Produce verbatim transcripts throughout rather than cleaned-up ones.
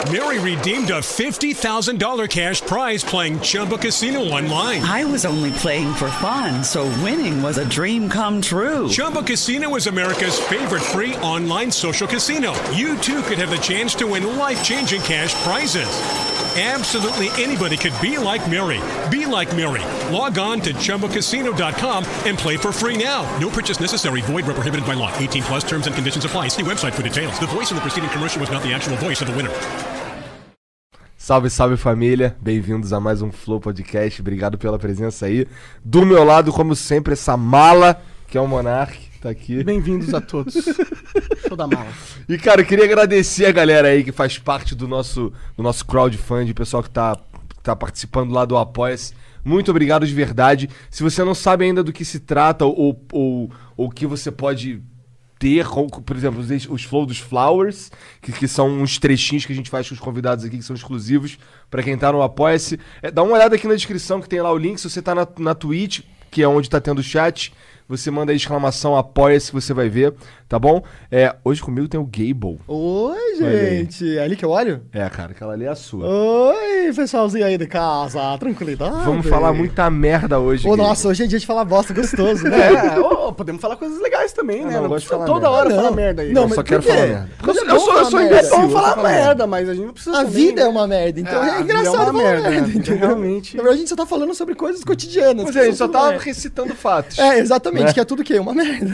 Mary redeemed a fifty thousand dollars cash prize playing Chumba Casino online. I was only playing for fun, so winning was a dream come true. Chumba Casino is America's favorite free online social casino. You too could have the chance to win life-changing cash prizes. Absolutely anybody could be like Mary. Be like Mary. Log on to Chumba Casino dot com and play for free now. No purchase necessary. Void where prohibited by law. eighteen plus terms and conditions apply. See website for details. The voice in the preceding commercial was not the actual voice of the winner. Salve, salve família, bem-vindos a mais um Flow Podcast, obrigado pela presença aí. Do meu lado, como sempre, essa mala, que é o Monark, tá aqui. Bem-vindos a todos. Show da mala. E cara, eu queria agradecer a galera aí que faz parte do nosso, do nosso crowdfunding, o pessoal que tá, tá participando lá do Apoia-se. Muito obrigado de verdade. Se você não sabe ainda do que se trata ou o que você pode ter, por exemplo, os, os Flow dos Flowers, que, que são uns trechinhos que a gente faz com os convidados aqui, que são exclusivos pra quem tá no Apoia-se. É, dá uma olhada aqui na descrição que tem lá o link. Se você tá na, na Twitch, que é onde tá tendo o chat, você manda aí exclamação Apoia-se que você vai ver, tá bom? É, hoje comigo tem o Gable. Oi, gente. É ali que eu olho? É, cara, aquela ali é a sua. Oi, pessoalzinho aí de casa. Tranquilidade. Vamos falar muita merda hoje. Ô, nossa, hoje é dia de falar bosta gostoso, né? É, ô, podemos falar coisas legais também, Ah, né? não, Não gosto de precisa falar toda merda. hora Não. falar merda aí. Não, Eu mas só por quero quê? falar merda. Mas Eu, é eu sou, eu bom sou falar É imbecil. bom eu falar sou merda, mas a gente não precisa A também, vida né? é uma merda, então É, é, a vida engraçado é uma falar merda, merda, né? entendeu? Realmente. Na verdade, a gente só tá falando sobre coisas cotidianas. Mas que é, a gente são só tudo tá merda. recitando fatos. É, exatamente, Né? que é tudo o quê? Uma merda.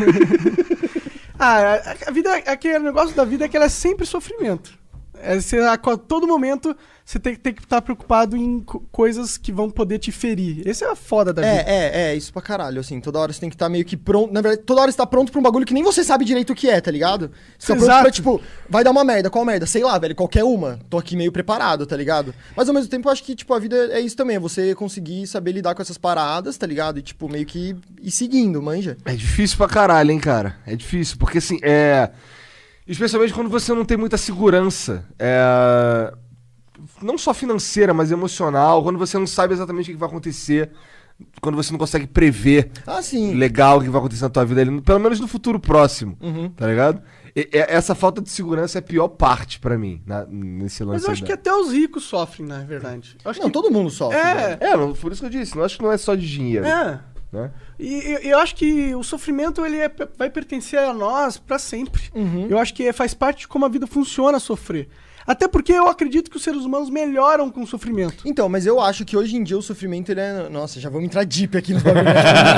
Ah, a- a vida, aquele negócio da vida é que ela é sempre sofrimento. É, você, a co- todo momento você tem, tem que estar preocupado em co- coisas que vão poder te ferir. Esse é a foda da vida. É, é, é, isso pra caralho, assim, toda hora você tem que estar meio que pronto, na verdade, toda hora você tá pronto pra um bagulho que nem você sabe direito o que é, tá ligado? Você tá pronto Exato. pra, tipo, vai dar uma merda, qual merda? Sei lá, velho, qualquer uma, tô aqui meio preparado, tá ligado? Mas ao mesmo tempo eu acho que, tipo, a vida é isso também, é você conseguir saber lidar com essas paradas, tá ligado? E, tipo, meio que ir seguindo, manja? É difícil pra caralho, hein, cara? É difícil, porque assim, é... Especialmente quando você não tem muita segurança. É... Não só financeira, mas emocional. Quando você não sabe exatamente o que vai acontecer. Quando você não consegue prever Ah, sim. legal o que vai acontecer na tua vida, ali, pelo menos no futuro próximo, Uhum. tá ligado? E- e- essa falta de segurança é a pior parte pra mim, na- nesse lance. Mas eu acho aí que da- até os ricos sofrem, na verdade. Eu acho Não, que... todo mundo sofre, velho. É, É, não, por isso que eu disse, não acho que não é só de dinheiro, é. né? E eu, eu acho que o sofrimento ele é- vai pertencer a nós pra sempre. Uhum. Eu acho que faz parte de como a vida funciona sofrer. Até porque eu acredito que os seres humanos melhoram com o sofrimento. Então, mas eu acho que hoje em dia o sofrimento, ele é... Nossa, já vamos entrar deep aqui nos bagulhos.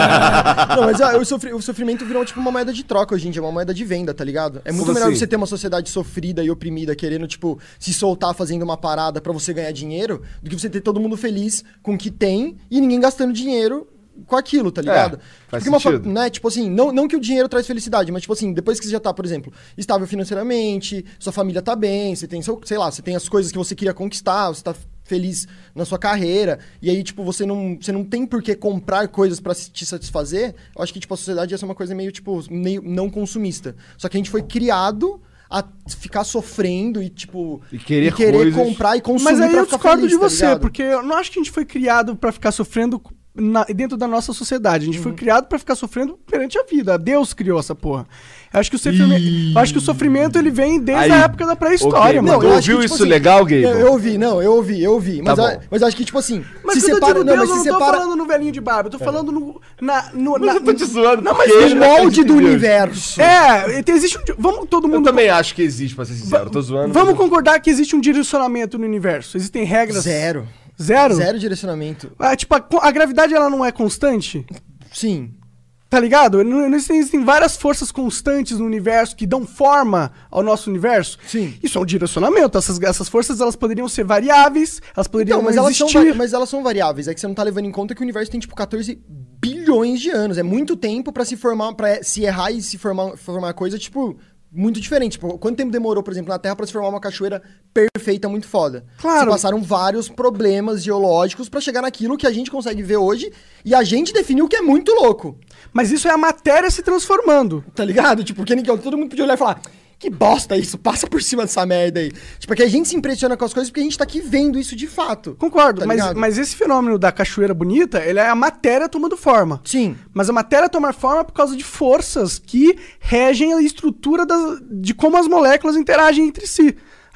Não, mas ó, o, sofri- o sofrimento virou tipo uma moeda de troca hoje em dia, uma moeda de venda, tá ligado? É muito Como melhor assim? você ter uma sociedade sofrida e oprimida, querendo, tipo, se soltar fazendo uma parada pra você ganhar dinheiro, do que você ter todo mundo feliz com o que tem e ninguém gastando dinheiro com aquilo, tá ligado? faz Porque uma fa- sentido. né, tipo assim, não, não que o dinheiro traz felicidade, mas tipo assim, depois que você já tá, por exemplo, estável financeiramente, sua família tá bem, você tem, seu, sei lá, você tem as coisas que você queria conquistar, você tá feliz na sua carreira, e aí, tipo, você não, você não tem por que comprar coisas pra se- te satisfazer, eu acho que, tipo, a sociedade ia ser uma coisa meio, tipo, meio não consumista. Só que a gente foi criado a ficar sofrendo e, tipo, E querer coisas- comprar e consumir Mas aí pra eu ficar discordo feliz, de tá você, ligado? porque eu não acho que a gente foi criado pra ficar sofrendo na- dentro da nossa sociedade. A gente Uhum. foi criado pra ficar sofrendo perante a vida. Deus criou essa porra. Eu acho que o sofrimento, eu acho que o sofrimento ele vem desde Aí, a época da pré-história, ok, mano. mas tu eu acho ouviu que, tipo isso assim, legal, Gabe? Eu, eu ouvi, não, eu ouvi, eu ouvi. Mas, Tá eu, bom. mas eu acho que, tipo assim, Mas se quando separa. eu digo Não, Deus, mas eu se não tô separa. falando no velhinho de barba, eu tô falando no... Na, no Mas na, eu tô te zoando, Não, mas porque existe ele O não molde acredita do em Deus. universo. É, tem- existe um... Vamos todo Eu mundo... também acho que existe, pra ser sincero. Eu tô zoando. Vamos mas- concordar que existe um direcionamento no universo. Existem regras... Zero. Zero? Zero direcionamento. Ah, tipo, a, a gravidade ela não é constante? Sim. Tá ligado? Não, não existem, existem várias forças constantes no universo que dão forma ao nosso universo. Sim. Isso é um direcionamento. Essas, essas forças elas poderiam ser variáveis, elas poderiam Então, mas não elas, são, existir. vari- mas elas são variáveis. É que você não tá levando em conta que o universo tem, tipo, catorze bilhões de anos. É muito tempo pra se formar, para se errar e se formar, formar coisa, tipo, muito diferente. Tipo, quanto tempo demorou, por exemplo, na Terra pra se formar uma cachoeira perfeita, muito foda? Claro. Se passaram vários problemas geológicos pra chegar naquilo que a gente consegue ver hoje e a gente definiu que é muito louco. Mas isso é a matéria se transformando. Tá ligado? Tipo, porque ninguém, todo mundo podia olhar e falar: que bosta isso, passa por cima dessa merda aí. Tipo, é que a gente se impressiona com as coisas porque a gente tá aqui vendo isso de fato. Concordo, Tá mas, ligado? mas esse fenômeno da cachoeira bonita, ele é a matéria tomando forma. Sim. Mas a matéria toma forma por causa de forças que regem a estrutura das, de como as moléculas interagem entre si.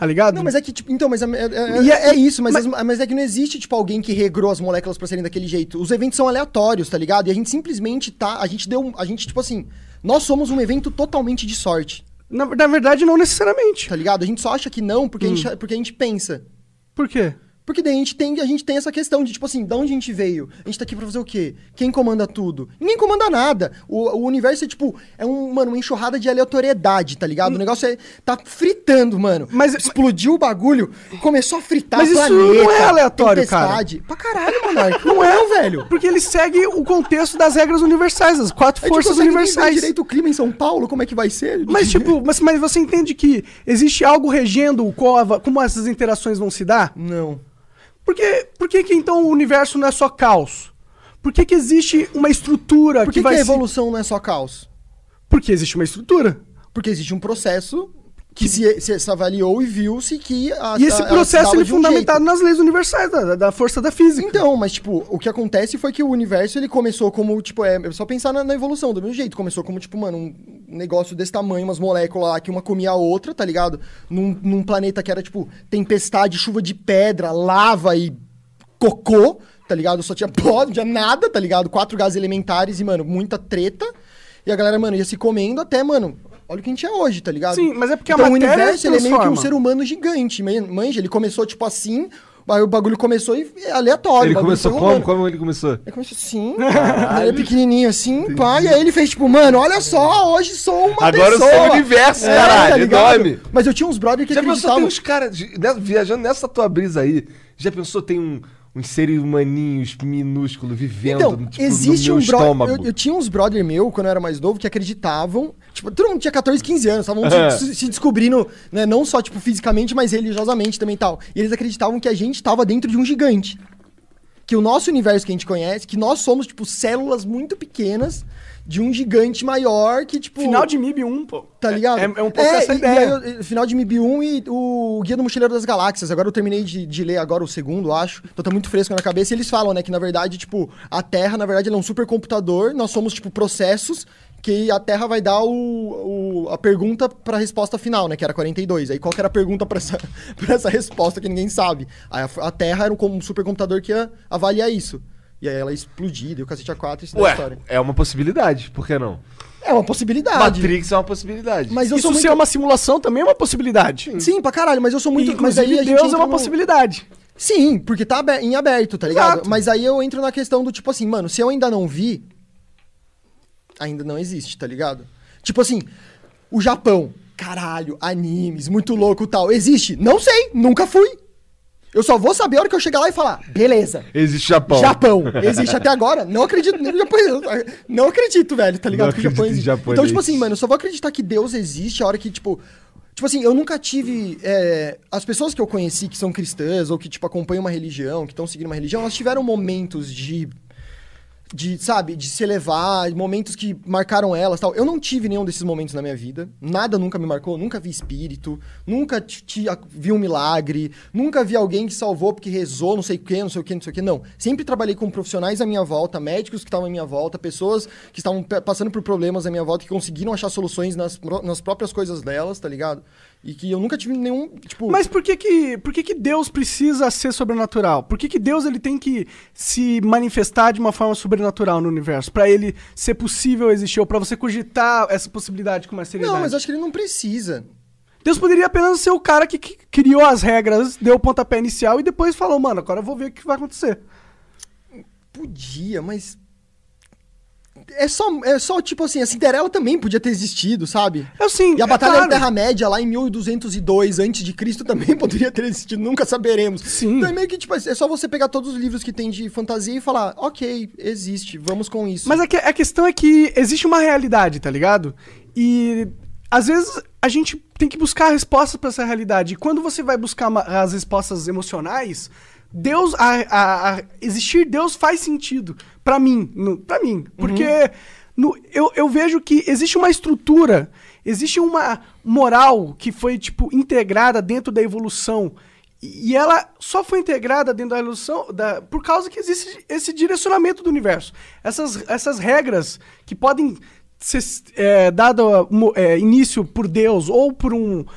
Tá ligado? Não, mas é que, tipo, então, mas é, é, E é, é- é isso, mas, mas- as- mas é que não existe, tipo, alguém que regrou as moléculas pra serem daquele jeito. Os eventos são aleatórios, tá ligado? E a gente simplesmente tá, a gente deu, a gente, tipo assim, nós somos um evento totalmente de sorte, Na, na verdade, não necessariamente. tá ligado? A gente só acha que não porque, Hum. a, gente, porque a gente pensa. Por quê? Porque daí a gente, tem, a gente tem essa questão de, tipo assim, de onde a gente veio? A gente tá aqui pra fazer o quê? Quem comanda tudo? Ninguém comanda nada. O, o universo é, tipo, é um, mano, uma enxurrada de aleatoriedade, tá ligado? O negócio é, tá fritando, mano. Mas- Explodiu o bagulho, começou a fritar Mas isso planeta, não é aleatório, tempestade. Pra caralho, Monark. Não é, velho. Porque ele segue o contexto das regras universais, as quatro A gente forças consegue nem ver universais. direito o clima em São Paulo, como é que vai ser? Mas, tipo, mas, mas você entende que existe algo regendo o cova, como essas interações vão se dar? Não. Por que, por que, que então o universo não é só caos? Por que, que existe uma estrutura Por que, que, que vai a se... evolução não é só caos? Porque existe uma estrutura. Porque existe um processo que se, se, se avaliou e viu-se que a E esse a- ela se processo dava ele é de um fundamentado jeito. nas leis universais, da, da força da física. Então, mas tipo, o que acontece foi que o universo ele começou como, tipo, é, é só pensar na, na evolução, do mesmo jeito. Começou como, tipo, mano, um negócio desse tamanho, umas moléculas lá que uma comia a outra, tá ligado? Num, num planeta que era, tipo, tempestade, chuva de pedra, lava e cocô, tá ligado? Só tinha pó, não tinha nada, tá ligado? Quatro gases elementares e, mano, muita treta. E a galera, mano, ia se comendo até, mano, olha o que a gente é hoje, tá ligado? Sim, mas é porque a então, o matéria universo ele é meio que um transforma. ser humano gigante, man- manja. Ele começou, tipo, assim, aí o bagulho começou e é aleatório. Ele o bagulho começou foi como? rolando. Como ele começou? Ele começou assim, ele é pequenininho assim, pá, e aí ele fez tipo, mano, olha só, hoje sou uma Agora eu pessoa. sou o universo, caralho, ligado? enorme. Mas eu tinha uns brother que Já pensou, acreditavam... tem uns caras de- ne- viajando nessa tua brisa aí, já pensou, tem um, uns seres humaninhos minúsculos vivendo, Então, tipo, existe no um meu brother... estômago? Eu, eu tinha uns brother meu, quando eu era mais novo, que acreditavam... Tipo, todo mundo tinha catorze, quinze anos, estavam É. se, se descobrindo, né, não só, tipo, fisicamente, mas religiosamente também e tal. E eles acreditavam que a gente tava dentro de um gigante. Que o nosso universo que a gente conhece, que nós somos, tipo, células muito pequenas de um gigante maior que, tipo... Final de M I B um, pô. Tá ligado? É, é um pouco essa e- ideia. E aí, eu- final de M I B um e o Guia do Mochileiro das Galáxias. Agora eu terminei de, de ler agora o segundo, acho. Então tá muito fresco na cabeça. E eles falam, né, que na verdade, tipo, a Terra, na verdade, ela é um supercomputador. Nós somos, tipo, processos que a Terra vai dar o, o- a pergunta pra resposta final, né, que era quarenta e dois. Aí qual que era a pergunta pra essa, pra essa resposta que ninguém sabe? Aí a, a Terra era um, como um supercomputador que ia avaliar isso. E aí ela explodiu, deu cacete a quatro, isso da Ué, história. é uma possibilidade, por que não? É uma possibilidade. Matrix é uma possibilidade. Mas eu Isso sou muito... ser uma simulação também é uma possibilidade. Sim, pra caralho, mas eu sou muito... E, mas inclusive, aí a gente Deus é entra uma no- possibilidade. Sim, porque tá abe- em aberto, tá ligado? Exato. Mas aí eu entro na questão do tipo assim, mano, se eu ainda não vi, ainda não existe, tá ligado? Tipo assim, o Japão, caralho, animes, muito louco e tal, existe? Não sei, nunca fui. Eu só vou saber a hora que eu chegar lá e falar, beleza. Existe Japão. Japão. Existe até agora. Não acredito no Japão. Não acredito, velho, tá ligado? Não que o Japão acredito em existe. japonês. Então, tipo assim, mano, eu só vou acreditar que Deus existe a hora que, tipo. Tipo assim, eu nunca tive. é, as pessoas que eu conheci que são cristãs ou que, tipo, acompanham uma religião, que estão seguindo uma religião, elas tiveram momentos de. De, sabe, de se elevar, momentos que marcaram elas tal. Eu não tive nenhum desses momentos na minha vida. Nada nunca me marcou, nunca vi espírito, nunca t- t- vi um milagre, nunca vi alguém que salvou porque rezou, não sei o que, não sei o que, não sei o que. Não. Sempre trabalhei com profissionais à minha volta, médicos que estavam à minha volta, pessoas que estavam pe- passando por problemas à minha volta, que conseguiram achar soluções nas, pró- nas próprias coisas delas, tá ligado? E que eu nunca tive nenhum, tipo... Mas por que que, por que que Deus precisa ser sobrenatural? Por que que Deus ele tem que se manifestar de uma forma sobrenatural no universo? Pra ele ser possível existir, ou pra você cogitar essa possibilidade com mais seriedade? Não, mas acho que ele não precisa. Deus poderia apenas ser o cara que, que criou as regras, deu o pontapé inicial e depois falou, mano, agora eu vou ver o que vai acontecer. Podia, mas... É só, é só, tipo assim, a Cinderela também podia ter existido, sabe? Eu sim, E a é Batalha claro. da Terra-média, lá em mil duzentos e dois antes de Cristo também poderia ter existido, nunca saberemos. Sim. Então é meio que, tipo, é só você pegar todos os livros que tem de fantasia e falar, ok, existe, vamos com isso. Mas a, que- a questão é que existe uma realidade, tá ligado? E às vezes a gente tem que buscar respostas pra essa realidade. E quando você vai buscar uma- as respostas emocionais, Deus, a, a- a- existir Deus faz sentido pra mim, no, pra mim, porque no- eu, eu vejo que existe uma estrutura, existe uma moral que foi tipo integrada dentro da evolução. E ela só foi integrada dentro da evolução da, por causa que existe esse direcionamento do universo. Essas, essas regras que podem ser é, dado mo- é, início por Deus ou por um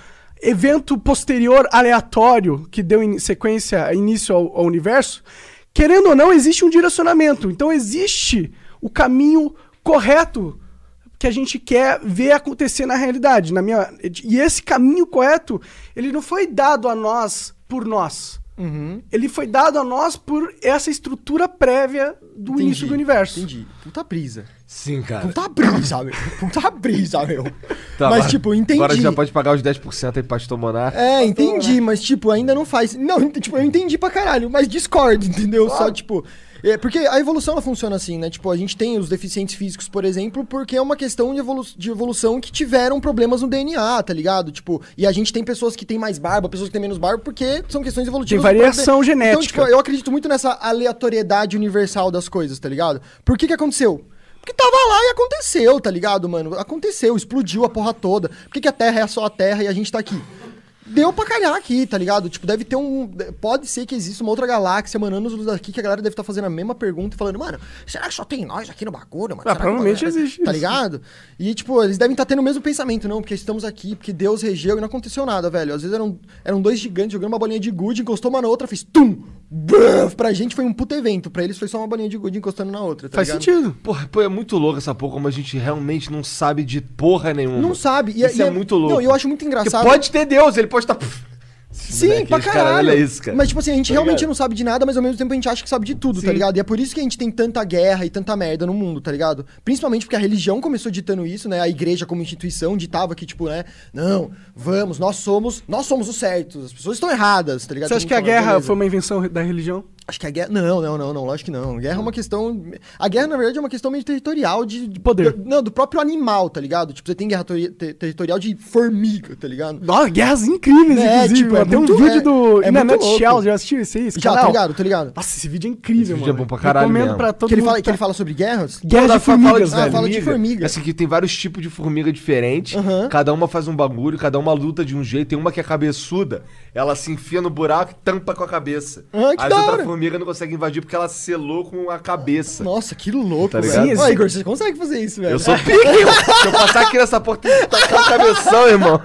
evento posterior aleatório que deu in- sequência, início ao, ao universo, querendo ou não, existe um direcionamento. Então existe o caminho correto que a gente quer ver acontecer na realidade. Na minha... E esse caminho correto, ele não foi dado a nós por nós. Uhum. Ele foi dado a nós por essa estrutura prévia do Entendi, início do universo. Entendi. Puta brisa. Sim, cara. Puta brisa, meu. Puta brisa, meu. Tá, mas, agora- tipo, entendi. Agora já pode pagar os dez por cento aí, Pastor Monarca. É, entendi, mas, tipo, ainda não faz. Não, tipo, eu entendi pra caralho, mas discordo, entendeu? Só, tipo. É, porque a evolução ela funciona assim, né? Tipo, a gente tem os deficientes físicos, por exemplo, porque é uma questão de, evolu de evolução que tiveram problemas no D N A, tá ligado? Tipo, e a gente tem pessoas que têm mais barba, pessoas que têm menos barba, porque são questões evolutivas. Tem variação do- genética. Então, tipo, eu acredito muito nessa aleatoriedade universal das coisas, tá ligado? Por que que aconteceu? Porque tava lá e aconteceu, tá ligado, mano? Aconteceu, explodiu a porra toda. Por que que a Terra é só a Terra e a gente tá aqui? Deu pra calhar aqui, tá ligado? Tipo, deve ter um... Pode ser que exista uma outra galáxia, mano, anos luz daqui, que a galera deve estar fazendo a mesma pergunta e falando, mano, será que só tem nós aqui no bagulho, mano? Ah, Será que- provavelmente existe Tá isso. ligado? E, tipo, eles devem estar tendo o mesmo pensamento, não, porque estamos aqui, porque Deus regeu e não aconteceu nada, velho. Às vezes eram, eram dois gigantes jogando uma bolinha de gude, encostou uma na outra, fez tum! Bruf! Pra gente foi um puto evento, pra eles foi só uma bolinha de gude encostando na outra, tá Faz ligado? sentido. Porra, pô, é muito louco essa porra, como a gente realmente não sabe de porra nenhuma. Não sabe. E, Isso e é muito louco. Não, eu acho muito Porque engraçado. pode ter Deus, ele pode estar... Sim, Moleque, pra esse cara, caralho. olha isso, cara. Mas, tipo assim, a gente Tá realmente ligado? não sabe de nada, mas ao mesmo tempo a gente acha que sabe de tudo, tá ligado? E é por isso que a gente tem tanta guerra e tanta merda no mundo, tá ligado? Principalmente porque a religião começou ditando isso, né? A igreja como instituição ditava que, tipo, né? Não, vamos, nós somos, nós somos os certos, as pessoas estão erradas, tá ligado? Você acha Todo que a mundo fala, guerra beleza. foi uma invenção da religião? Acho que a guerra... Não, não, não, não, lógico que não. A guerra é uma questão... A guerra, na verdade, é uma questão meio territorial de... de poder. Não, do próprio animal, tá ligado? Tipo, você tem guerra tori- te- territorial de formiga, tá ligado? Nossa, guerras incríveis, É, inclusive. tipo, é Tem um muito- vídeo é- do é In a muito Nutshell, louco. já assistiu esse aí? Esse Já, canal? tá ligado, tá ligado? Nossa, esse vídeo é incrível, Esse mano. vídeo é bom pra caralho Recomendo mesmo. pra todo Que ele mundo. fala, que que ele tá- fala sobre guerras? Guerra Toda de fala formigas, de Ah, velho. fala de formiga. Assim, que tem vários tipos de formiga diferentes. Aham. Cada uma faz um bagulho, cada uma luta de um jeito. Tem uma que é cabeçuda, ela se enfia no buraco e tampa com a cabeça. Ah, que As da outras hora. formigas não conseguem invadir porque ela selou com a cabeça. Nossa, que louco, Tá velho. ligado? Ó, Sim, Igor, você consegue fazer isso, velho. Eu sou pique, irmão. Se eu passar aqui nessa porta, tem que tacar o cabeção, irmão.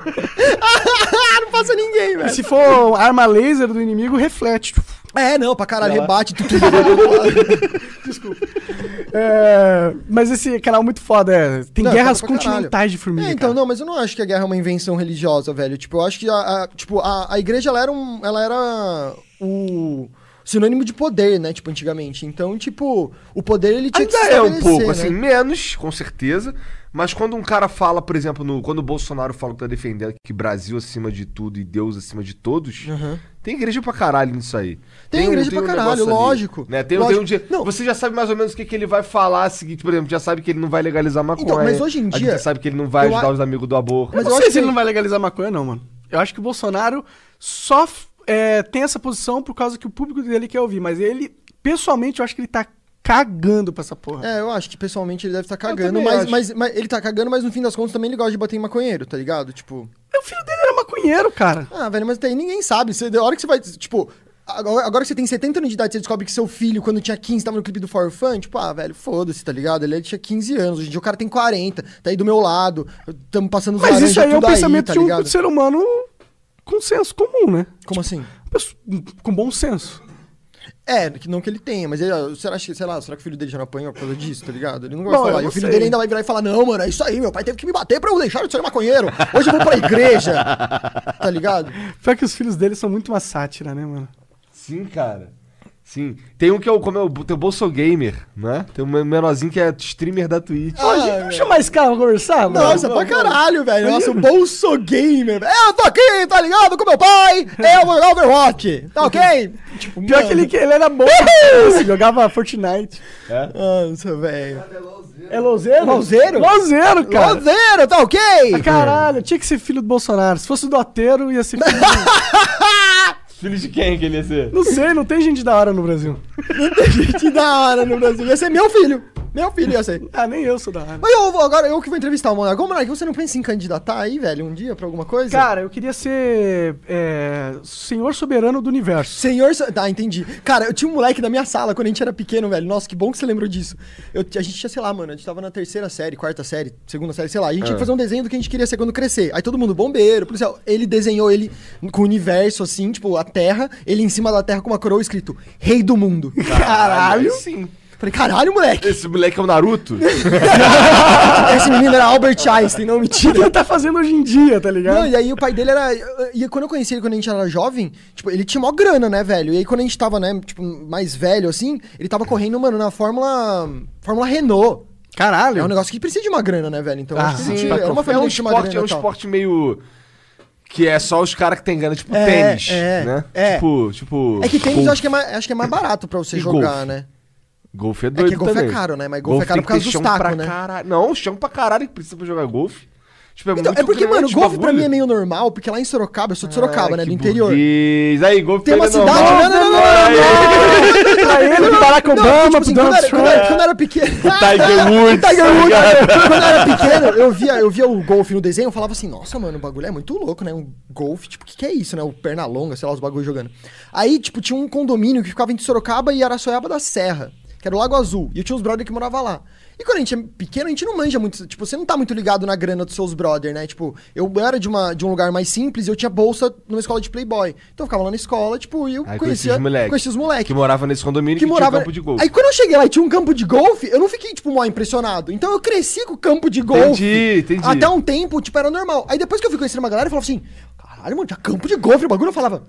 não passa ninguém, E velho. se for arma laser do inimigo, reflete. É, não, pra caralho, Vai lá. rebate tudo. Desculpa. É, mas esse canal é muito foda. É. Tem Não, guerras foda pra caralho. continentais de formiga. É, então, cara. não, mas eu não acho que a guerra é uma invenção religiosa, velho. Tipo, eu acho que a, a- tipo, a, a igreja, ela era um... Ela era o sinônimo de poder, né? Tipo, antigamente. Então, tipo, o poder, ele tinha Ainda que se é um estabelecer, pouco, né? assim, menos, com certeza. Mas quando um cara fala, por exemplo, no, quando o Bolsonaro fala que tá defendendo que Brasil acima de tudo e Deus acima de todos, Aham. tem igreja pra caralho nisso aí. Tem igreja pra caralho, negócio ali, lógico. né? Tem, Lógico. tem um dia, Não. Você já sabe mais ou menos o que, que ele vai falar, seguinte, por exemplo, já sabe que ele não vai legalizar maconha. Então, mas hoje em A gente dia- já sabe que ele não vai eu ajudar a- os amigos do aborto. Mas Mas eu eu não sei acho se ele que- não vai legalizar maconha, não, mano. Eu acho que o Bolsonaro só é, tem essa posição por causa que o público dele quer ouvir. Mas ele, pessoalmente, eu acho que ele tá cagando pra essa porra. É, eu acho que pessoalmente ele deve estar cagando, também mas, acho. mas, mas ele tá cagando, mas no fim das contas também ele gosta de bater em maconheiro, tá ligado? Tipo, O filho dele era maconheiro, cara. ah, velho, mas daí ninguém sabe. Você, a hora que você vai, tipo, agora, agora que você tem setenta anos de idade, você descobre que seu filho, quando tinha quinze, tava no clipe do For Fun, tipo, ah, velho, foda-se, tá ligado? Ele tinha quinze anos, hoje em dia o cara tem quarenta, tá aí do meu lado, tamo passando os Mas laranjas isso aí é o tudo pensamento tá de um ligado? ser humano com senso comum, né? Como assim? Pessoa- Com bom senso. É, que não que ele tenha, mas ele, será, que- sei lá, será que o filho dele já não apanhou por causa disso, tá ligado? Ele não vai Bom, eu falar. E não o filho sei. dele ainda vai virar e falar, não, mano, é isso aí, meu pai teve que me bater pra eu deixar de ser maconheiro. Hoje eu vou pra igreja, tá ligado? Pior que os filhos dele são muito uma sátira, né, mano? Sim, cara. Sim. Tem um que é o, como é o, tem o Bolso Gamer, né? Tem um menorzinho que é streamer da Twitch. Ah, Ô, gente, vamos chamar esse cara pra conversar, mano? Nossa, pra caralho, velho. Nossa, o Bolso Gamer. Eu tô aqui, tá ligado? Com meu pai. Eu vou jogar Overwatch. Tá ok? Tipo, Pior mano. que ele, que ele era bom, ele jogava Fortnite. Nossa, velho. É louzeiro? Louzeiro? Louzeiro, cara. Lozeiro, tá ok? Ah, caralho, tinha que ser filho do Bolsonaro. Se fosse do Ateiro, ia ser filho do... Filho de quem que ele ia ser? Não sei, não tem gente da hora no Brasil. Gente da hora no Brasil. Ia ser meu filho. Meu filho ia ser. Ah, nem eu sou da área. Mas eu, vou- agora eu que vou entrevistar o Monark. Ô, Monark, você não pensa em candidatar aí, velho, um dia pra alguma coisa? Cara, eu queria ser é, senhor soberano do universo. Senhor... so- Tá, entendi. Cara, eu tinha um moleque da minha sala quando a gente era pequeno, velho. Nossa, que bom que você lembrou disso. Eu, a gente tinha, sei lá, mano, a gente tava na terceira série, quarta série, segunda série, sei lá. A gente tinha que fazer um desenho do que a gente queria ser quando crescer. Aí todo mundo, bombeiro, policial. Ele desenhou ele com o universo, assim, tipo, a terra. Ele em cima da terra com uma coroa escrito Rei do Mundo. Caralho, sim. Falei, caralho, moleque. Esse moleque é o Naruto? Esse menino era Albert Einstein, não, O que mentira. ele tá fazendo hoje em dia, tá ligado? Não, e aí o pai dele era... E quando eu conheci ele, quando a gente era jovem, tipo, ele tinha mó grana, né, velho? E aí quando a gente tava, né, tipo, mais velho, assim, ele tava correndo, mano, na Fórmula... Fórmula Renault. Caralho. É um negócio que precisa de uma grana, né, velho? Então, Ah, acho que ele sim, tinha... pra Era uma É família um que tinha uma esporte, grana é um e tal. esporte meio... Que é só os caras que tem grana, tipo É, tênis, é, né? é. Tipo, tipo... É que tênis golfe. eu acho que é mais, acho que é mais barato pra você E jogar, golfe? né? Golfe é É doido que golfe também. é caro, né? Mas golfe, é caro tem por causa que ter dos chão tacos, pra né? caralho. Não, chão pra caralho que precisa pra jogar golfe. Tipo, é Então, muito é porque, grande mano, o golfe pra bagulho. mim é meio normal, porque lá em Sorocaba, eu sou de Sorocaba, Ah, né? que Do interior. burguês. Aí, golfe Tem uma pra ele cidade... não. Não, não, não, não, não, não. Pra ele, pro Barack Não, Obama, tipo pro assim, Donald quando, era, Trump. quando, era, quando eu era pequeno... Tiger Woods, Tiger tá Woods. ligado? Quando eu era pequeno, eu via, eu via o golfe no desenho, eu falava assim, nossa, mano, o bagulho é muito louco, né? Um golfe, tipo, o que, que é isso, né? O perna longa, sei lá, os bagulhos jogando. Aí, tipo, tinha um condomínio que ficava entre Sorocaba e Araçoiaba da Serra, que era o Lago Azul. E eu tinha uns brother que moravam lá. E quando a gente é pequeno, a gente não manja muito. Tipo, você não tá muito ligado na grana dos seus brother, né? Tipo, eu era de, uma, de um lugar mais simples e eu tinha bolsa numa escola de playboy. Então eu ficava lá na escola, tipo, e eu Aí conhecia, os moleques. conhecia os moleques. Que morava nesse condomínio Que que, morava... tinha campo de golfe. Aí quando eu cheguei lá e tinha um campo de golfe, eu não fiquei, tipo, mó impressionado. Então eu cresci com o campo de golfe. Entendi, entendi. Até um tempo, tipo, era normal. Aí depois que eu fui conhecendo uma galera, eu falava assim, caralho, mano, tinha campo de golfe no bagulho. Eu falava,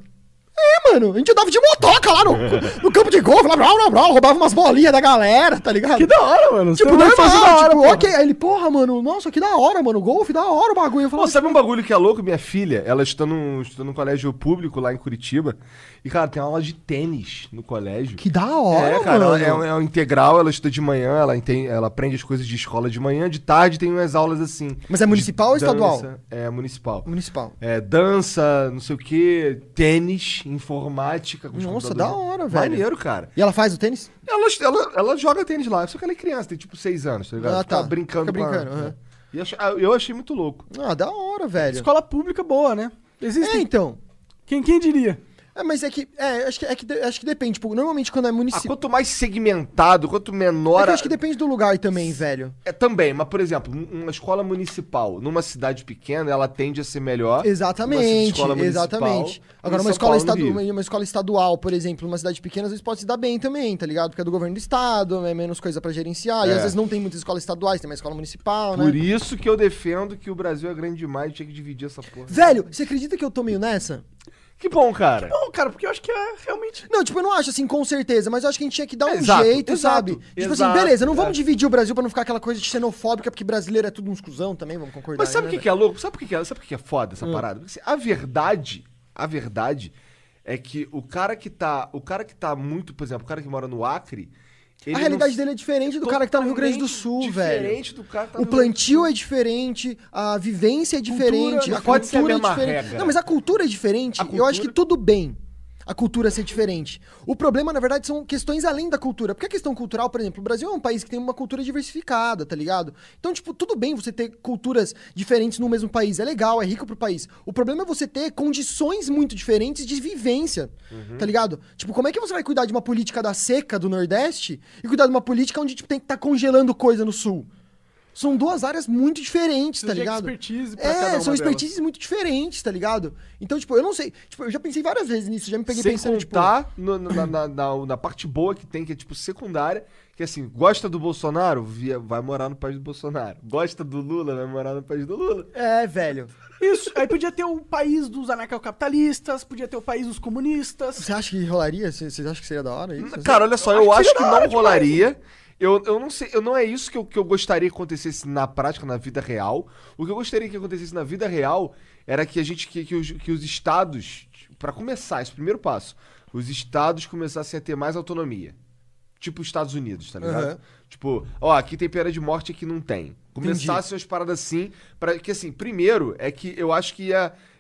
é, mano, a gente andava de motoca lá no, no campo de golfe, lá, blá, blá, blá, roubava umas bolinhas da galera, tá ligado? Que da hora, mano. Tipo, Você normal, faz da hora, tipo, pô. ok. Aí ele, porra, mano, nossa, que da hora, mano, golfe, da hora o bagulho. Eu Pô, falava, sabe um bagulho que é louco? Minha filha, ela está num, está num colégio público lá em Curitiba. E, cara, tem aula de tênis no colégio. que da hora, é, cara, mano. ela é, um- é um integral, ela estuda de manhã, ela, entende, ela aprende as coisas de escola de manhã, de tarde tem umas aulas assim. Mas é municipal de ou estadual? dança. É municipal. Municipal. É, dança, não sei o que, tênis, informática. Com os Nossa, computadores. da hora, velho. Maneiro, cara. E ela faz o tênis? Ela, ela, ela joga tênis lá, só que ela é criança, tem tipo seis anos, tá ligado? Ah, Fica tá. brincando Fica com a- brincando, aham. E eu achei- eu achei muito louco. Ah, da hora, velho. Escola pública boa, né? É, Existem. então. Quem, quem diria? É, mas é que, é, acho que, é que, de- acho que depende. Tipo, normalmente quando é Ah, municipal. quanto mais segmentado, quanto menor. É que eu a- acho que depende do lugar também, velho. É, também, mas por exemplo, um- uma escola municipal, numa cidade pequena, ela tende a ser melhor. Exatamente, escola municipal exatamente. Agora, em uma São escola, Paulo, no estadu Rio. uma escola estadual, por exemplo, numa cidade pequena, às vezes pode se dar bem também, tá ligado? Porque é do governo do estado, é menos coisa pra gerenciar. E É. às vezes não tem muitas escolas estaduais, tem uma escola municipal, né? Por isso que eu defendo que o Brasil é grande demais e tinha que dividir essa porra. Velho, você acredita que eu tô meio nessa? Que bom, cara. Bom, cara, porque eu acho que é realmente. Não, tipo, eu não acho assim com certeza, mas eu acho que a gente tinha que dar um Exato, jeito, exato, sabe? Tipo exato, assim, beleza, não é. vamos dividir o Brasil pra não ficar aquela coisa de xenofóbica, porque brasileiro é tudo uns cuzão também, vamos concordar. Mas sabe o aí, que, né, que é louco? Sabe o que, que é? Sabe o que que é foda Hum. essa parada? Porque, assim, a verdade, a verdade é que o cara que tá, o cara que tá muito, por exemplo, o cara que mora no Acre, ele A realidade não- dele é diferente do cara que tá no Rio Grande do Sul, Totalmente velho. Diferente do cara que tá O no Rio Grande do plantio Sul. é diferente, a vivência é diferente, não a pode ser a cultura é mesma diferente. regra. Não, mas a cultura é diferente. A e Eu acho que cultura- tudo bem a cultura ser diferente. O problema, na verdade, são questões além da cultura. Porque a questão cultural, por exemplo, o Brasil é um país que tem uma cultura diversificada, tá ligado? Então, tipo, tudo bem você ter culturas diferentes no mesmo país. É legal, é rico pro país. O problema é você ter condições muito diferentes de vivência, Uhum. tá ligado? Tipo, como é que você vai cuidar de uma política da seca do Nordeste e cuidar de uma política onde tipo, tem que estar congelando coisa no Sul? São duas áreas muito diferentes, tá Precisa de ligado? expertise pra cada É, uma são delas. expertises muito diferentes, tá ligado? Então, tipo, eu não sei. Tipo, eu já pensei várias vezes nisso, já me peguei Sem pensando, tipo. contar no- na, na, na- na parte boa que tem, que é tipo secundária, que assim, gosta do Bolsonaro, via- vai morar no país do Bolsonaro. Gosta do Lula, vai morar no país do Lula. É, velho. Isso. Aí podia ter o país dos anarcocapitalistas, podia ter o país dos comunistas. Você acha que rolaria? Você você acha que seria da hora isso? Cara, olha só, Eu eu acho que acho que seria da hora não rolaria. Eu, eu não sei, eu não é isso que eu, que eu gostaria que acontecesse na prática, na vida real. O que eu gostaria que acontecesse na vida real era que a gente, que, que, os, que os estados, pra começar, esse primeiro passo, os estados começassem a ter mais autonomia. Tipo os Estados Unidos, tá ligado? Aham. Tipo, ó, aqui tem pena de morte, aqui não tem. Começassem as paradas assim, para que assim, primeiro é que eu acho que ia,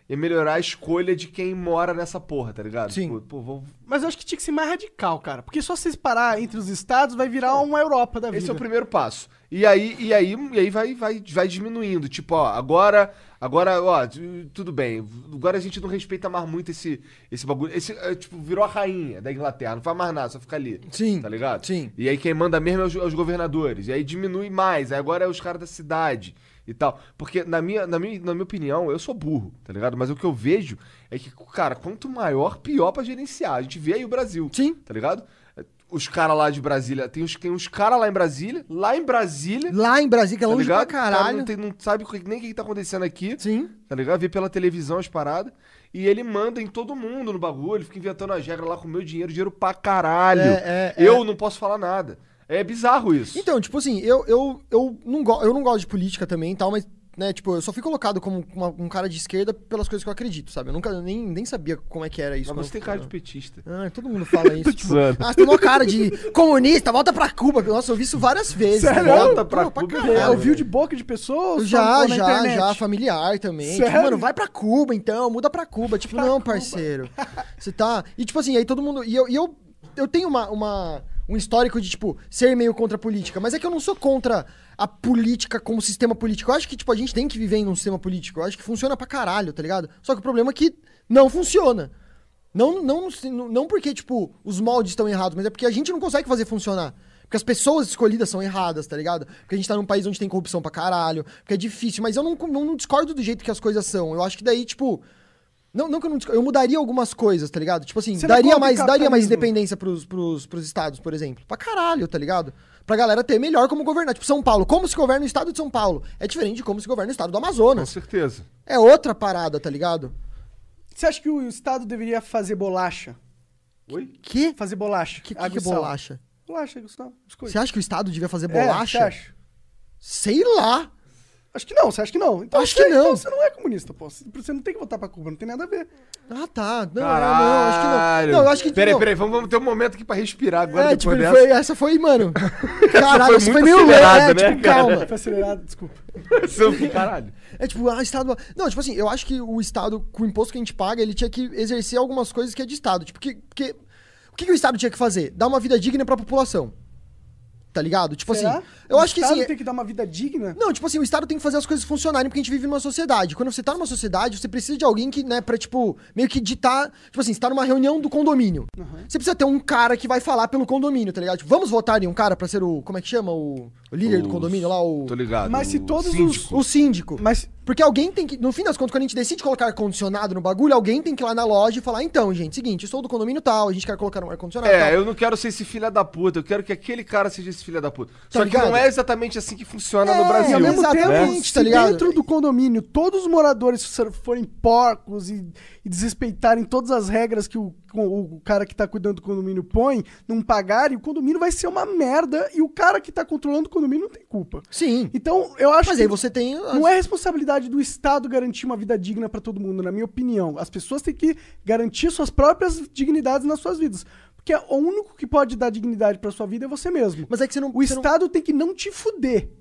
ia melhorar a escolha de quem mora nessa porra, tá ligado? Sim. Tipo, pô, vou... Mas eu acho que tinha que ser mais radical, cara. Porque só se separar entre os estados vai virar uma Europa da vida. Esse é o primeiro passo. E aí, e aí, e aí vai, vai, vai diminuindo. Tipo, ó, agora, agora, ó, tudo bem. Agora a gente não respeita mais muito esse, esse bagulho. Esse, é, tipo, virou a rainha da Inglaterra. Não faz mais nada, só fica ali. Sim. Tá ligado? Sim. E aí quem manda mesmo é os, é os governadores. E aí diminui mais. Aí agora é os caras da cidade e tal. Porque, na minha, na, minha, na minha opinião, eu sou burro, tá ligado? Mas o que eu vejo é que, cara, quanto maior, pior pra gerenciar. A gente vê aí o Brasil. Sim. Tá ligado? Os caras lá de Brasília, tem uns, tem uns caras lá em Brasília, lá em Brasília, Lá em Brasília, que é tá longe ligado? pra O cara caralho. não, tem- não sabe o que- nem o que tá acontecendo aqui, Sim. tá ligado? Vê pela televisão as paradas, e ele manda em todo mundo no bagulho, ele fica inventando as regras lá com o meu dinheiro, dinheiro pra caralho. É, é, Eu não posso falar nada. É bizarro isso. Então, tipo assim, eu, eu, eu, não, go eu não gosto de política também e tal, mas, né, tipo, eu só fui colocado como uma- um cara de esquerda pelas coisas que eu acredito, sabe? Eu nunca nem, nem sabia como é que era isso. Mas você quando tem eu- cara de petista. Ah, todo mundo fala isso. tipo, zoando. ah, você tem uma cara de comunista, volta pra Cuba. Nossa, eu vi isso várias vezes. Sério? tá ligado? Volta pra Pô, Cuba, caralho, É, ouviu velho. de boca de pessoas? Já, ou na já, internet? já, familiar também. Sério? Tipo, mano, vai pra Cuba então, muda pra Cuba. Tipo, não, parceiro. Você tá. E tipo assim, aí todo mundo. E eu, e eu, eu tenho uma, uma, um histórico de, tipo, ser meio contra a política. Mas é que eu não sou contra a política como sistema político. Eu acho que, tipo, a gente tem que viver em um sistema político. Eu acho que funciona pra caralho, tá ligado? Só que o problema é que não funciona. Não, não, não porque, tipo, os moldes estão errados, mas é porque a gente não consegue fazer funcionar. Porque as pessoas escolhidas são erradas, tá ligado? Porque a gente tá num país onde tem corrupção pra caralho, porque é difícil. Mas eu não, não, não discordo do jeito que as coisas são. Eu acho que daí, tipo... Não, não que eu não discordo, eu mudaria algumas coisas, tá ligado? Tipo assim, Você não é daria contra o mais, daria mais capitalismo? independência pros, pros, pros estados, por exemplo. Pra caralho, tá ligado? Pra galera ter melhor como governar. Tipo, São Paulo. Como se governa o estado de São Paulo? É diferente de como se governa o estado do Com Amazonas. certeza. É outra parada, tá ligado? Você acha que o Estado deveria fazer bolacha? Oi? Que? Fazer bolacha. Que, que, água que é e sal. bolacha? Bolacha, Gustavo. Escolha. Você acha que o estado devia fazer É, bolacha? você acha? Sei lá. Acho que não, você acha que não? Então, Acho você- que não. Então você não é comunista, pô. Você não tem que votar pra Cuba, não tem nada a ver. Ah, tá. Não, Caralho. é, não, acho que não. Não, eu acho que... Peraí, não. peraí, vamos, vamos ter um momento aqui pra respirar agora É, depois tipo, ele dessa. foi, essa foi, mano... Caralho, foi essa foi muito meio... acelerada, é, né, tipo, cara? calma. Foi acelerado, desculpa. Seu- Caralho. É tipo, ah, Estado... Não, tipo assim, eu acho que o Estado, com o imposto que a gente paga, ele tinha que exercer algumas coisas que é de Estado. Tipo, que, que... o que, que o Estado tinha que fazer? Dar uma vida digna pra população. Tá ligado? Tipo Será? assim, eu O acho que Estado assim... tem que dar uma vida digna? Não, tipo assim, o Estado tem que fazer as coisas funcionarem porque a gente vive numa sociedade. Quando você tá numa sociedade, você precisa de alguém que, né, pra, tipo, meio que ditar. Tipo assim, você tá numa reunião do condomínio. Você precisa ter um cara que vai falar pelo condomínio, tá ligado? Tipo, vamos votar em um cara pra ser o. Como é que chama? O, o líder do O- condomínio lá, o. Tô ligado. Mas se o todos os- síndico. O síndico. Mas Porque alguém tem que. No fim das contas, quando a gente decide colocar ar-condicionado no bagulho, alguém tem que ir lá na loja e falar: então, gente, seguinte, eu sou do condomínio tal, a gente quer colocar um ar-condicionado tal. É, eu não quero ser esse filho da puta, eu quero que aquele cara seja esse filho da puta. Só que ligado? não é exatamente assim que funciona no É, Brasil. ao mesmo Exatamente, tempo, tá se ligado? dentro do condomínio todos os moradores forem porcos e, e desrespeitarem todas as regras que o, o, o cara que tá cuidando do condomínio põe, não pagarem, o condomínio vai ser uma merda e o cara que tá controlando o condomínio não tem culpa. Sim. Então, eu acho Mas que aí você tem. as- não é responsabilidade do Estado garantir uma vida digna pra todo mundo, na minha opinião. As pessoas têm que garantir suas próprias dignidades nas suas vidas. Porque o único que pode dar dignidade pra sua vida é você mesmo. Mas é que você não. O você não- Estado tem que não te fuder.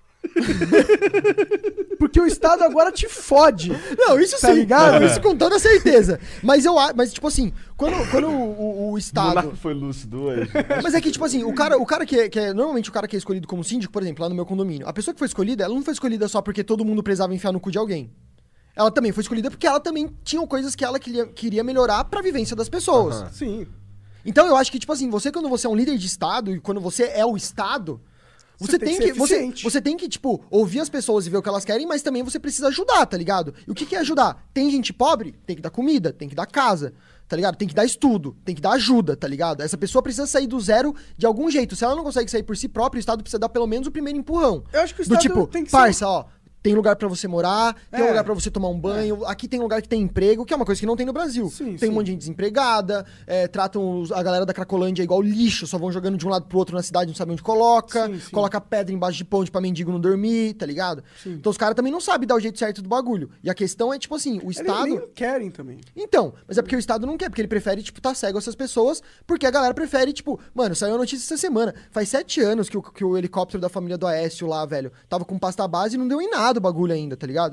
Porque o Estado agora te fode. Não, isso Tá sim. ligado? Isso com toda certeza. Mas eu acho. Mas, tipo assim, quando, quando o, o- o O Estado. Monarca foi lúcido hoje. Mas é que, tipo assim, o cara, o cara que, é, que é. Normalmente o cara que é escolhido como síndico, por exemplo, lá no meu condomínio, a pessoa que foi escolhida, ela não foi escolhida só porque todo mundo precisava enfiar no cu de alguém. Ela também foi escolhida porque ela também tinha coisas que ela queria, queria melhorar pra vivência das pessoas. Aham. Sim. Então eu acho que, tipo assim, você, quando você é um líder de Estado e quando você é o Estado. Você, Você tem tem que que, ser você, eficiente. você tem que, tipo, ouvir as pessoas e ver o que elas querem, mas também você precisa ajudar, tá ligado? E o que, que é ajudar? Tem gente pobre? Tem que dar comida, tem que dar casa, tá ligado? Tem que dar estudo, tem que dar ajuda, tá ligado? Essa pessoa precisa sair do zero de algum jeito. Se ela não consegue sair por si própria, o Estado precisa dar pelo menos o primeiro empurrão. Eu acho que o Do Estado tipo, tem que ser- parça, ó, tem lugar pra você morar, tem É. lugar pra você tomar um banho, aqui tem lugar que tem emprego, que é uma coisa que não tem no Brasil. Sim, tem sim. um monte de gente desempregada, é, tratam os- a galera da Cracolândia igual lixo, só vão jogando de um lado pro outro na cidade, não sabem onde coloca, Sim, sim. coloca pedra embaixo de ponte pra mendigo não dormir, tá ligado? Então os caras também não sabem dar o jeito certo do bagulho. E a questão é, tipo assim, o Eles Estado... nem querem também. Então, mas é porque o Estado não quer, porque ele prefere, tipo, tá cego a essas pessoas, porque a galera prefere, tipo, mano, saiu a notícia essa semana, faz sete anos que o, que o helicóptero da família do Aécio lá, velho, tava com pasta base e não deu em nada o bagulho ainda, tá ligado?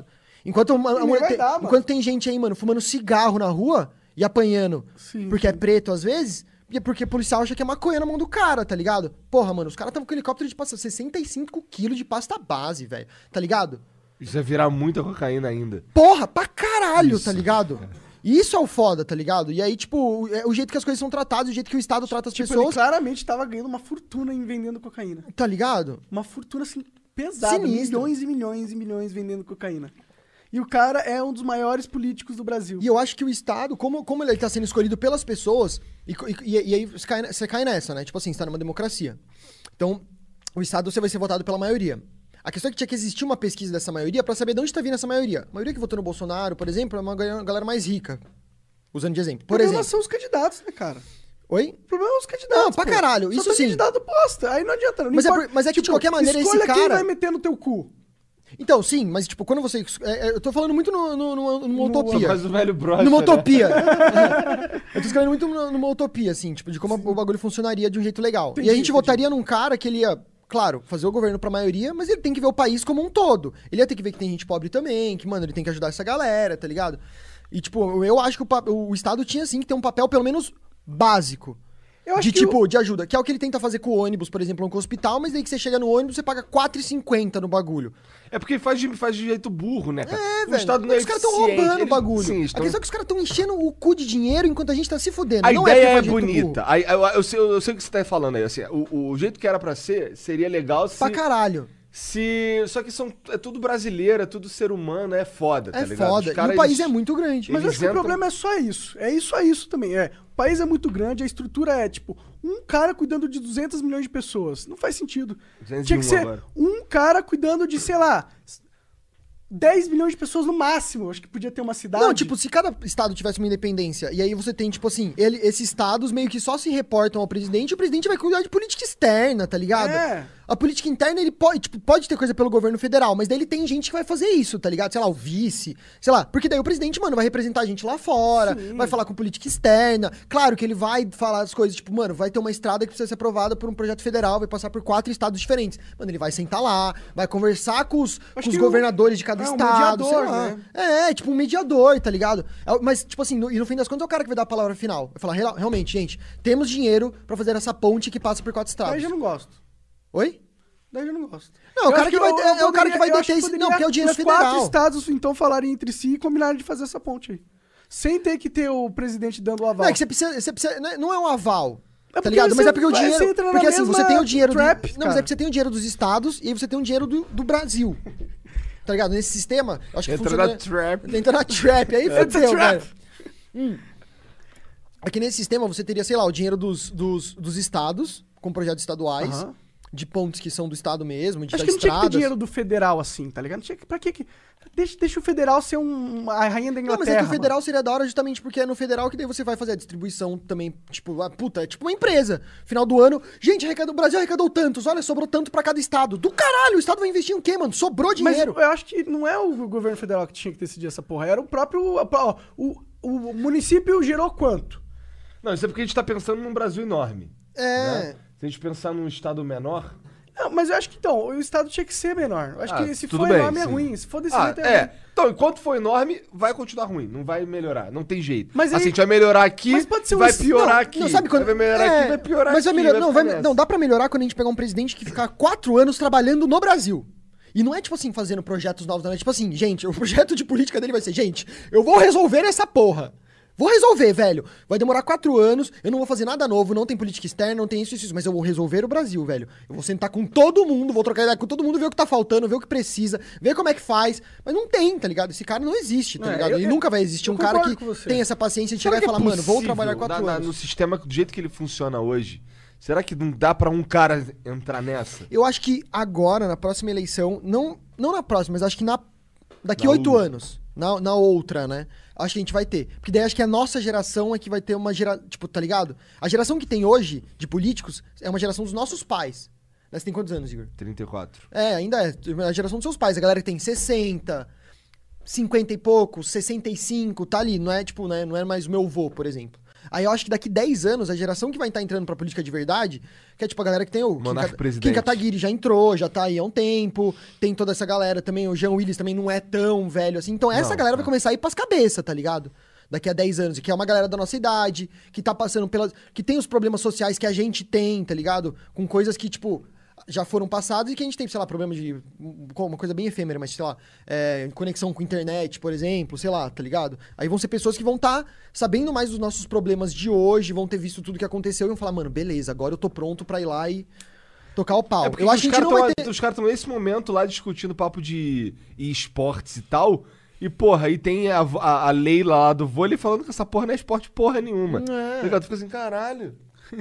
Enquanto, uma- Nem uma- vai tem, dar, mano. enquanto tem gente aí, mano, fumando cigarro na rua e apanhando Sim, porque é sim. preto às vezes, e é porque o policial acha que é maconha na mão do cara, tá ligado? Porra, mano, os caras estavam com helicóptero de pasta, sessenta e cinco quilos de pasta base, velho, tá ligado? Isso vai virar muita cocaína ainda. Porra, pra caralho, Isso, tá ligado? E isso é o foda, tá ligado? E aí, tipo, o, é o jeito que as coisas são tratadas, o jeito que o Estado trata as Tipo, ele pessoas, claramente tava ganhando uma fortuna em vendendo cocaína. tá ligado? Uma fortuna, assim, pesada. Sinistro. Milhões e milhões e milhões vendendo cocaína. E o cara é um dos maiores políticos do Brasil. E eu acho que o Estado, como, como ele tá sendo escolhido pelas pessoas, e, e, e aí você cai, você cai nessa, né? Tipo assim, você tá numa democracia. Então, o Estado você vai ser votado pela maioria. A questão é que tinha que existir uma pesquisa dessa maioria pra saber de onde tá vindo essa maioria. A maioria que votou no Bolsonaro, por exemplo, é uma galera galera mais rica. Usando de exemplo. O Por problema exemplo. são os candidatos, né, cara? Oi? O problema é os candidatos. Não, pra pô. caralho, Só isso tem sim. candidato bosta. Aí não adianta. Não Mas é importa. por- mas é que, de qualquer maneira, esse escolha quem cara- vai meter no teu cu. Então, sim, mas tipo, quando você. é, é, eu tô falando muito no, no, numa, numa No- utopia. Faz o velho brother. Numa né? utopia. Eu tô escrevendo muito numa numa utopia, assim, tipo, de como o bagulho funcionaria de um jeito legal. Entendi, e a gente entendi. votaria num cara que ele ia, claro, fazer o governo pra maioria, mas ele tem que ver o país como um todo. Ele ia ter que ver que tem gente pobre também, que, mano, ele tem que ajudar essa galera, tá ligado? E, tipo, eu acho que o, pa- o Estado tinha, sim, que ter um papel pelo menos básico. Eu acho De que tipo, o- de ajuda. Que é o que ele tenta fazer com o ônibus, por exemplo, com o hospital, mas daí que você chega no ônibus, você paga quatro reais e cinquenta no bagulho. É porque faz de, faz de jeito burro, né, cara? É, o velho. Estado não é Os caras tão eficiente, roubando o eles- bagulho. Sim, A estão... questão é que os caras tão enchendo o cu de dinheiro enquanto a gente tá se fudendo. A Não ideia é, porque faz jeito bonita. burro. A- eu, eu sei, eu sei o que você tá falando aí. Assim, o, o jeito que era pra ser seria legal se. Pra caralho. se só que são, é tudo brasileiro, é tudo ser humano, é foda, tá É ligado? foda. Os caras, e o país eles- é muito grande. Mas eu acho que o entram- problema é só isso. É isso, é isso também. É. O país é muito grande, a estrutura é, tipo, um cara cuidando de duzentos milhões de pessoas. Não faz sentido. duzentos e Tinha que um ser agora. um cara cuidando de, sei lá, dez milhões de pessoas no máximo. Acho que podia ter uma cidade. Não, tipo, se cada estado tivesse uma independência, e aí você tem, tipo assim, ele, esses estados meio que só se reportam ao presidente, e o presidente vai cuidar de política externa, tá ligado? É. A política interna, ele pode, tipo, pode ter coisa pelo governo federal, mas daí ele tem gente que vai fazer isso, tá ligado? Sei lá, o vice, sei lá. Porque daí o presidente, mano, vai representar a gente lá fora, Sim. vai falar com política externa. Claro que ele vai falar as coisas, tipo, mano, vai ter uma estrada que precisa ser aprovada por um projeto federal, vai passar por quatro estados diferentes. Mano, ele vai sentar lá, vai conversar com os, com Acho os que o- governadores de cada é, um estado, sei mediador, lá. né? É, tipo um mediador, tá ligado? É, mas, tipo assim, no, e no fim das contas é o cara que vai dar a palavra final. Vai falar, "Real- realmente, gente, temos dinheiro pra fazer essa ponte que passa por quatro Daí estados. já não gosto. Oi? Daí já não gosto. Não, o Eu cara acho que vai- eu- é- eu é o cara que vai eu acho deter esse- poderia não, porque é o dinheiro os federal. quatro estados, então, falarem entre si e combinarem de fazer essa ponte aí. Sem ter que ter o presidente dando o aval. Não, é que você precisa, você precisa. Não é- não é um aval. É Tá porque ligado? Mas você é porque o vai- dinheiro. você entra na Porque assim, mesma você tem o dinheiro trap, do. Não, mas cara. é porque você tem o dinheiro dos estados e aí você tem o dinheiro do, do Brasil. Tá ligado? Nesse sistema, eu acho que Entra funciona. na trap. Entra na trap, aí Entra fodeu, trap. velho. Hum. Aqui nesse sistema você teria, sei lá, o dinheiro dos, dos, dos estados, com projetos estaduais, Aham. de pontos que são do estado mesmo, de Acho das que não tinha que ter estradas. dinheiro do federal assim, tá ligado? Não tinha que, pra que que... Deixa, deixa o federal ser um, a rainha da Não, Inglaterra. mas é que o mano. federal seria da hora justamente porque é no federal que daí você vai fazer a distribuição também, tipo, ah, puta, é tipo uma empresa. Final do ano, gente, arrecadou, o Brasil arrecadou tantos, olha, sobrou tanto pra cada estado. Do caralho, o estado vai investir em quê, mano? Sobrou Mas dinheiro. eu acho que não é o governo federal que tinha que decidir essa porra. Era o próprio... ó, o, o município gerou quanto? Não, isso é porque a gente tá pensando num Brasil enorme. É. Né? Se a gente pensar num estado menor. Não, mas eu acho que, então, o estado tinha que ser menor. Eu acho Ah, que se tudo for bem, enorme é sim. ruim. Se for desse Ah, jeito é, é. ruim. Então, enquanto for enorme, vai continuar ruim. Não vai melhorar. Não tem jeito. Mas aí- assim, a gente vai melhorar aqui, Mas pode ser um vai es- piorar Não, aqui. Não, sabe quando. Vai melhorar é, aqui, vai piorar mas vai aqui. melhorar. Não, ficar vai, nessa. não, dá pra melhorar quando a gente pegar um presidente que ficar quatro anos trabalhando no Brasil. E não é tipo assim, fazendo projetos novos, não. É tipo assim, gente, o projeto de política dele vai ser, gente, eu vou resolver essa porra. Vou resolver, velho. Vai demorar quatro anos, eu não vou fazer nada novo, não tem política externa, não tem isso, isso, isso, mas eu vou resolver o Brasil, velho. Eu vou sentar com todo mundo, vou trocar ideia com todo mundo, ver o que tá faltando, ver o que precisa, ver como é que faz. Mas não tem, tá ligado? Esse cara não existe, tá É, ligado? eu- e eu- nunca vai existir eu um cara concordo que com você. tem essa paciência de Será chegar e que é falar, mano, vou possível, trabalhar quatro na- na- anos. No sistema, do jeito que ele funciona hoje, será que não dá pra um cara entrar nessa? Eu acho que agora, na próxima eleição, não, não na próxima, mas acho que na, daqui Na oito outra. anos, na, na outra, né? Acho que a gente vai ter. Porque daí acho que a nossa geração é que vai ter uma geração, tipo, tá ligado? A geração que tem hoje, de políticos, é uma geração dos nossos pais. Né, você tem quantos anos, Igor? trinta e quatro. É, ainda é. A geração dos seus pais. A galera que tem sessenta, cinquenta e pouco, sessenta e cinco, tá ali. Não é, tipo, né, não é mais o meu vô, por exemplo. Aí eu acho que daqui dez anos, a geração que vai estar entrando pra política de verdade, que é tipo a galera que tem o Kim, Monarca Kata- presidente. Kim Kataguiri já entrou, já tá aí há um tempo, tem toda essa galera também, o Jean Willis também não é tão velho assim, então essa Não, galera é. vai começar a ir pras cabeças, tá ligado? Daqui a dez anos, que é uma galera da nossa idade, que tá passando pelas... que tem os problemas sociais que a gente tem, tá ligado? Com coisas que, tipo, já foram passadas e que a gente tem, sei lá, problema de... uma coisa bem efêmera, mas, sei lá, é, conexão com internet, por exemplo, sei lá, tá ligado? Aí vão ser pessoas que vão estar tá sabendo mais dos nossos problemas de hoje, vão ter visto tudo que aconteceu e vão falar, mano, beleza, agora eu tô pronto pra ir lá e tocar o pau. É porque eu acho que os a gente caras não vai tão- ter... os caras estão nesse momento lá discutindo papo de esportes e tal. E, porra, aí tem a, a, a Leila lá do vôlei falando que essa porra não é esporte porra nenhuma. É. Tá ligado? Fica assim, caralho.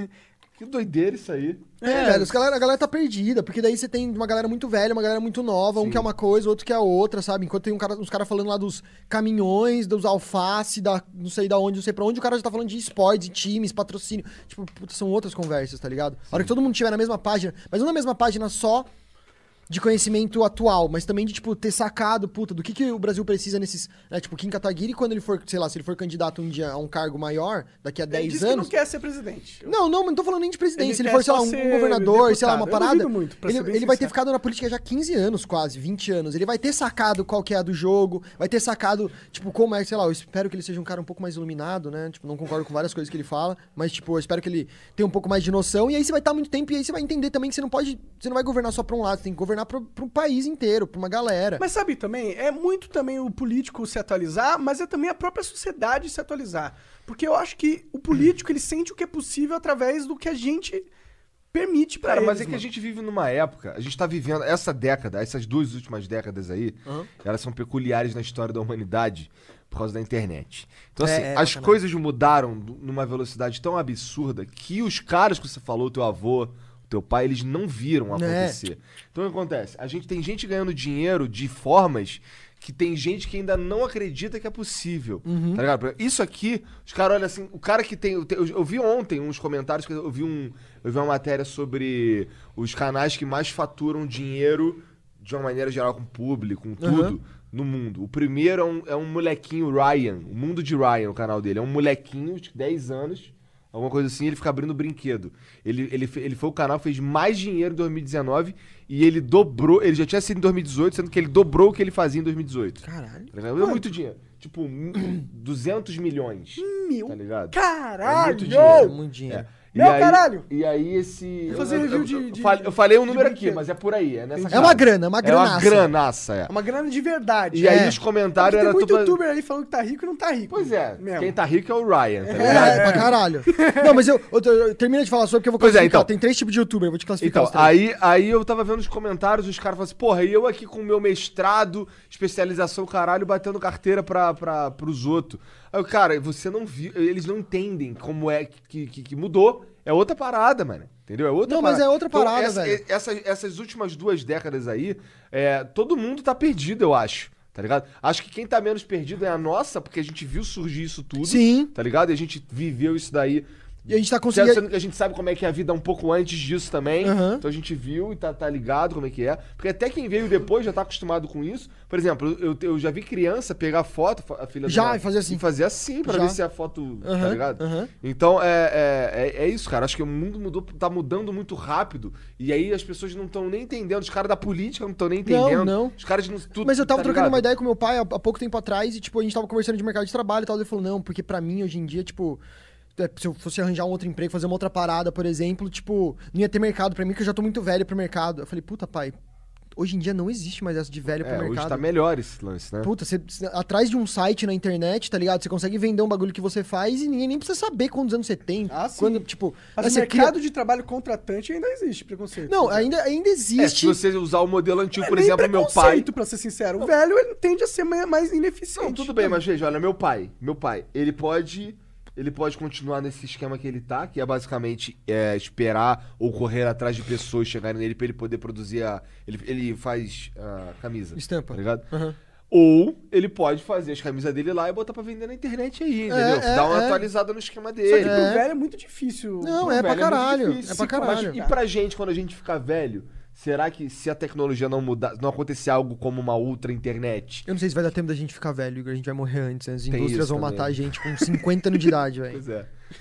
Que doideira isso aí. É, velho, os galera, a galera tá perdida, porque daí você tem uma galera muito velha, uma galera muito nova, um Sim. que é uma coisa, outro que é outra, sabe? Enquanto tem um cara, uns caras falando lá dos caminhões, dos alface, da não sei da onde, não sei pra onde, o cara já tá falando de esportes, de times, patrocínio. Tipo, puta, são outras conversas, tá ligado? A hora que todo mundo estiver na mesma página, mas não na mesma página só de conhecimento atual, mas também de, tipo, ter sacado, puta, do que, que o Brasil precisa nesses... Né? Tipo, Kim Kataguiri, quando ele for, sei lá, se ele for candidato um dia a um cargo maior, daqui a Ele dez disse anos... que não quer ser presidente. Não, não, mas não tô falando nem de presidente. Ele Se ele quer for, sei lá, só um, ser um governador, sei lá, uma deputado. Eu parada. duvido muito, pra ele ser bem ele vai ter sincero. ficado na política já há quinze anos, quase, vinte anos. Ele vai ter sacado qual que é a do jogo, vai ter sacado, tipo, como é, sei lá, eu espero que ele seja um cara um pouco mais iluminado, né? Tipo, não concordo com várias coisas que ele fala, mas, tipo, eu espero que ele tenha um pouco mais de noção. E aí você vai estar muito tempo e aí você vai entender também que você não pode. Você não vai governar só pra um lado, você tem que governar pro, pro país inteiro, pra uma galera. Mas sabe também, é muito também o político se atualizar, mas é também a própria sociedade se atualizar. Porque eu acho que o político, ele sente o que é possível através do que a gente permite pra Cara, eles, mas é que mano. a gente vive numa época, a gente tá vivendo essa década, essas duas últimas décadas aí, elas são peculiares na história da humanidade por causa da internet. Então, assim, É, é, as bacana. coisas mudaram du- numa velocidade tão absurda que os caras que você falou, teu avô, teu pai, eles não viram acontecer. Então o que acontece? A gente tem gente ganhando dinheiro de formas que tem gente que ainda não acredita que é possível. Tá ligado? Isso aqui, os caras olham assim, o cara que tem. Eu, eu vi ontem uns comentários, que eu vi, um, eu vi uma matéria sobre os canais que mais faturam dinheiro de uma maneira geral, com público, com tudo, no mundo. O primeiro é um, é um molequinho, Ryan, o Mundo de Ryan, o canal dele. É um molequinho de dez anos. Alguma coisa assim, ele fica abrindo brinquedo. Ele, ele, fe- ele foi o canal que fez mais dinheiro em dois mil e dezenove e ele dobrou. Ele já tinha sido em dois mil e dezoito, sendo que ele dobrou o que ele fazia em dois mil e dezoito. Caralho. Tá ligado? É muito dinheiro. Tipo, m- duzentos milhões. Mil. Tá ligado? Caralho! É muito dinheiro. É muito dinheiro. É. Meu E aí- caralho! E aí esse. Vou fazer eu, review eu- de- eu de- falei, eu falei um de número aqui, brinquedo. mas é por aí. É, nessa É uma casa. grana, é uma É uma granaça. granaça, é. É uma grana de verdade. E aí É. os comentários Tem eram muito tudo. youtuber aí falando que tá rico e não tá rico. Pois é, Mesmo. quem tá rico é o Ryan, tá É, ligado? é, pra caralho. Não, mas eu, eu, eu termina de falar sobre porque eu vou Pois é, classificar. então. Tem três tipos de youtuber, eu vou te classificar Então, os três. aí, aí eu tava vendo os comentários, os caras falam assim, porra, e eu aqui com o meu mestrado, especialização, caralho, batendo carteira pra, pra, pros outros. Aí eu, cara, você não viu, eles não entendem como é que, que, que mudou. É outra parada, mano. Entendeu? É outra Não, mas parada. é outra parada, essa- velho. Essas, essas últimas duas décadas aí, é, todo mundo tá perdido, eu acho. Tá ligado? Acho que quem tá menos perdido é a nossa, porque a gente viu surgir isso tudo. Sim. Tá ligado? E a gente viveu isso daí. E a gente tá Certo, conseguindo... sendo que a gente sabe como é que é a vida um pouco antes disso também. Aham. Então a gente viu e tá, tá ligado como é que é. Porque até quem veio depois já tá acostumado com isso. Por exemplo, eu, eu já vi criança pegar foto, a filha Já, dela, e fazer assim. E fazer assim pra Já. ver se a foto. Tá Aham, ligado? aham. Então é, é, é, é isso, cara. Acho que o mundo mudou, tá mudando muito rápido. E aí as pessoas não estão nem entendendo. Os caras da política não estão nem entendendo. não. Os caras não. Tudo, Mas eu tava tá trocando ligado? uma ideia com meu pai há, há pouco tempo atrás e, tipo, a gente tava conversando de mercado de trabalho e tal. Ele falou, não, porque pra mim, hoje em dia, tipo... é, se eu fosse arranjar um outro emprego, fazer uma outra parada, por exemplo, tipo, não ia ter mercado pra mim, porque eu já tô muito velho pro mercado. Eu falei, puta, pai, hoje em dia não existe mais essa de velho pro É, mercado. hoje tá melhor esse lance, né? Puta, você, você- atrás de um site na internet, tá ligado? Você consegue vender um bagulho que você faz e ninguém nem precisa saber quantos anos você tem. Ah, sim. Quando, tipo, Mas aí o você mercado cria- de trabalho contratante ainda existe preconceito. Não, ainda, ainda É, se existe. você usar o modelo antigo, É por nem exemplo, meu pai. preconceito, pra ser sincero. O velho, ele tende a ser mais mais ineficiente. Não, tudo bem, mas veja, olha, meu pai, meu pai, ele pode, ele pode continuar nesse esquema que ele tá, que é basicamente é, esperar ou correr atrás de pessoas chegarem nele pra ele poder produzir a, ele, ele faz a camisa, Estampa. tá ligado? Aham. Ou ele pode fazer as camisas dele lá e botar pra vender na internet aí, entendeu? é, Dar uma é. atualizada no esquema Só que dele. pro É. velho é muito difícil. Não, Pô, é pra velho, muito caralho. difícil. É pra Se- caralho. mas e pra gente, quando a gente ficar velho, será que se a tecnologia não mudar, não acontecer algo como uma ultra internet? Eu não sei se vai dar tempo da gente ficar velho, Igor. A gente vai morrer antes. Né? As Tem indústrias isso vão também. matar a gente com cinquenta anos de idade, velho. Pois é.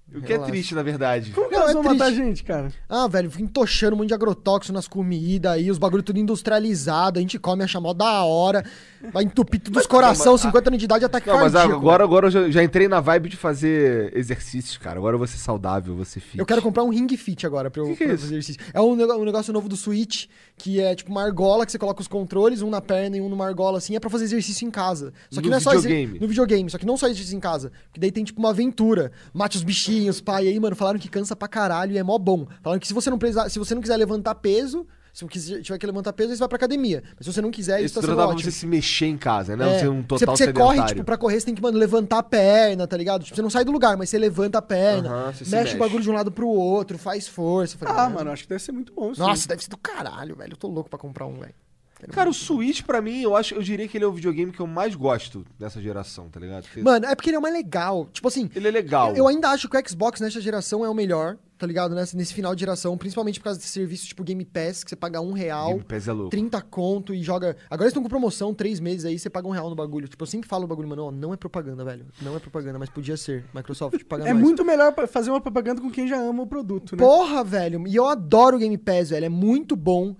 O que é Relaxa. triste, na verdade. Como que Não, elas é vão matar a triste. gente, cara? Ah, velho, fica entochando um monte de agrotóxico nas comidas aí, os bagulho tudo industrializado, a gente come, acha mó da hora, vai entupir tudo os coração, cinquenta anos de idade, ataque Não, mas cardíaco. agora, agora eu já, já entrei na vibe de fazer exercícios, cara. Agora eu vou ser saudável, vou ser fit. Eu quero comprar um Ring Fit agora pra eu, Que que é pra eu isso? fazer exercício. É um, nego- um negócio novo do Switch, que é tipo uma argola que você coloca os controles, um na perna e um numa argola assim, é pra fazer exercício em casa. Só que No não é só exer- videogame. no videogame, só que não só exercício em casa. Porque daí tem tipo uma aventura. Mate os bichinhos, pai. E aí, mano, falaram que cansa pra caralho e é mó bom. Falaram que se você não precisar, se você não quiser levantar peso, se você tiver que levantar peso, aí você vai pra academia. Mas se você não quiser, isso Isso tá dá sendo pra ótimo. você se mexer em casa, né? Não É, ser um você- total você sedentário. corre, tipo, pra correr, você tem que, mano, levantar a perna, tá ligado? Tipo, você não sai do lugar, mas você levanta a perna, Aham, você se mexe mexe. o bagulho de um lado pro outro, faz força. Eu falei, Ah, mano, acho que deve ser muito bom isso. Nossa, deve ser do caralho, velho. Eu tô louco pra comprar um, velho. Cara, o Switch, pra mim, eu acho, eu diria que ele é o videogame que eu mais gosto dessa geração, tá ligado? Porque Mano, é porque ele é o mais legal. Tipo assim, ele é legal. eu, eu ainda acho que o Xbox nessa geração é o melhor, tá ligado? Nesse, nesse final de geração, principalmente por causa desse serviço tipo Game Pass, que você paga um real, Game Pass é louco. trinta conto e joga... Agora eles estão com promoção, três meses aí, você paga um real no bagulho. Tipo, eu sempre falo o bagulho, mano, ó, não é propaganda, velho. Não é propaganda, mas podia ser. Microsoft, paga É mais. muito melhor pra fazer uma propaganda com quem já ama o produto, né? Porra, velho. E eu adoro o Game Pass, velho. É muito bom.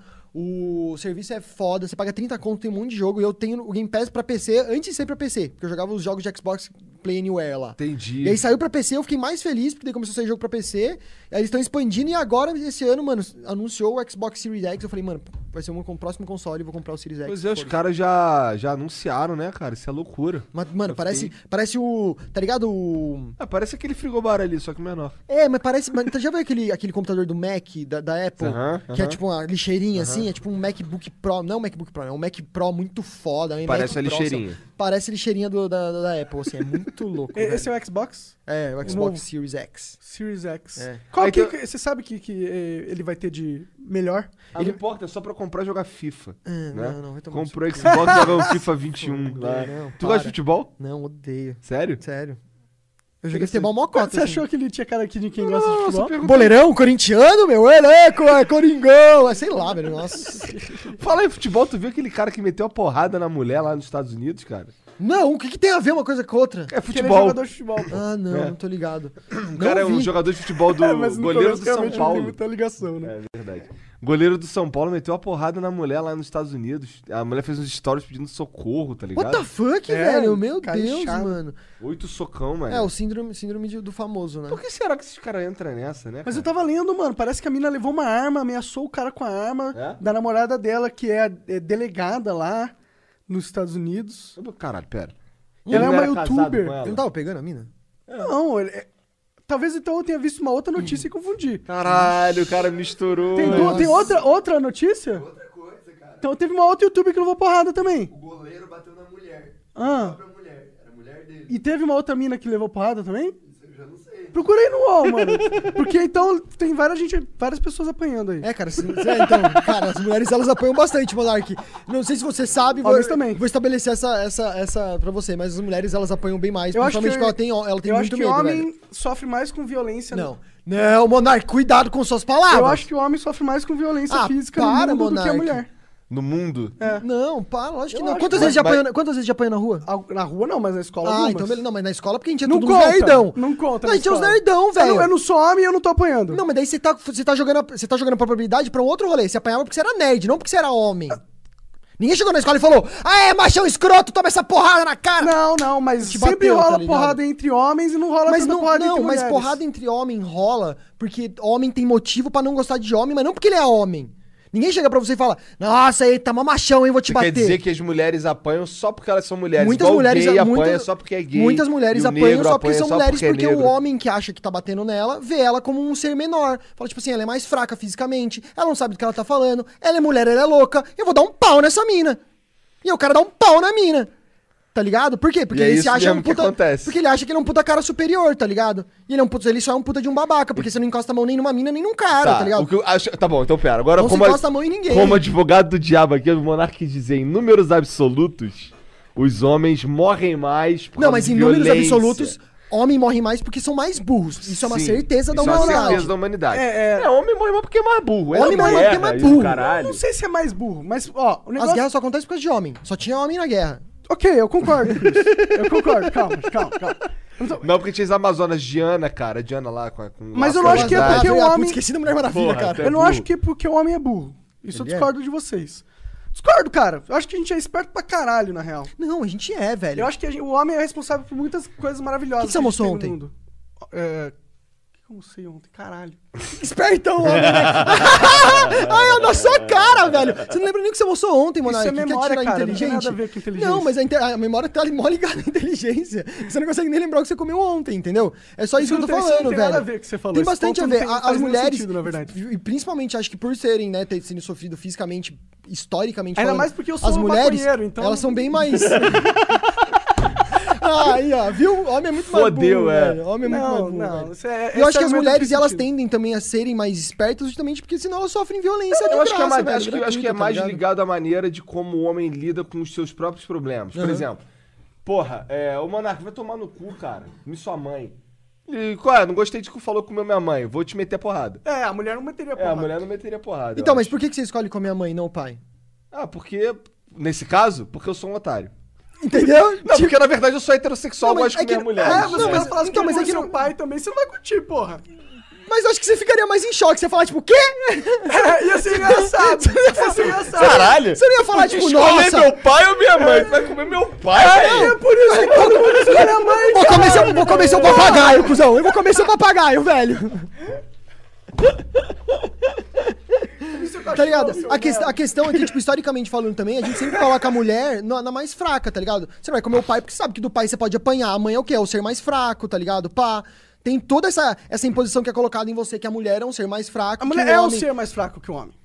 O serviço é foda. Você paga trinta conto, tem um monte de jogo. E eu tenho o Game Pass pra P C antes de sair pra P C. Porque eu jogava os jogos de Xbox Play Anywhere lá. Entendi. E aí saiu pra P C, eu fiquei mais feliz, porque daí começou a sair jogo pra P C. Aí eles estão expandindo e agora, esse ano, mano, anunciou o Xbox Series X. Eu falei, mano, vai ser o meu próximo console, vou comprar o Series X. Pois é, os Foda-se. caras já, já anunciaram, né, cara? Isso é loucura. Mas, mano, Eu parece, fiquei- parece o... Tá ligado? O... Ah, parece aquele frigobar ali, só que menor. É, mas parece... Mas, já viu aquele, aquele computador do Mac, da, da Apple? Aham, Que é aham. tipo uma lixeirinha, assim? É tipo um MacBook Pro. Não é um MacBook Pro, é um Mac Pro muito foda. um Parece Mac a Pro, lixeirinha. assim, parece a lixeirinha do, da, da Apple, assim. É muito louco, E- Esse velho. é o Xbox É, o novo. Xbox Series X. Series X. É. Qual Aí que, tem- que- você sabe que, que eh, ele vai ter de melhor? Ah, não importa, é só pra comprar e jogar FIFA. É, né? não, não, vai tomar no Comprou o seu Xbox e jogou o FIFA vinte e um. Não, lá. não, Tu para. gosta de futebol? Não, odeio. Sério? Sério. Eu joguei futebol mó Você cota. assim. achou que ele tinha cara aqui de quem gosta de futebol? Boleirão, corintiano, meu? É louco, é coringão. É, sei lá, velho. Nossa. Fala aí, futebol, tu viu aquele cara que meteu a porrada na mulher lá nos Estados Unidos, cara? Não, o que, que tem a ver uma coisa com a outra? É Porque ele é futebol. jogador de futebol. pô. Ah, não, É. não tô ligado. O cara é um vi. jogador de futebol do É, mas no goleiro começo do São realmente não tem Paulo. muita ligação, né? É verdade. Goleiro do São Paulo meteu a porrada na mulher lá nos Estados Unidos. A mulher fez uns stories pedindo socorro, tá ligado? What the fuck, É, velho? Meu cara Deus, inchado. mano. Oito socão, mano. É, o síndrome, síndrome de- do famoso, né? Por que será que esses caras entram nessa, né? Mas eu cara? tava lendo, mano, parece que a mina levou uma arma, ameaçou o cara com a arma É? da namorada dela, que é, é delegada lá nos Estados Unidos. Caralho, pera. Ela Ele é não uma era casado youtuber. com ela? Ele não tava pegando a mina? Não, ele, é- talvez então eu tenha visto uma outra notícia e confundi. Caralho, o cara misturou. Tem, du- tem outra, outra notícia? Outra coisa, cara. Então teve uma outra youtuber que levou porrada também. O goleiro bateu na mulher. Ah. A própria mulher. Era a mulher dele. E teve uma outra mina que levou porrada também? Isso eu já não sei. Procurei no U O L, mano. Porque então tem várias, gente, várias pessoas apanhando aí. É, cara, se- é, então, cara, as mulheres elas apanham bastante, Monark. Não sei se você sabe, vou, Homens também. vou estabelecer essa, essa, essa pra você, mas as mulheres elas apanham bem mais, Eu acho principalmente que- porque ela tem, ela tem eu muito acho que medo, o homem velho. sofre mais com violência. Não, não, Monark, cuidado com suas palavras. Eu acho que o homem sofre mais com violência Ah, física para, no mundo do que a Monark. mulher. No mundo? É. Não, para, lógico que Eu não. acho Quantas que- vezes, já mas- apanhou, quantas vezes já apanhou na rua? Al- Na rua não, mas na escola Ah, algumas. então beleza. Não, mas na escola porque a gente é Não tudo uns conta, nerdão. não conta Não, na a gente é uns escola. nerdão, Eu não, velho. eu não sou homem e eu não tô apanhando. Não, mas daí você tá, você tá jogando, a- você tá jogando a probabilidade pra um outro rolê. Você apanhava porque você era nerd, não porque você era homem. Ninguém chegou na escola e falou: Ah, é, machão escroto, toma essa porrada na cara. Não, não, mas Te sempre bateu, tá rola ligado? porrada entre homens e não rola Mas tanta não, porrada não entre mas mulheres. porrada entre homem rola porque homem tem motivo pra não gostar de homem, mas não porque ele é homem. Ninguém chega pra você e fala: Nossa, aí tá mó machão, hein, vou te Você bater. quer dizer que as mulheres apanham só porque elas são mulheres? Muitas Igual mulheres o gay muita- apanha só porque é gay. Muitas mulheres e o apanham negro só porque apanha são só mulheres, é porque, o negro. homem que acha que tá batendo nela vê ela como um ser menor. Fala, tipo assim, ela é mais fraca fisicamente, ela não sabe do que ela tá falando, ela é mulher, ela é louca, eu vou dar um pau nessa mina. E aí o cara dá um pau na mina. Tá ligado? Por quê? Porque E é ele isso se acha mesmo um que puta. acontece. Porque ele acha que ele é um puta cara superior, tá ligado? E ele, é um puta, ele só é um puta de um babaca, porque você não encosta a mão nem numa mina, nem num cara, tá, ligado? o que eu acho- tá bom, então pera. Agora, Não se como, a- encosta a mão em ninguém. como advogado do diabo aqui, o Monark quis dizer, em números absolutos, os homens morrem mais por Não, causa mas de em números violência. absolutos, homem morre mais porque são mais burros. Isso é uma Sim, certeza da isso é uma humanidade. certeza da humanidade. É, é. homem morre mais porque é mais burro. Homem Ele morre erra porque é mais e o burro. Caralho. Não sei se é mais burro, mas, ó, o As negócio... guerras só acontecem por causa de homem. Só tinha homem na guerra. Ok, eu concordo com isso. Eu concordo, calma, calma, calma. Eu não tô- Não, porque tinha as Amazonas, Diana, cara. Diana lá com. com Mas lá eu com não acho que é a- porque o Ah, homem- putz, esqueci da Mulher Maravilha, Porra, cara. até- Eu não burro. acho que é porque o homem é burro. Isso eu Ele é? discordo de vocês. Discordo, cara. Eu acho que a gente é esperto pra caralho, na real. Não, a gente é, velho. Eu acho que a gente- o homem é responsável por muitas coisas maravilhosas. O que que você a gente almoçou tem no ontem? mundo. É... O que eu almocei ontem? Caralho. Espertão, homem, né? Ai, é na sua cara, velho. Você não lembra nem o que você almoçou ontem, mano. Isso é Que quer memória, tirar cara, não tem inteligente? nada a ver com inteligência. Não, mas a, inte- a memória tá mó ligada à inteligência. Você não consegue nem lembrar o que você comeu ontem, entendeu? É só isso, Isso que eu tô não tem- isso falando, não tem velho. nada a ver com o que você falou. Tem Esse bastante a ponto não ver. tem- A- não faz As nenhum mulheres, sentido, na verdade. e principalmente, acho que por serem, né, ter sido sofrido fisicamente, historicamente Ainda falando, mais porque eu sou as um mulheres, maconheiro, então- elas são bem mais... Ah, aí, ó, viu? O homem é muito mais Fodeu, burro, é. velho. O homem é muito Não, mais burro, não, velho. isso é- E esse eu acho que as argumento mulheres, não faz elas sentido. tendem também a serem mais espertas justamente porque senão elas sofrem violência de Eu acho que, é, graça, mais, velho, acho, que, acho que é gratuita, tá mais ligado? ligado à maneira de como o homem lida com os seus próprios problemas. Por Uhum. exemplo, porra, é, o Monark vai tomar no cu, cara. Me sua mãe. E, qual é? Não gostei de que falou com minha mãe. Vou te meter porrada. É, a mulher não meteria É, porra. a mulher não meteria porrada. Então, eu mas acho. por que que você escolhe com a minha mãe e não o pai? Ah, porque. Nesse caso, porque eu sou um otário. Entendeu? Não, porque na verdade eu sou heterossexual, Não, mas gosto de é que- comer mulher. É, Não, você mas- vai falar então, mas é que seu não- pai também, você não vai curtir, porra. Mas eu acho que você ficaria mais em choque. Você ia falar, tipo, o quê? É, ia ser engraçado. Ia ser engraçado. Caralho! Você não ia falar, tipo, Escolher nossa... meu pai ou minha mãe? Tu vai comer meu pai, velho! É por isso que todo mundo escolhe a mãe. Vou comer seu, vou comer seu papagaio, cuzão. Eu vou comer seu papagaio, velho. Tá ligado? A, que- a questão é que, tipo, historicamente falando também, a gente sempre coloca a mulher na, na mais fraca, tá ligado? Você não vai comer o pai porque sabe que do pai você pode apanhar. A mãe é o quê? É o ser mais fraco, tá ligado? Pá. Tem toda essa, essa imposição que é colocada em você, que a mulher é um ser mais fraco. A mulher que o é um homem... ser mais fraco que o homem.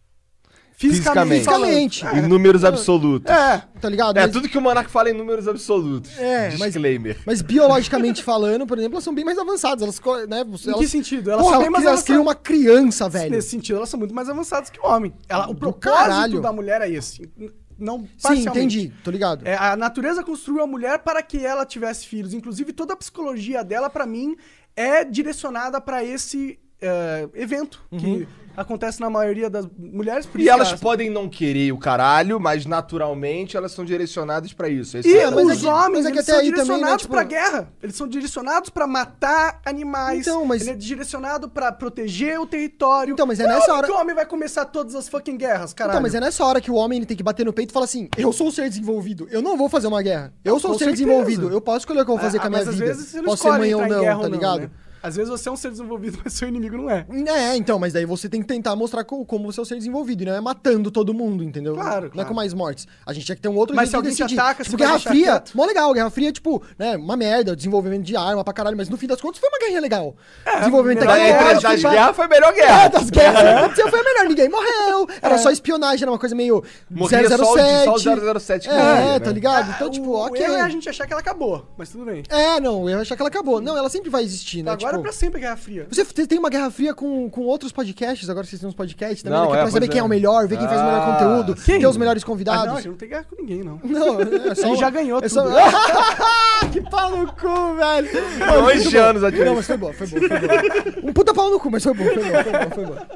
Fisicamente. Fisicamente. Em números absolutos. É, tá ligado? É, Mas- tudo que o Monark fala em números absolutos. É, mas- Disclaimer. Mas biologicamente falando, por exemplo, elas são bem mais avançadas. Elas, co- né, você- Em elas, que sentido? Elas Porra, são bem mais elas criam avançadas. uma criança, velho. Nesse sentido, elas são muito mais avançadas que o homem. Ela, o Do propósito caralho. da mulher é esse. N- Não Sim, parcialmente. entendi, tô ligado. É, a natureza construiu a mulher para que ela tivesse filhos. Inclusive, toda a psicologia dela, pra mim, é direcionada pra esse é, evento que acontece na maioria das mulheres. Por E isso elas que elas- podem não querer o caralho, mas naturalmente elas são direcionadas pra isso. Esse E é o- mas é os que- homens, mas é que eles até são aí também, né, direcionados tipo- pra guerra. Eles são direcionados pra matar animais. Então, mas- Ele é direcionado pra proteger o território. Então, mas é Não nessa óbvio hora- que o homem vai começar todas as fucking guerras, caralho. Então, mas é nessa hora que o homem ele tem que bater no peito e falar assim: eu sou um ser desenvolvido, eu não vou fazer uma guerra. Eu sou um Com ser certeza. desenvolvido, eu posso escolher o que eu vou fazer Ah, com a minha mas vida. às vezes você não Posso ser escolhe mãe ou entrar em não, guerra tá ou não, ligado? né? Às vezes você é um ser desenvolvido, mas seu inimigo não é. É, então, mas daí você tem que tentar mostrar co- como você é um ser desenvolvido, e não é matando todo mundo, entendeu? Claro, Não é claro. com mais mortes. A gente tinha que ter um outro Mas jeito se de alguém te decidir. ataca, tipo, você vai Guerra deixar Fria, quieto? mó legal. Guerra Fria, tipo, né, uma merda, desenvolvimento de arma pra caralho, mas no fim das contas foi uma guerrinha legal. desenvolvimento melhor- Da- entre tecnológico. as pá. guerras foi a melhor É, guerra. das guerras que aconteceu foi a melhor, ninguém morreu. Era só espionagem, era uma coisa meio Morria zero zero só o- sete. só o zero zero sete que É, morria, tá né? ligado? Então, Ah, tipo, o, ok. o erro é a gente achar que ela acabou, mas tudo bem. É, não, eu ia achar que ela acabou. Não, ela sempre vai existir, né? Agora é tipo, pra sempre Guerra Fria. Você você tem uma guerra fria com, com outros podcasts, agora vocês têm uns podcasts também, Não, né, que é é, pra saber pois quem é é. o melhor, ver quem faz o melhor Ah, conteúdo, quem? ter os melhores Ah, não, a convidados. gente não tem guerra com ninguém, não. Não, é só... Ele já ganhou é só- tudo. Que pau no cu, velho. Dois Muito bom. anos aqui. Não, mas foi bom, foi bom, foi bom. Um puta pau no cu, mas foi bom, foi bom, foi bom, foi bom.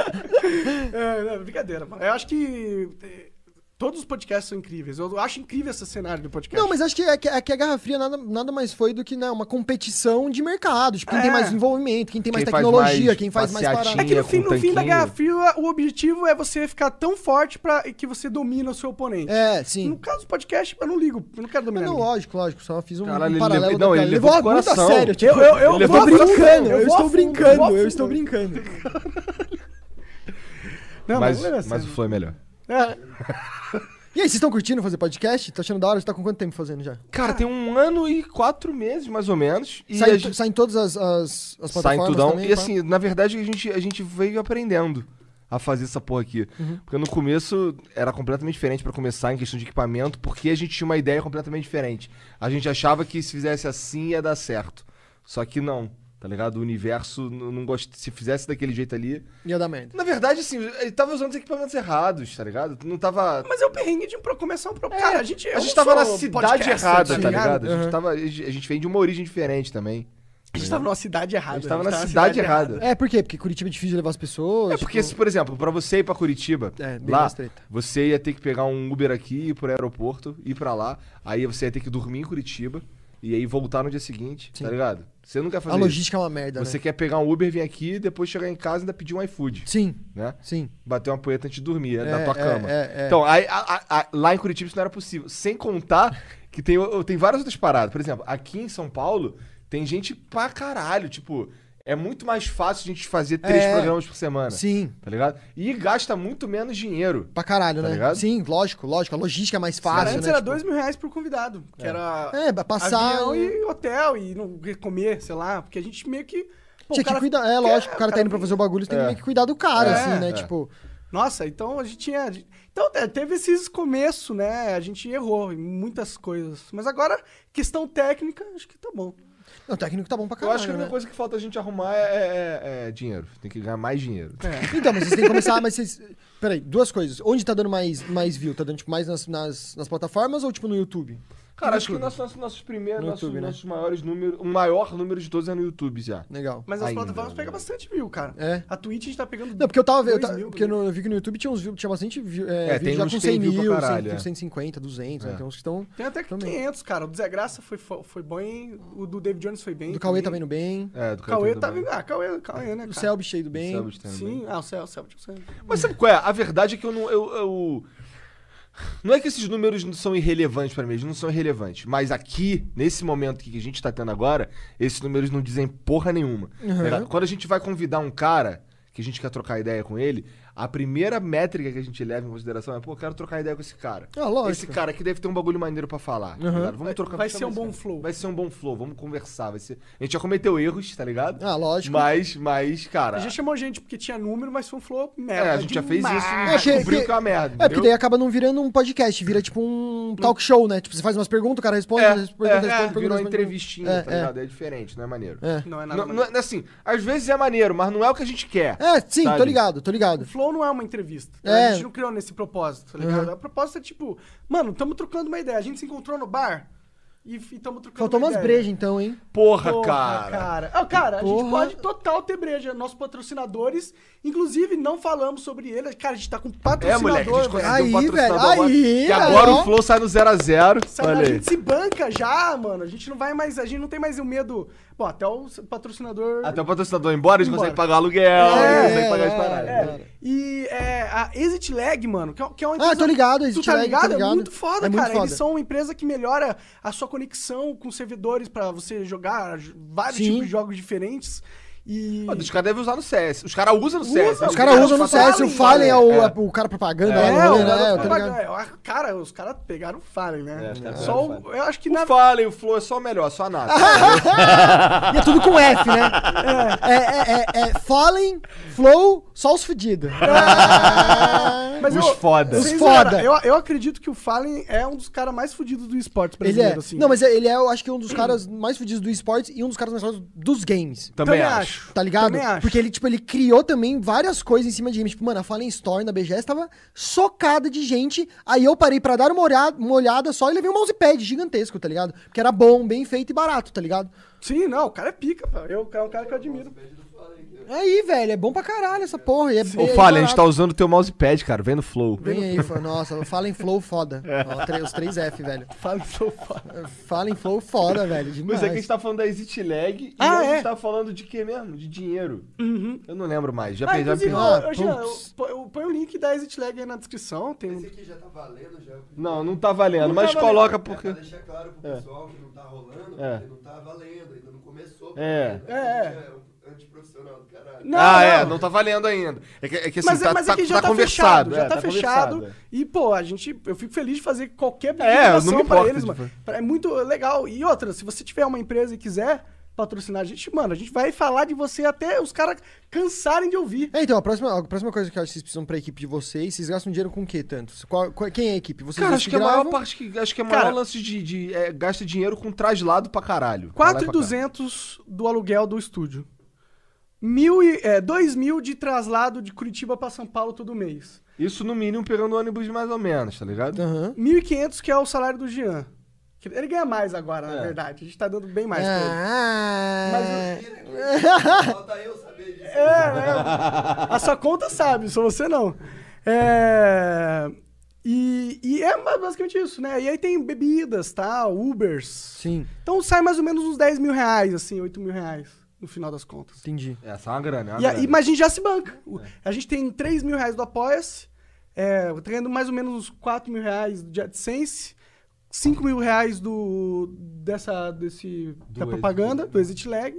É, não, brincadeira, mano. Eu acho que eh, todos os podcasts são incríveis. Eu acho incrível esse cenário do podcast. Não, mas acho que, é, que, é que a Guerra Fria nada, nada mais foi do que né, uma competição de mercado. Tipo, quem É. tem mais desenvolvimento, quem tem mais Quem faz tecnologia, mais quem faz mais passeatinha. parada. É que no com fim, no fim da tanquinho. Guerra Fria, o objetivo é você ficar tão forte pra que você domina o seu oponente. É, sim. No caso do podcast, eu não ligo. Eu não quero dominar Não, ninguém. lógico, lógico. Só fiz um, Caralho, um ele paralelo. levou- da não, piada. ele levou levou pro muito a coração. sério. Tipo, Eu- eu- eu eu vou tô a fundo, brincando, eu eu vou a estou fundo, brincando, eu vou a eu fundo. estou brincando. Não, Mas, não é mas o sério. Flow é melhor. É. E aí, vocês estão curtindo fazer podcast? Tá achando da hora? Você tá com quanto tempo fazendo já? Cara, tem um ano e quatro meses, mais ou menos. E Sai, a gente... sai em todas as, as, as Sai plataformas tudão. também? E pá? assim, na verdade, a gente, a gente veio aprendendo a fazer essa porra aqui. Uhum. Porque no começo era completamente diferente pra começar em questão de equipamento, porque a gente tinha uma ideia completamente diferente. A gente achava que se fizesse assim ia dar certo. Só que não, tá ligado? O universo n- não gosta. Se fizesse daquele jeito ali. Ia dar merda. Na verdade, assim, ele tava usando os equipamentos errados, tá ligado? Não tava. Mas é o perrengue de um pro começar um pro... Cara, a gente... A eu gente não tava na sou cidade podcaster, errada, tá ligado? ligado? A gente, tava, a gente vem de uma origem diferente também. A gente tava numa cidade errada. A gente tava na cidade errada. É, por quê? Porque Curitiba é difícil de levar as pessoas. É porque, tipo... se, por exemplo, pra você ir pra Curitiba, É, bem lá, mais treta. você ia ter que pegar um Uber aqui, ir pro aeroporto, ir pra lá, aí você ia ter que dormir em Curitiba e aí voltar no dia seguinte, Sim. tá ligado? Você não quer fazer A isso. logística é uma merda, Você né? quer pegar um Uber, vir aqui, depois chegar em casa e ainda pedir um iFood, Sim, né? sim. Bater uma poeta antes de dormir, É, na tua é, cama. é, é. Então, aí, a- a- a- lá em Curitiba isso não era possível. Sem contar que tem, tem várias outras paradas. Por exemplo, aqui em São Paulo, tem gente pra caralho. Tipo, é muito mais fácil a gente fazer três É. programas por semana. Sim. Tá ligado? E gasta muito menos dinheiro. Pra caralho, Tá né? ligado? Sim, lógico, lógico. A logística é mais Cara, fácil, antes né? era Tipo, dois mil reais por convidado. Que era É, pra passar... avião e hotel e não comer, sei lá. Porque a gente meio que... Pô, Tinha o cara que cuidar. É, lógico, o cara tá indo pra fazer o bagulho, você tem que É. meio que cuidar do cara, É, assim, né? é. Tipo... Nossa, então a gente tinha... Então é, teve esses começos, né? A gente errou em muitas coisas. Mas agora, questão técnica, acho que tá bom. Não, o técnico tá bom pra Eu caralho, acho que a única né? coisa que falta a gente arrumar é, é- é dinheiro. Tem que ganhar mais dinheiro. Então, mas vocês têm que começar, mas vocês... Peraí, duas coisas. Onde tá dando mais, mais view? Tá dando, tipo, mais nas, nas, nas plataformas ou, tipo, no YouTube? Cara, acho que nossos, nossos, nossos primeiros, No nossos, YouTube, né? nossos maiores números, o maior número de todos é no YouTube já. Legal. Mas as Ainda, plataformas né? pegam bastante view, cara. É. A Twitch a gente tá pegando Não, porque eu tava vendo, eu dois ta- mil, porque né? no- eu vi que no YouTube tinha, uns, view- tinha bastante view, é, É, vídeo tem já uns com que tem cem view pra mil, caralho, cem, é. cento e cinquenta, duzentos, né? É. Tem uns que estão... Tem até que Também. quinhentos, cara. O do Zé Graça foi, fo- foi bem. O do David Jones foi bem. Do Cauê tá também. indo bem. É, do O Cauê Caetano tá também. vindo. Ah, Cauê, Cauê, né? O Cara? Selbit tá indo bem. Selbit também. Sim, ah, o Céu, o Céu, o Céu. Mas sabe qual é? A verdade é que eu não. Eu, eu- Não é que esses números não são irrelevantes pra mim, eles não são irrelevantes. Mas aqui, nesse momento que a gente tá tendo agora, esses números não dizem porra nenhuma. Uhum. Tá ligado? Quando a gente vai convidar um cara, que a gente quer trocar ideia com ele, a primeira métrica que a gente leva em consideração é, pô, eu quero trocar ideia com esse cara. Ah, lógico. Esse cara aqui deve ter um bagulho maneiro pra falar. tá Uhum. ligado? Vamos Vai- trocar vai chama ser um esse bom cara. flow. Vai ser um bom flow, vamos conversar. Vai ser... A gente já cometeu erros, tá ligado? Ah, lógico. Mas, mas, cara. A gente chamou gente porque tinha número, mas foi um flow É, merda. a gente já fez demais. isso É, e que- descobriu que- que é uma merda. É, porque entendeu? daí acaba não virando um podcast, vira tipo um talk show, né? Tipo, você faz umas perguntas, o cara responde, É, responde, é, responde, é, responde, virou uma responde, entrevistinha, É, tá é. ligado? É diferente, não é maneiro. É. Não é nada Não, não maneiro. é, assim, às vezes é maneiro, mas não é o que a gente quer. É, sim, Sabe? tô ligado, tô ligado. O flow não é uma entrevista. É. A gente não criou nesse propósito, tá ligado? Uhum. A proposta é tipo, mano, tamo trocando uma ideia. A gente se encontrou no bar e, e tamo trocando Faltou uma umas ideia. brejas então, hein? Porra, Porra, cara. cara. Ah, cara, a gente Porra. pode total ter breja. Nossos patrocinadores, inclusive, não falamos sobre eles. Cara, a gente tá com patrocinador, É, moleque, a gente velho. conseguiu Aí, um patrocinador velho, agora, aí, que agora ó. o Flow sai no zero a zero. Sabe, Olha a aí. gente se banca já, mano. A gente não vai mais, a gente não tem mais o medo. Bom, até o patrocinador. Até o patrocinador ir embora, a gente Embora. consegue pagar aluguel, a gente É, consegue pagar as é, paradas. É, e é, a Exit Lag, mano, que é, que é uma Ah, tô ligado, Tu Exit tá Lag, tô ligado? ligado. É muito foda, É muito cara. foda. Eles são uma empresa que melhora a sua conexão com servidores pra você jogar j- vários Sim. tipos de jogos diferentes. E. Pô, os caras devem usar no C S. Os caras usam no C S. Usa, Os caras usam no C S, o Fallen é o, É. o cara propaganda É, lá no o rolê, né? garoto Eu tô propaganda. ligado. É, Cara, os caras pegaram o Fallen, né? É, os caras Só pegaram o o, eu acho que O na. Fallen, o Flow é só o melhor, só a nada. E é tudo com F, né? É, é, é, é Fallen, Flow, só os fudidos. Mas Os eu, foda. sem Os zoeira, foda. Eu, eu acredito que o Fallen é um dos caras mais fudidos do esporte Ele é. brasileiro, assim. Não, mas ele é, eu acho que um dos caras mais fudidos do esportes e um dos caras mais fodas dos games. Também, Também acho. acho. Tá ligado? Também acho. Porque ele, tipo, ele criou também várias coisas em cima de games. Tipo, mano, a Fallen Store na B G S tava socada de gente. Aí eu parei pra dar uma olhada, uma olhada só e levei um mousepad gigantesco, tá ligado? Porque era bom, bem feito e barato, tá ligado? Sim, não, o cara é pica, pô. Eu, é um cara que eu admiro. Aí, velho, é bom pra caralho essa porra. E é, Ô, é Fallen, a gente tá barato. usando o teu mousepad, cara. Vem no Flow. Vem aí, fã. Nossa, Fallen Flow foda. Ó, tre- os três F, velho. Fallen sou foda. Fallen Flow foda, velho. Demais. Mas é que a gente tá falando da Exit Lag e Ah, a gente é? tá falando de quê mesmo? De dinheiro. Uhum. Eu não lembro mais. Já Ah, perdi, já inclusive, perdi. Ah, ô, ô, Jean, putz. eu, eu ponho o link da Exit Lag aí na descrição. Tem Esse um... aqui já tá valendo, já. Não, não tá valendo, Não mas tá coloca É, porque. pra deixar claro pro pessoal que não tá rolando, É. porque não tá valendo, ainda não começou. É. porque É, a é. gente é um antiprofissional do caralho. Não, ah, é, não. não tá valendo ainda. É que, é que assim, Mas, tá, mas tá, aqui já tá tá, conversado. fechado, já é, tá, fechado. conversado. E, pô, a gente. Eu fico feliz de fazer qualquer É, eu não me pra importo eles, de- mano. É muito legal. E outra, se você tiver uma empresa e quiser patrocinar a gente, mano, a gente vai falar de você até os caras cansarem de ouvir. É, então, a próxima, a próxima coisa que eu acho que vocês precisam pra equipe de vocês, vocês gastam dinheiro com o quê tanto? Qual- qual- quem é a equipe? Vocês Cara, dois acho que a maior gravam? parte que. Acho que é o maior Cara- lance de. de é, gasta dinheiro com traslado pra caralho. Pra lá quatro e mil e pra cá. duzentos do aluguel do estúdio. Mil e, é, dois mil de traslado de Curitiba pra São Paulo todo mês. Isso no mínimo pegando ônibus mais ou menos, tá ligado? Aham. mil e quinhentos que é o salário do Jean. Ele ganha mais agora, na É. verdade. A gente tá dando bem mais pra ele. Ah, Falta eu saber disso. É, é. A sua conta sabe, só você não. É... E, e é basicamente isso, né? E aí tem bebidas, tal, Ubers. sim, Então sai mais ou menos uns dez mil reais, assim, oito mil reais, no final das contas. entendi. Essa é uma grana, é uma E, a- grana. e- mas a gente já se banca. O- A gente tem três mil reais do Apoia-se, é, tá ganhando mais ou menos uns quatro mil reais de AdSense, cinco mil reais do, dessa, desse, da Exit propaganda, Lag. do Exit Lag.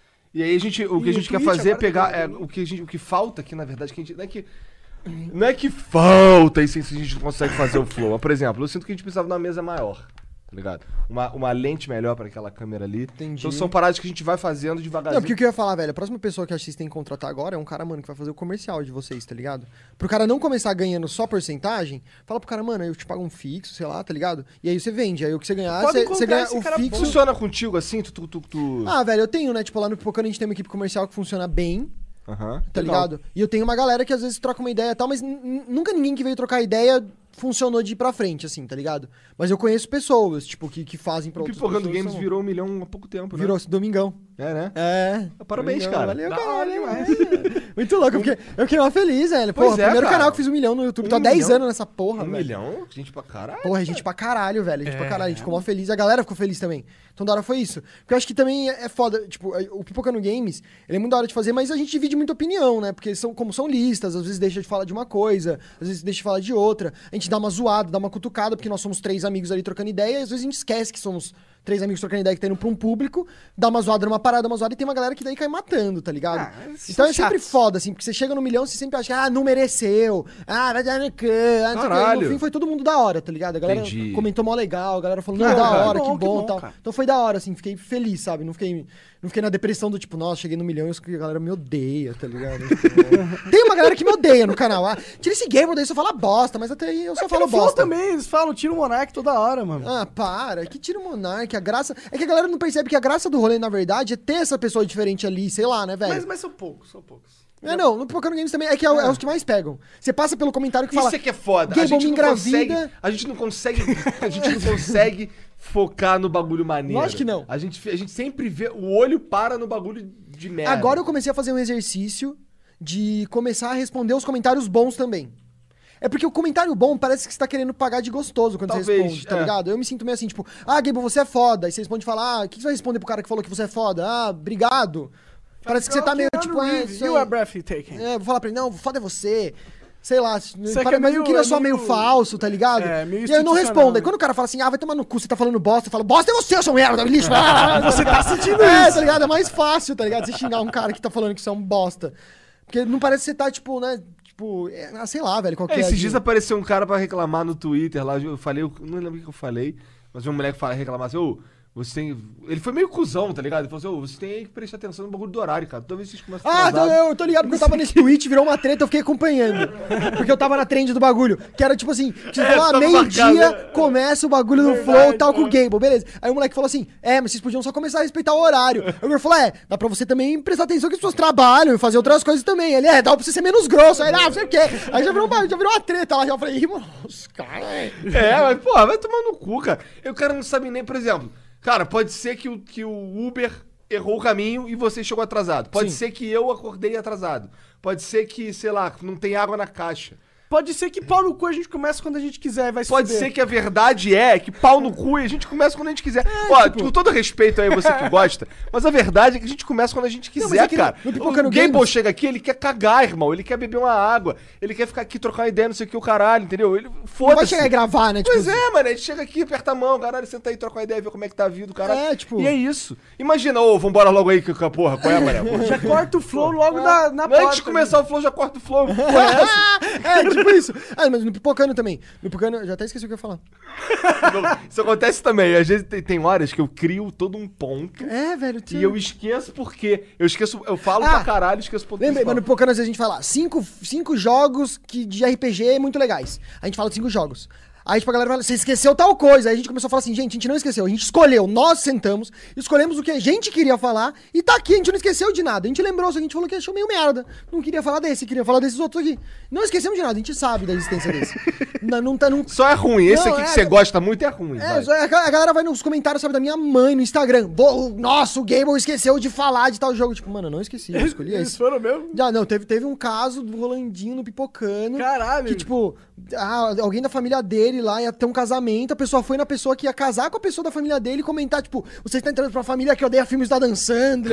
E aí a gente, o que E a gente o quer Twitch fazer é agora pegar, tá é, dando- o que a gente, o que falta aqui, na verdade, que a gente, não é que não é que falta isso, isso a gente não consegue fazer o flow. Mas, por exemplo, eu sinto que a gente precisava de uma mesa maior, tá ligado? Uma, uma lente melhor pra aquela câmera ali. Entendi. Então são paradas que a gente vai fazendo devagarzinho. Não, porque o que eu ia falar, velho, a próxima pessoa que eu acho que vocês têm que contratar agora é um cara, mano, que vai fazer o comercial de vocês, tá ligado? Pro cara não começar ganhando só porcentagem, fala pro cara, mano, eu te pago um fixo, sei lá, tá ligado? E aí você vende, aí o que você ganhar, Pode você, encontrar você ganha esse o cara fixo. Funciona contigo assim? Tu, tu, tu, tu... Ah, velho, eu tenho, né? Tipo, lá no Pipocano a gente tem uma equipe comercial que funciona bem, Aham. tá Legal. ligado? E eu tenho uma galera que às vezes troca uma ideia e tal, mas n- n- nunca ninguém que veio trocar ideia funcionou de ir pra frente, assim, tá ligado? Mas eu conheço pessoas, tipo, que, que fazem pra O outras Pipocando pessoas, Games são- virou um milhão há pouco tempo, né? Virou esse domingão. É, né? É. Parabéns, Domingão, cara. Valeu, Da cara. hora valeu. demais. Muito louco, eu fiquei, eu fiquei mó feliz, velho. Pois Porra, é, primeiro cara. canal que fiz um milhão no YouTube. Tô há Um dez milhão? anos nessa porra, Um velho. milhão? Gente pra caralho. Porra, gente pra caralho, velho. Gente pra É. caralho. A gente ficou mó feliz. A galera ficou feliz também. Então da hora foi isso. Porque eu acho que também é é foda. Tipo, o Pipocano Games, ele é muito da hora de fazer, mas a gente divide muita opinião, né? Porque são, como são listas, às vezes deixa de falar de uma coisa, às vezes deixa de falar de outra. A gente dá uma zoada, dá uma cutucada, porque nós somos três amigos ali trocando ideia, e às vezes a gente esquece que somos três amigos trocando ideia que tá indo pra um público, dá uma zoada numa parada, uma zoada, e tem uma galera que daí cai matando, tá ligado? Ah, esses então são é sempre chatos. foda, assim, porque você chega no milhão, você sempre acha que, ah, não mereceu, ah, vai dar no can, ah, não sei o quê. E Caralho. no fim foi todo mundo da hora, tá ligado? A galera Entendi. comentou mó legal, a galera falou, não, Ah, da que hora, bom, que que bom bom, e tal. cara. Então foi da hora, assim, fiquei feliz, sabe? Não fiquei, não fiquei na depressão do tipo, nossa, cheguei no milhão e a galera me odeia, tá ligado? Tipo, tem uma galera que me odeia no canal, ah, tira esse game daí, só fala bosta, mas até aí eu só Aqui falo no Flow bosta. também, eles falam, tira o Monark toda hora, mano. Ah, para, que tira o Monark, a graça... É que a galera não percebe que a graça do rolê, na verdade, é ter essa pessoa diferente ali, sei lá, né, velho? Mas, mas são poucos, são poucos. É, não, no Pipocano Games também, é que é, é os que mais pegam. Você passa pelo comentário que fala... Isso é que é foda. A Gable gente, me não engravida. consegue, a gente não consegue. A gente não consegue focar no bagulho maneiro. Lógico que não. A gente, a gente sempre vê. O olho para no bagulho de merda. Agora eu comecei a fazer um exercício de começar a responder os comentários bons também. É porque o comentário bom parece que você tá querendo pagar de gostoso quando você Talvez, responde, tá é. ligado? Eu me sinto meio assim, tipo, ah, Gable, você é foda. Aí você responde e fala, ah, o que você vai responder pro cara que falou que você é foda? Ah, obrigado. Parece que você tá meio tipo, é, isso You aí. are breathtaking. É, vou falar pra ele, não, foda é você. Sei lá, Você para, que é mas meio- um que não é é só meio, meio- falso, tá ligado? É, meio e aí eu não institucional, respondo. Aí né? quando o cara fala assim, ah, vai tomar no cu, você tá falando bosta, eu falo, bosta é você, seu merda, lixo. Ah, Você tá sentindo é, isso. tá ligado? É mais fácil, tá ligado? Você xingar um cara que tá falando que você é um bosta. Porque não parece que você tá, tipo, né, tipo, é, ah, sei lá, velho, qualquer... É, esses dias apareceu um cara pra reclamar no Twitter lá. Eu falei, eu não lembro o que eu falei, mas um moleque fala, reclamar assim, ô. Você tem. Ele foi meio cuzão, tá ligado? Ele falou assim: ô, você tem que prestar atenção no bagulho do horário, cara. Toda vez que vocês começam a Ah, atrasar- então eu tô ligado, porque eu tava nesse tweet, virou uma treta, eu fiquei acompanhando. Porque eu tava na trend do bagulho. Que era tipo assim, que você falou, ah, tava meio-dia marcado. começa o bagulho do Verdade, Flow tal com o mano. Gable, beleza. Aí o moleque falou assim, é, mas vocês podiam só começar a respeitar o horário. Aí o Igor falou, é, dá pra você também prestar atenção que as pessoas trabalham e fazer outras coisas também. Ele, é, dá pra você ser menos grosso. Aí ele, ah, não sei o quê. Aí já virou uma, já virou uma treta lá. Já eu falei, ih, mano, os caras... É, mas, pô, vai tomar no cu, cara. E o cara não sabe nem, por exemplo, cara, pode ser que o, que o Uber errou o caminho e você chegou atrasado. Pode Sim. ser que eu acordei atrasado. Pode ser que, sei lá, não tem água na caixa. Pode ser que pau no cu a gente começa quando a gente quiser, vai se Pode fuder. ser que a verdade é que pau no cu e a gente começa quando a gente quiser. Ó, com todo respeito aí você que gosta, mas a verdade é que a gente começa quando a gente Não, mas quiser, é que cara. no O Pipocano Gable Games- chega aqui, ele quer cagar, irmão. Ele quer beber uma água. Ele quer ficar aqui, trocar uma ideia, não sei o que, o caralho, entendeu? Ele, Não vai foda-se. chegar e gravar, né? Pois tipo, é, mano, a gente chega aqui, aperta a mão, caralho, senta aí, troca uma ideia, vê como é que tá a vida, caralho. É, tipo- E é isso. Imagina, ô, vambora logo aí, que que- porra, qual é, mané? Pô, Já corta o flow logo na, na porta. Antes de começar o flow, já corta o flow. Porra, é essa? é, tipo isso. Ah, mas no Pipocano também. No Pipocano, já até esqueci o que eu ia falar. Não, isso acontece também. Às vezes tem, tem horas que eu crio todo um ponto É, velho. e eu esqueço porque. Eu esqueço, eu falo Ah, pra caralho e esqueço o ponto Lembrei, mas no principal. Pipocano às vezes a gente fala cinco, cinco jogos que, de R P G muito legais. A gente fala de cinco jogos. Aí, tipo, a galera fala, você esqueceu tal coisa. Aí a gente começou a falar assim, gente, a gente não esqueceu. A gente escolheu, nós sentamos, escolhemos o que a gente queria falar e tá aqui, a gente não esqueceu de nada. A gente lembrou, só que a gente falou que achou meio merda. Não queria falar desse, queria falar desses outros aqui. Não esquecemos de nada, a gente sabe da existência desse. não, não tá... Não... Só é ruim. Esse Não, aqui é- que você gosta muito é ruim. É, vai. só- a galera vai nos comentários, sabe, da minha mãe no Instagram. Bo- Nossa, o Gable esqueceu de falar de tal jogo. Tipo, mano, eu não esqueci, eu escolhi Eles esse. foram mesmo? Já, não, teve, teve um caso do Rolandinho no Pipocano. Caralho. Que, tipo, ah, alguém da família dele lá ia ter um casamento, a pessoa foi na pessoa que ia casar com a pessoa da família dele e comentar, tipo, você está entrando pra família que odeia filmes da Dan Sandler.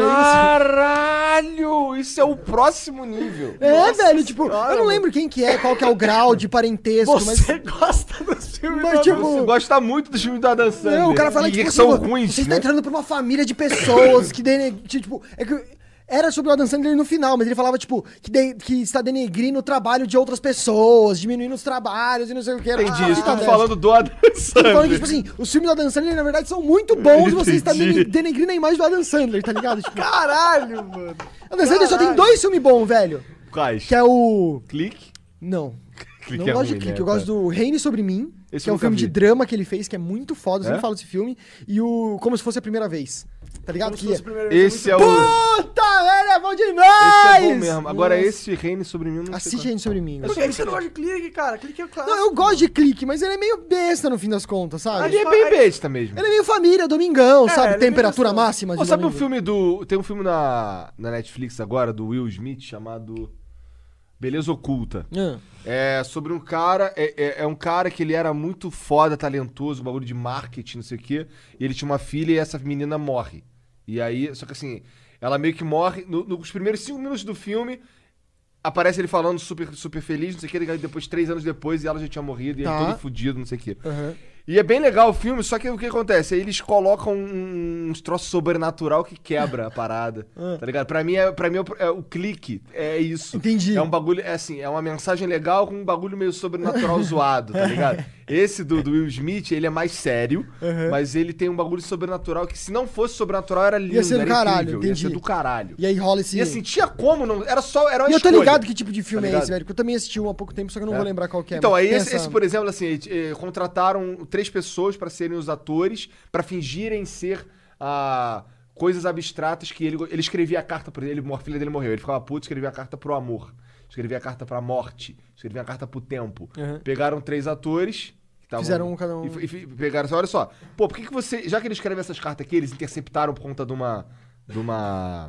Caralho! Isso é o próximo nível. É, Nossa velho, tipo, senhora, eu não mano. lembro quem que é, qual que é o grau de parentesco, mas... Você gosta dos filmes Mas, da tipo, Dan Você gosta muito dos filmes da Dan Sandler. Não, o cara fala e que, que tipo, são assim, ruins, você está né? entrando pra uma família de pessoas que deneg... Tipo, é que... Era sobre o Adam Sandler no final, mas ele falava, tipo, que, de- que está denegrindo o trabalho de outras pessoas, diminuindo os trabalhos e não sei o que. Era, Entendi, ah, isso tá tudo dessa. falando do Adam Ele Sandler. falando que, tipo assim, os filmes do Adam Sandler, na verdade, são muito bons e você está Entendi. dene- denegrindo a imagem do Adam Sandler, tá ligado? Tipo, Caralho, mano. Adam Sandler só tem Caralho. dois filmes bons, velho. Quais? Que é o... Clique? Não. Clique não é gosto ruim, de Clique, né, eu gosto cara? do Reine Sobre Mim, Esse que é eu um nunca filme vi. de drama que ele fez, que é muito foda, eu sempre É? falo desse filme. E o Como Se Fosse a Primeira Vez, tá ligado? Como se Que fosse a primeira vez, Esse é é muito o... Puta, velho, é bom demais! Esse é bom mesmo. Agora Nossa. esse Reine Sobre Mim, eu não sei Assiste qual. Reine Sobre Mim. bom. Por que que você não gosta de Clique, cara? Clique é o clássico. Não, eu gosto de Clique, mas ele é meio besta no fim das contas, sabe? Ali é bem besta mesmo. Ele é meio família, domingão, É, sabe? ele é meio Temperatura gostoso. máxima de Pô, sabe um domingo. filme do... Tem um filme na, na Netflix agora, do Will Smith, chamado Beleza Oculta. Ah. É sobre um cara... É, é, é um cara que ele era muito foda, talentoso, um bagulho de marketing, não sei o quê. E ele tinha uma filha e essa menina morre. E aí... Só que assim... Ela meio que morre... No, nos primeiros cinco minutos do filme... Aparece ele falando super, super feliz, não sei o que, e depois, três anos depois, e ela já tinha morrido, e Tá. ele todo fudido, não sei o que. Aham. E é bem legal o filme, só que o que acontece? Aí eles colocam um, uns troços sobrenatural que quebra a parada, tá ligado? Pra mim, é, pra mim é, o, é o clique, é isso. Entendi. É um bagulho, é assim, é uma mensagem legal com um bagulho meio sobrenatural zoado, tá ligado? Esse do, do Will Smith, ele é mais sério, mas ele tem um bagulho sobrenatural que se não fosse sobrenatural era lindo, Ia ser do era caralho, incrível, ia entendi. ser do caralho. E aí rola esse... E assim, tinha como, não, era só, era uma E eu tô escolha. ligado que tipo de filme Tá é ligado? esse, velho, porque eu também assisti um há pouco tempo, só que eu não É. vou lembrar qual que é. Então, mas aí tem esse, essa- esse, por exemplo, assim, eh, contrataram três pessoas pra serem os atores, pra fingirem ser ah, coisas abstratas que ele, ele escrevia a carta pra ele, a filha dele morreu, ele ficava puto, escrevia a carta pro amor, escrevia a carta pra morte, escrevia a carta pro tempo. Uhum. Pegaram três atores... que tavam- Fizeram um cada um. E, e pegaram assim, olha só, pô, por que, que você... Já que ele escreve essas cartas aqui, eles interceptaram por conta de uma... De uma...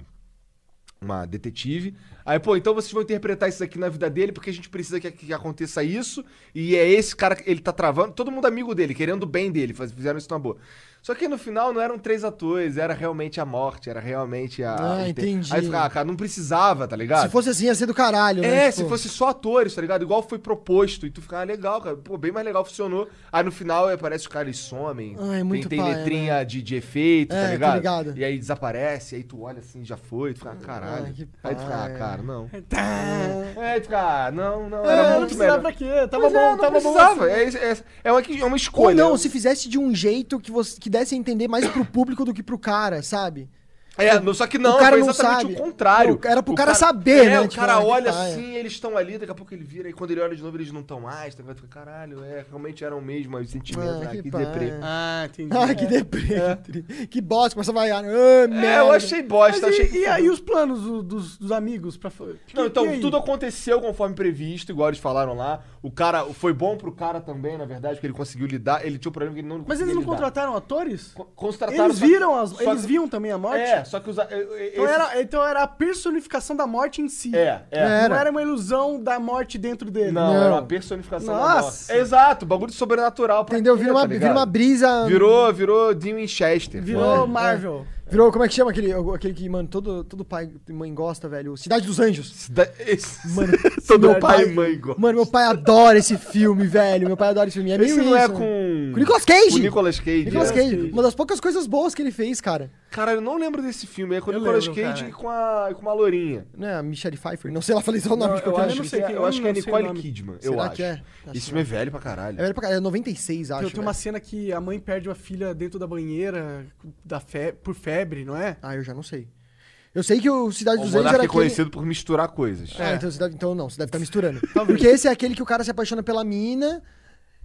Uma detetive. Aí, pô, então vocês vão interpretar isso aqui na vida dele, porque a gente precisa que, que aconteça isso. E é esse cara que ele tá travando. Todo mundo amigo dele, querendo o bem dele. faz- Fizeram isso na boa. Só que no final não eram três atores, era realmente a morte, era realmente a. Ah, o te- entendi. Aí fica, ah, cara, não precisava, tá ligado? Se fosse assim, ia ser do caralho, né? É, Tipo, se fosse só atores, tá ligado? Igual foi proposto. E tu fica, ah, legal, cara. Pô, bem mais legal, funcionou. Aí no final é, parece que os caras somem. Ah, é muito tem, tem paia, letrinha de, de efeito, É, tá tô ligado? ligado. E aí desaparece, aí tu olha assim, já foi. Tu fica, ah, caralho. Ah, que aí tu fica, ah, paia. cara, não. Tá. É, aí tu fica, ah, não, não. É, Era não muito precisava melhor. pra quê? Tava Pois é, bom, não tava bom. precisava. assim. É, é, é, uma, é uma Ou escolha. não, se fizesse de um jeito que, você, que desse a entender mais pro público do que pro cara, sabe? É, não- só que não, O cara foi não exatamente sabe. o contrário. Não, era pro O cara saber, é, né? o Tipo, cara ah, que olha paia. assim, eles estão ali, daqui a pouco ele vira, e quando ele olha de novo, eles não estão mais, tá ligado? Fica, caralho, é, realmente eram mesmo os sentimentos, Ah, ah, que que paia. deprê. Ah, entendi. Ah, que deprê. Que bosta, começa a vaiar. Ah, merda. É, eu achei bosta, Mas achei e, e aí os planos do- dos, dos amigos pra... Não, Que- então, e aí? tudo aconteceu conforme previsto, igual eles falaram lá. O cara, foi bom pro cara também, na verdade, porque ele conseguiu lidar, ele tinha um problema que ele não Mas conseguia eles não lidar. contrataram atores? Co- Contrataram, Eles só- viram as, só eles que- viam também a morte? É, só que os... Então era, então era a personificação da morte em si. É, é. É. Não era uma ilusão da morte dentro dele. Não, Não. era uma personificação da Nossa. morte. É, exato, bagulho sobrenatural. pra Entendeu? quê, Vira uma, tá vira ligado? uma brisa. Virou, virou Dean Winchester. Virou É. Marvel. Virou, como é que chama aquele, aquele que, mano, todo, todo pai e mãe gosta, velho? Cidade dos Anjos. Cida- esse- Mano, todo meu pai e mãe gosta. Mano, meu pai adora esse filme, velho. Meu pai adora esse filme. É meio Esse não é isso, com... né? Com o Nicolas Cage. Com o Nicolas Cage. Nicolas é. Cage. Uma das poucas coisas boas que ele fez, cara. Cara, eu não lembro desse filme. É com o Eu Nicolas lembro, Cage cara. e com, a, com uma lourinha. Não é a Michelle Pfeiffer? Não sei lá, falei só o nome Não, de eu qualquer acho, não que, sei é, quem- eu acho eu que é não sei o Nicole nome. Kidman. Eu Será acho. que é? Esse filme é velho pra caralho. É velho pra caralho, é noventa e seis, acho. Tem, tem uma velho. cena que a mãe perde uma filha dentro da banheira da fe... por febre, não é? Ah, eu já não sei. Eu sei que o Cidade O dos Anjos Monark era é aquele... conhecido por misturar coisas. Ah, É. então, você deve... então não, você deve estar misturando. Porque esse é aquele que o cara se apaixona pela mina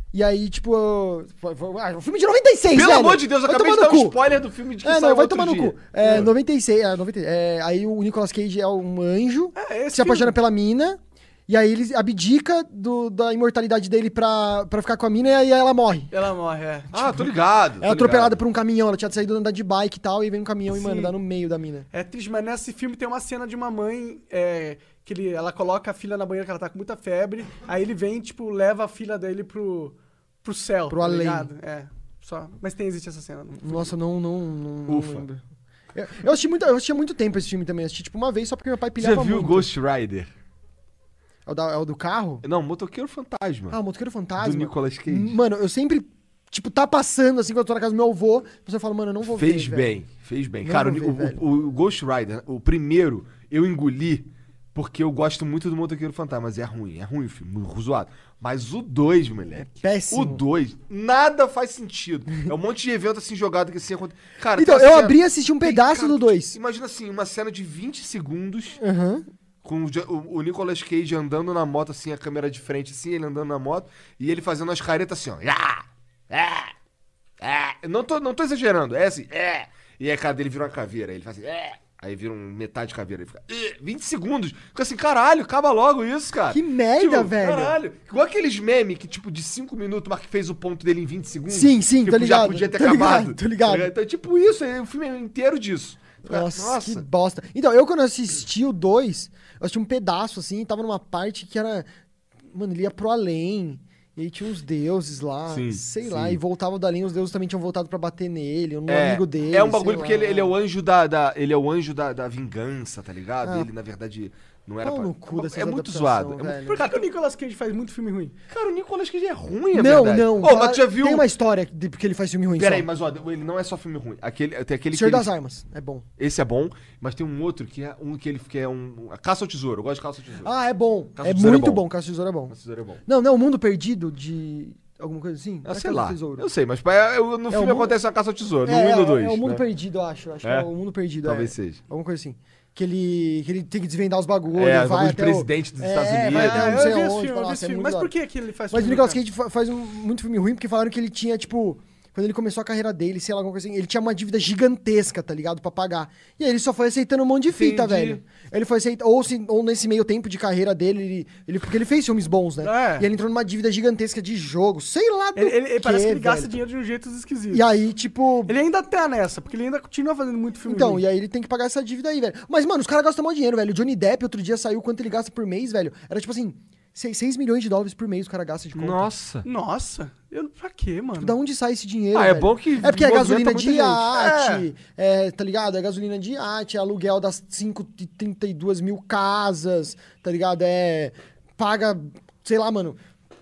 E aí, tipo, eu- foi- foi- ah, o filme de noventa e seis, Pelo velho. amor de Deus, eu Vai acabei de tomar dar no um cu. spoiler do filme de que É, saiu não, vai outro tomar no dia. cu. É, noventa e seis, é, noventa, é, aí o Nicolas Cage é um anjo É, que esse se apaixona filme. pela mina, e aí ele abdica do- da imortalidade dele pra, pra ficar com a mina, e aí ela morre. Ela morre, é. Ah, tô ligado. Ela é atropelada por um caminhão, ela tinha saído andar de bike e tal, e vem um caminhão e, Sim. mano, dá no meio da mina. É triste, mas nesse filme tem uma cena de uma mãe é, que ele, ela coloca a filha na banheira que ela tá com muita febre, aí ele vem, tipo, leva a filha dele pro, pro céu, Pro tá além. ligado? É, só. Mas tem, existe essa cena. Nossa, não, não, não, não Ufa. lembro. Eu, eu assisti muito, eu assisti há muito tempo esse filme também, assisti tipo uma vez só porque meu pai Você pilhava já viu muito. Ghost Rider? É o, da- é o do carro? Não, Motoqueiro Fantasma. Ah, o Motoqueiro Fantasma. do Nicolas Cage. Mano, eu sempre, tipo, tá passando assim quando eu tô na casa do meu avô, você fala, mano, eu não vou Fez ver, bem, velho. fez bem. Não Cara, vou o, ver, velho. o- o Ghost Rider, o primeiro, eu engoli porque eu gosto muito do Motoqueiro Fantasma, mas é ruim, é ruim o filme, muito zoado. Mas o dois, moleque. Péssimo. O dois, nada faz sentido. É um monte de evento assim jogado que assim acontece. Cara, Então, tem uma eu cena- abri e assisti um tem- pedaço cara, do dois. Imagina assim, uma cena de vinte segundos Aham. com o, Ja- o- o Nicolas Cage andando na moto, assim, a câmera de frente, assim, ele andando na moto, e ele fazendo as caretas assim, ó. Ah, ah, ah. Eu Não tô, não tô exagerando, é assim, é. E aí a cara dele vira uma caveira, aí ele faz assim, é. Aí vira um metade de caveira, aí fica, "Eh", vinte segundos. Fica assim, caralho, acaba logo isso, cara. Que merda, velho. Caralho. Igual aqueles memes que, tipo, de cinco minutos, o Mark fez o ponto dele em vinte segundos. Sim, sim, tipo, tô ligado, já podia ter tô acabado. ligado, tô ligado. Então, tipo isso, é o filme inteiro disso. Nossa, que bosta. Então, eu quando assisti o dois, eu assisti um pedaço, assim, tava numa parte que era... Mano, ele ia pro além, e aí tinha uns deuses lá, Sim, sei sim. lá, e voltava do além, os deuses também tinham voltado pra bater nele, um É, amigo dele, é um bagulho sei porque lá. ele, ele é o anjo da, da- ele é o anjo da, da vingança, tá ligado? Ah. Ele na verdade não era Pau pra... no cu dessas é muito adaptação, zoado. É velho. muito... Por que, que o Nicolas Cage faz muito filme ruim? Cara, o Nicolas Cage é ruim, é Não, verdade. não, Ô, fala- mas tu já viu? tem uma história de porque ele faz filme ruim Pera aí, só. mas ó, ele não é só filme ruim. Aquele, tem aquele Senhor que das ele... Armas, é bom. Esse é bom, mas tem um outro que é um que ele que é um a Caça ao Tesouro. Eu gosto de Caça ao Tesouro. Ah, é bom, Caça é ao Tesouro é muito bom. bom, Caça ao Tesouro é bom. Caça ao Tesouro é bom. Não, não, o Mundo Perdido de... alguma coisa assim? Ah, Não é sei Caça ao lá. Tesouro. Eu sei, mas é, eu- no É, filme o mundo- acontece uma Caça ao Tesouro, no É, um e no é, dois. é o Mundo né? Perdido, eu acho. Acho É? que é o Mundo Perdido, Talvez é. seja. Alguma coisa assim. Que ele, que ele tem que desvendar os bagulhos, É, vai os bagulho de até presidente dos o... Estados É, Unidos. vai Ah, até não eu sei vi esse aonde, filme, eu vi nossa, esse é filme. muito Mas da por hora. que, que ele faz Mas o filme Nicolas ruim, Cage fa- faz um, muito filme ruim, porque falaram que ele tinha, tipo... Quando ele começou a carreira dele, sei lá, alguma coisa assim, ele tinha uma dívida gigantesca, tá ligado? Pra pagar. E aí ele só foi aceitando um monte de fita, Entendi. velho. Ele foi aceitando... Ou, se, ou nesse meio tempo de carreira dele, ele, ele- porque ele fez filmes bons, né? É. E ele entrou numa dívida gigantesca de jogo, sei lá do Ele, ele- ele quê, parece que ele gasta velho. dinheiro de um jeito esquisito. E aí, tipo... Ele ainda tá nessa, porque ele ainda continua fazendo muito filme Então, ruim. e aí ele tem que pagar essa dívida aí, velho. Mas, mano, os caras gastam mó dinheiro, velho. O Johnny Depp outro dia saiu quanto ele gasta por mês, velho. Era tipo assim, seis milhões de dólares por mês o cara gasta de conta. Nossa. Nossa, eu, pra quê, mano? Da onde sai esse dinheiro? Ah, é velho? bom que É porque é movimenta gasolina muita de gente. iate, é, tá ligado? É gasolina de iate, é aluguel das cinco e trinta e duas mil casas, tá ligado? É. Paga, sei lá, mano.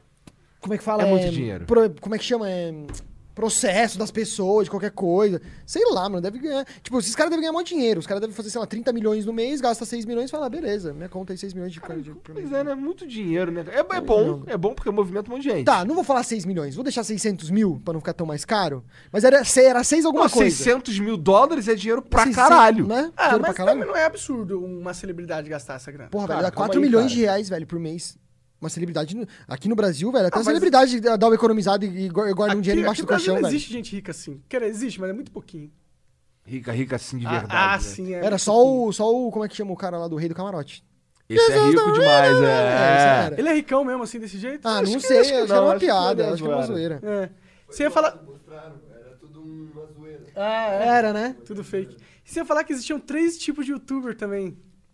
Como é que fala? É muito dinheiro. pro- como é que chama? É. Processo das pessoas, de qualquer coisa. Sei lá, mano, deve ganhar. Tipo, esses caras devem ganhar muito dinheiro. Os caras devem fazer, sei lá, trinta milhões no mês, gasta seis milhões e fala, ah, beleza, minha conta aí seis milhões de coisa. Por mês. Pois é, né? Muito dinheiro, né? É, é bom, é bom porque movimenta um monte de gente. Tá, não vou falar seis milhões, vou deixar seiscentos mil pra não ficar tão mais caro. Mas era, era seis alguma Pô, coisa. seiscentos mil dólares é dinheiro pra seiscentos, caralho. Né? Ah, Dinheiro mas pra caralho. também não é absurdo uma celebridade gastar essa grana. Porra, Cara, velho, dá calma quatro aí, milhões cara. de reais, velho, por mês. Uma celebridade. no- Aqui no Brasil, velho, até Ah, a mas- celebridade dá uma economizada e e guarda um dinheiro embaixo aqui do no Brasil colchão, não velho. existe gente rica assim. Quer dizer, existe, mas é muito pouquinho. Rica, rica assim de Ah, verdade. ah, né? sim, é Era muito só pouquinho. o, só o. Como é que chama o cara lá do Rei do Camarote? Esse é rico demais, É, esse é. era. Ele é ricão mesmo, assim, desse jeito? Ah, Acho não que- sei, acho acho que que era uma acho que piada, era acho que era uma zoeira. zoeira. É. Você ia falar... Mostraram, era tudo uma zoeira. Ah, é. Era, né? Tudo fake. Você ia falar que existiam três tipos de youtuber também.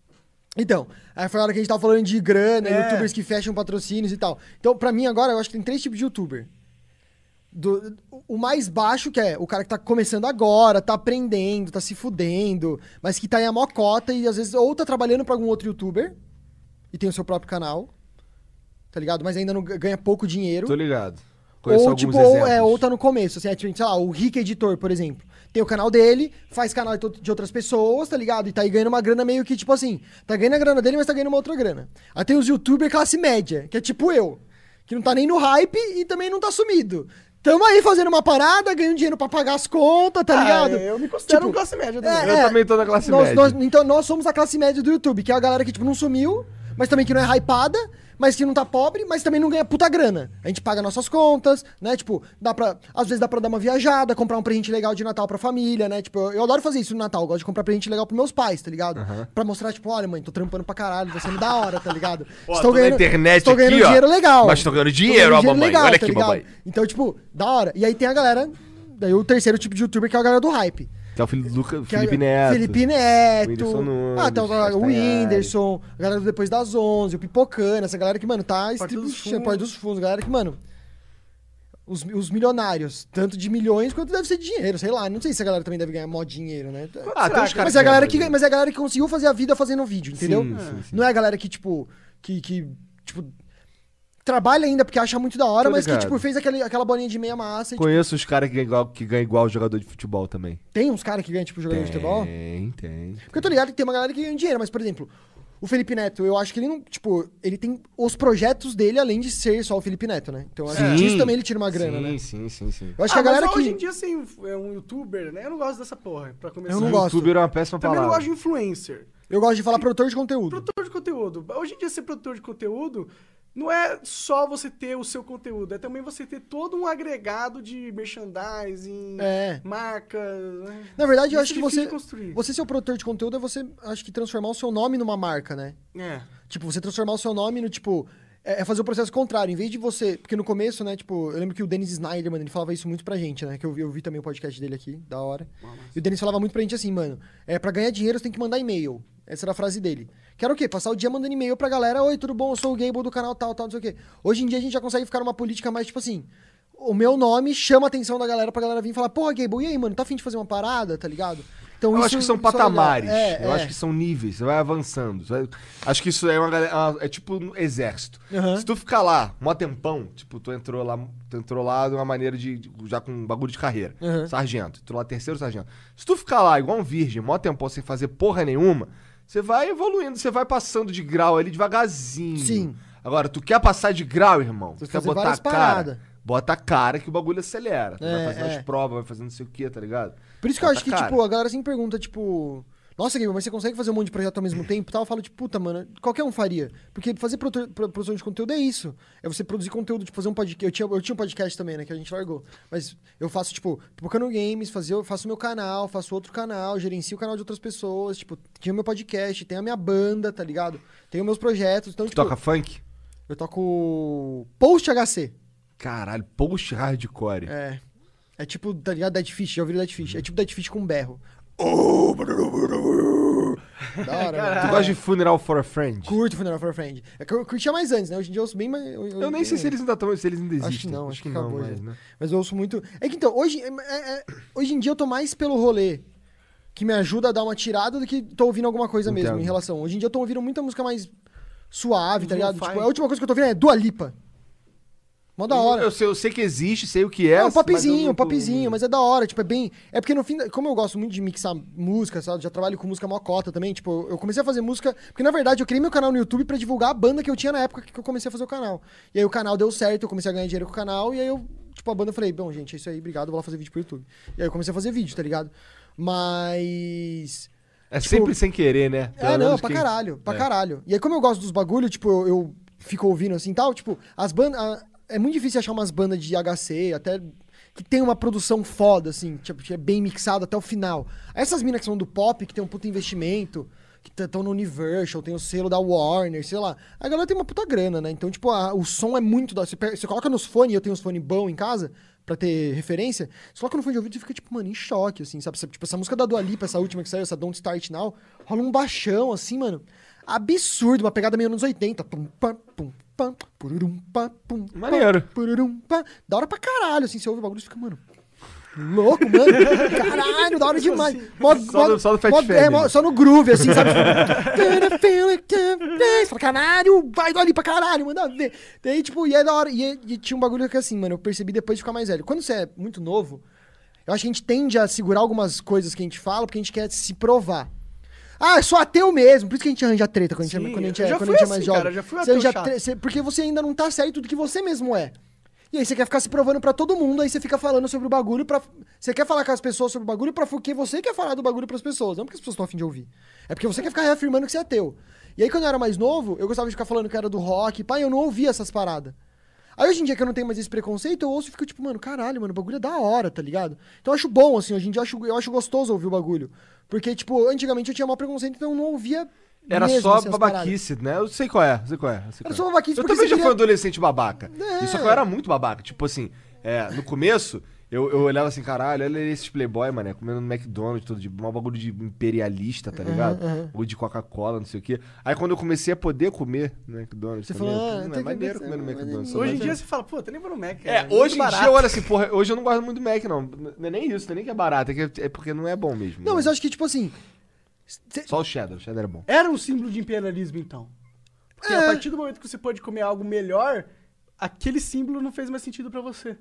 Então, aí foi a hora que a gente tava falando de grana, É. youtubers que fecham patrocínios e tal. Então, pra mim agora, eu acho que tem três tipos de youtuber. Do, o mais baixo, que é o cara que tá começando agora, tá aprendendo, tá se fudendo, mas que tá em a mó cota e às vezes ou tá trabalhando pra algum outro youtuber e tem o seu próprio canal, tá ligado? Mas ainda não ga- ganha pouco dinheiro. Tô ligado. Conheço Ou, alguns tipo, ou, é, exemplos. ou tá no começo, assim, é, tipo, sei lá, o Rick Editor, por exemplo. Tem o canal dele, faz canal de to- de outras pessoas, tá ligado? E tá aí ganhando uma grana meio que, tipo assim, tá ganhando a grana dele, mas tá ganhando uma outra grana. Aí tem os youtubers classe média, que é tipo eu, que não tá nem no hype e também não tá sumido. Tamo aí fazendo uma parada, ganhando dinheiro pra pagar as contas, tá ligado? Ah, eu me considero Tipo, um classe média também. é, Eu é, também tô na classe nós- média. nós- então nós somos a classe média do YouTube, que é a galera que, tipo, não sumiu, mas também que não é hypada, mas que não tá pobre, mas também não ganha puta grana. A gente paga nossas contas, né? Tipo, dá pra. Às vezes dá pra dar uma viajada, comprar um presente legal de Natal pra família, né? Tipo, eu, eu adoro fazer isso no Natal. Eu gosto de comprar presente legal pros meus pais, tá ligado? Aham. Pra mostrar, tipo, olha, mãe, tô trampando pra caralho, vai sendo da hora, tá ligado? Ó, tô na internet estou ganhando aqui, ó, dinheiro legal. mas tô ganhando Tô dinheiro, ó, mamãe. Olha tá aqui, ligado? mamãe. Então, tipo, da hora. E aí tem a galera. Daí o terceiro tipo de youtuber que é a galera do hype. Que é o filho do Luca, Que é Felipe Neto. Felipe Neto. Whindersson Nunes, ah, tem o, o Castanhari. Whindersson, a galera do Depois das onze, o Pipocana, essa galera que, mano, tá Porta dos estribuchando, Fundos. Porta dos Fundos, galera que, mano, os, os milionários, tanto de milhões quanto deve ser de dinheiro, sei lá, não sei se a galera também deve ganhar mó dinheiro, né? Ah, tem uns caras Mas é a galera que, ganham, mas é a galera que conseguiu fazer a vida fazendo vídeo, entendeu? Sim, sim, sim. Não é a galera que, tipo, que, que tipo, trabalha ainda porque acha muito da hora, Tô mas que, ligado. tipo, fez aquele, aquela bolinha de meia massa e, tipo, Conheço os caras que ganham igual, que ganham igual jogador de futebol também. tem uns caras que ganham, tipo, jogador de futebol. Tem, tem. Porque eu tô ligado que tem uma galera que ganha dinheiro, mas, por exemplo, o Felipe Neto, eu acho que ele não, tipo, ele tem os projetos dele além de ser só o Felipe Neto, né? Então, acho que disso também ele tira uma grana, sim, né? Sim, sim, sim. Eu acho Ah, que a galera mas que... hoje em dia, assim, é um youtuber, né? Eu não gosto dessa porra, pra começar. Eu não gosto. YouTuber é uma péssima Também palavra. não gosto de influencer. Eu gosto de falar produtor de conteúdo. Produtor de conteúdo. Hoje em dia, ser produtor de conteúdo não é só você ter o seu conteúdo, é também você ter todo um agregado de merchandising, É. marca. Né? Na verdade, eu Isso acho é que difícil você... de construir. Você ser o produtor de conteúdo é você, acho que, transformar o seu nome numa marca, né? É. Tipo, você transformar o seu nome no, tipo... É é fazer o processo contrário. Em vez de você... Porque no começo, né, tipo... Eu lembro que o Dennis Snyder, mano, ele falava isso muito pra gente, né? Que eu vi, eu vi também o podcast dele aqui, da hora. E o Dennis falava muito pra gente assim, mano... É, pra ganhar dinheiro, você tem que mandar e-mail. Essa era a frase dele. Que era o quê? Passar o dia mandando e-mail pra galera. Oi, tudo bom? Eu sou o Gable do canal tal, tal, não sei o quê. Hoje em dia, a gente já consegue ficar numa política mais, tipo assim... O meu nome chama a atenção da galera pra galera vir e falar... Porra, Gable, e aí, mano? Tá afim de fazer uma parada, tá ligado? Então, Eu isso- acho que são isso é legal. patamares. É, eu é. acho que são níveis. Você vai avançando. Você vai- Acho que isso é uma galera. É tipo um exército. Aham. Se tu ficar lá, mó tempão, tipo, tu entrou lá, tu entrou lá de uma maneira de. de- já com um bagulho de carreira. Aham. Sargento. Entrou lá terceiro sargento. Se tu ficar lá igual um virgem, mó tempão, sem fazer porra nenhuma, você vai evoluindo, você vai passando de grau ali devagarzinho. Sim. Agora, tu quer passar de grau, irmão? Você Tu quer fazer botar a várias cara? paradas. Bota a cara que o bagulho acelera. Tu É, vai fazendo é. as provas, vai fazendo não sei o que, tá ligado? Por isso que eu Bota acho que, cara. tipo, a galera sempre pergunta, tipo... Nossa, Gabriel, mas você consegue fazer um monte de projeto ao mesmo tempo e tal? Eu falo, tipo, puta, mano, qualquer um faria. Porque fazer produtor- pro- produção de conteúdo é isso. É você produzir conteúdo, tipo, fazer um podcast. Eu tinha, eu tinha um podcast também, né, que a gente largou. Mas eu faço, tipo, Pipocano Games, fazer, eu faço meu canal, faço outro canal, gerencio o canal de outras pessoas, tipo, tinha meu podcast, tem a minha banda, tá ligado? Tenho meus projetos, então, Tu tipo... toca funk? Eu toco Post H C. Caralho, post hardcore. É. É tipo, tá ligado? Dead Fish, já ouviram Dead Fish? É tipo Dead Fish com berro. Da hora, mano. Tu gosta de Funeral for a Friend? Curto Funeral for a Friend. É que eu curtia mais antes, né? Hoje em dia eu ouço bem mais... Eu nem sei se eles ainda estão, se eles ainda existem. Acho que não, acho que não, acabou mas, já. né? Mas eu ouço muito... É que então, hoje, é- é- é- hoje em dia eu tô mais pelo rolê que me ajuda a dar uma tirada do que tô ouvindo alguma coisa mesmo Entendo. em relação. Hoje em dia eu tô ouvindo muita música mais suave, tá ligado? Lo-fi. Tipo, a última coisa que eu tô ouvindo é Dua Lipa. Mó da hora. Eu sei, eu sei que existe, sei o que é. É um mas eu popzinho, não um tô- popzinho, mas é da hora, tipo, é bem... É porque no fim, da- como eu gosto muito de mixar música, sabe? Já trabalho com música mocota também, tipo, eu comecei a fazer música... Porque, na verdade, eu criei meu canal no YouTube pra divulgar a banda que eu tinha na época que eu comecei a fazer o canal. E aí o canal deu certo, eu comecei a ganhar dinheiro com o canal, e aí eu, tipo, a banda eu falei, bom, gente, é isso aí, obrigado, eu vou lá fazer vídeo pro YouTube. E aí eu comecei a fazer vídeo, tá ligado? Mas... É tipo, sempre sem querer, né? Pelo É, não, menos pra quem- caralho, pra É. caralho. E aí, como eu gosto dos bagulho, tipo, eu, eu fico ouvindo assim e tal, tipo, as bandas. É muito difícil achar umas bandas de H C, até. Que tem uma produção foda, assim, tipo, que é bem mixado até o final. Essas minas que são do pop, que tem um puta investimento, que estão no Universal, tem o selo da Warner, sei lá. A galera tem uma puta grana, né? Então, tipo, a- o som é muito da. Você, pega- você coloca nos fones, eu tenho uns fones bons em casa, pra ter referência. Você coloca no fone de ouvido e fica, tipo, mano, em choque, assim, sabe? Tipo, essa música da Dua Lipa, essa última que saiu, essa Don't Start Now, rola um baixão, assim, mano. Absurdo, uma pegada meio anos oitenta. Pum, pam, pum, pam, pururum, pam, pum, pam, Maneiro. pururum, pam. Da hora pra caralho, assim, você ouve o bagulho e fica, mano. Louco, mano. Caralho, da hora demais. Mó- Só mó- no- só no Fat mó- Family. é, mó- só no groove, assim, sabe? Gonna feel like the- Fala, caralho, vai do ali pra caralho, manda ver. Daí, tipo, e é da hora. E, é- e tinha um bagulho que, assim, mano, eu percebi depois de ficar mais velho. Quando você é muito novo, eu acho que a gente tende a segurar algumas coisas que a gente fala porque a gente quer se provar. Ah, eu sou ateu mesmo. Por isso que a gente arranja treta quando a gente, Sim, é, quando a gente, eu é, já quando fui a gente é mais assim, jovem. cara, eu já fui Você ateu já chato. tre- você- porque você ainda não tá certo do que você mesmo é. E aí você quer ficar se provando pra todo mundo, aí você fica falando sobre o bagulho pra... Você quer falar com as pessoas sobre o bagulho pra porque você quer falar do bagulho pras pessoas, não porque as pessoas estão a fim de ouvir. É porque você quer ficar reafirmando que você é ateu. E aí, quando eu era mais novo, eu gostava de ficar falando que era do rock. Pai, eu não ouvia essas paradas. Aí, hoje em dia que eu não tenho mais esse preconceito, eu ouço e fico tipo, mano, caralho, mano, o bagulho é da hora, tá ligado? Então eu acho bom, assim, hoje em dia eu acho, eu acho gostoso ouvir o bagulho. Porque, tipo, antigamente eu tinha mau preconceito, então eu não ouvia Era mesmo, só assim, as paradas. babaquice, né? Eu sei qual é, sei qual é. Sei qual Era é. só babaquice Eu porque também você já fui um queria- adolescente babaca. É. E só que eu era muito babaca. Tipo assim, é, no começo, eu, eu olhava assim, caralho, olha esses playboy, mané, comendo no McDonald's, todo de um bagulho de imperialista, tá ligado? Bagulho de Coca-Cola, não sei o quê. Aí quando eu comecei a poder comer no McDonald's, Você também, falou, ah, não tem é que maneiro ver- comer no McDonald's. Hoje em mas dia é- você fala, pô, tá lembrando o Mac? É, muito hoje em barato. dia eu olho assim, porra, hoje eu não gosto muito do Mac, não. Não é nem isso, não é nem que é barato, é, que é porque não é bom mesmo. Não, né? mas eu acho que, tipo assim... cê- Só o cheddar, o cheddar é bom. Era um símbolo de imperialismo, então. Porque É. a partir do momento que você pode comer algo melhor, aquele símbolo não fez mais sentido pra você.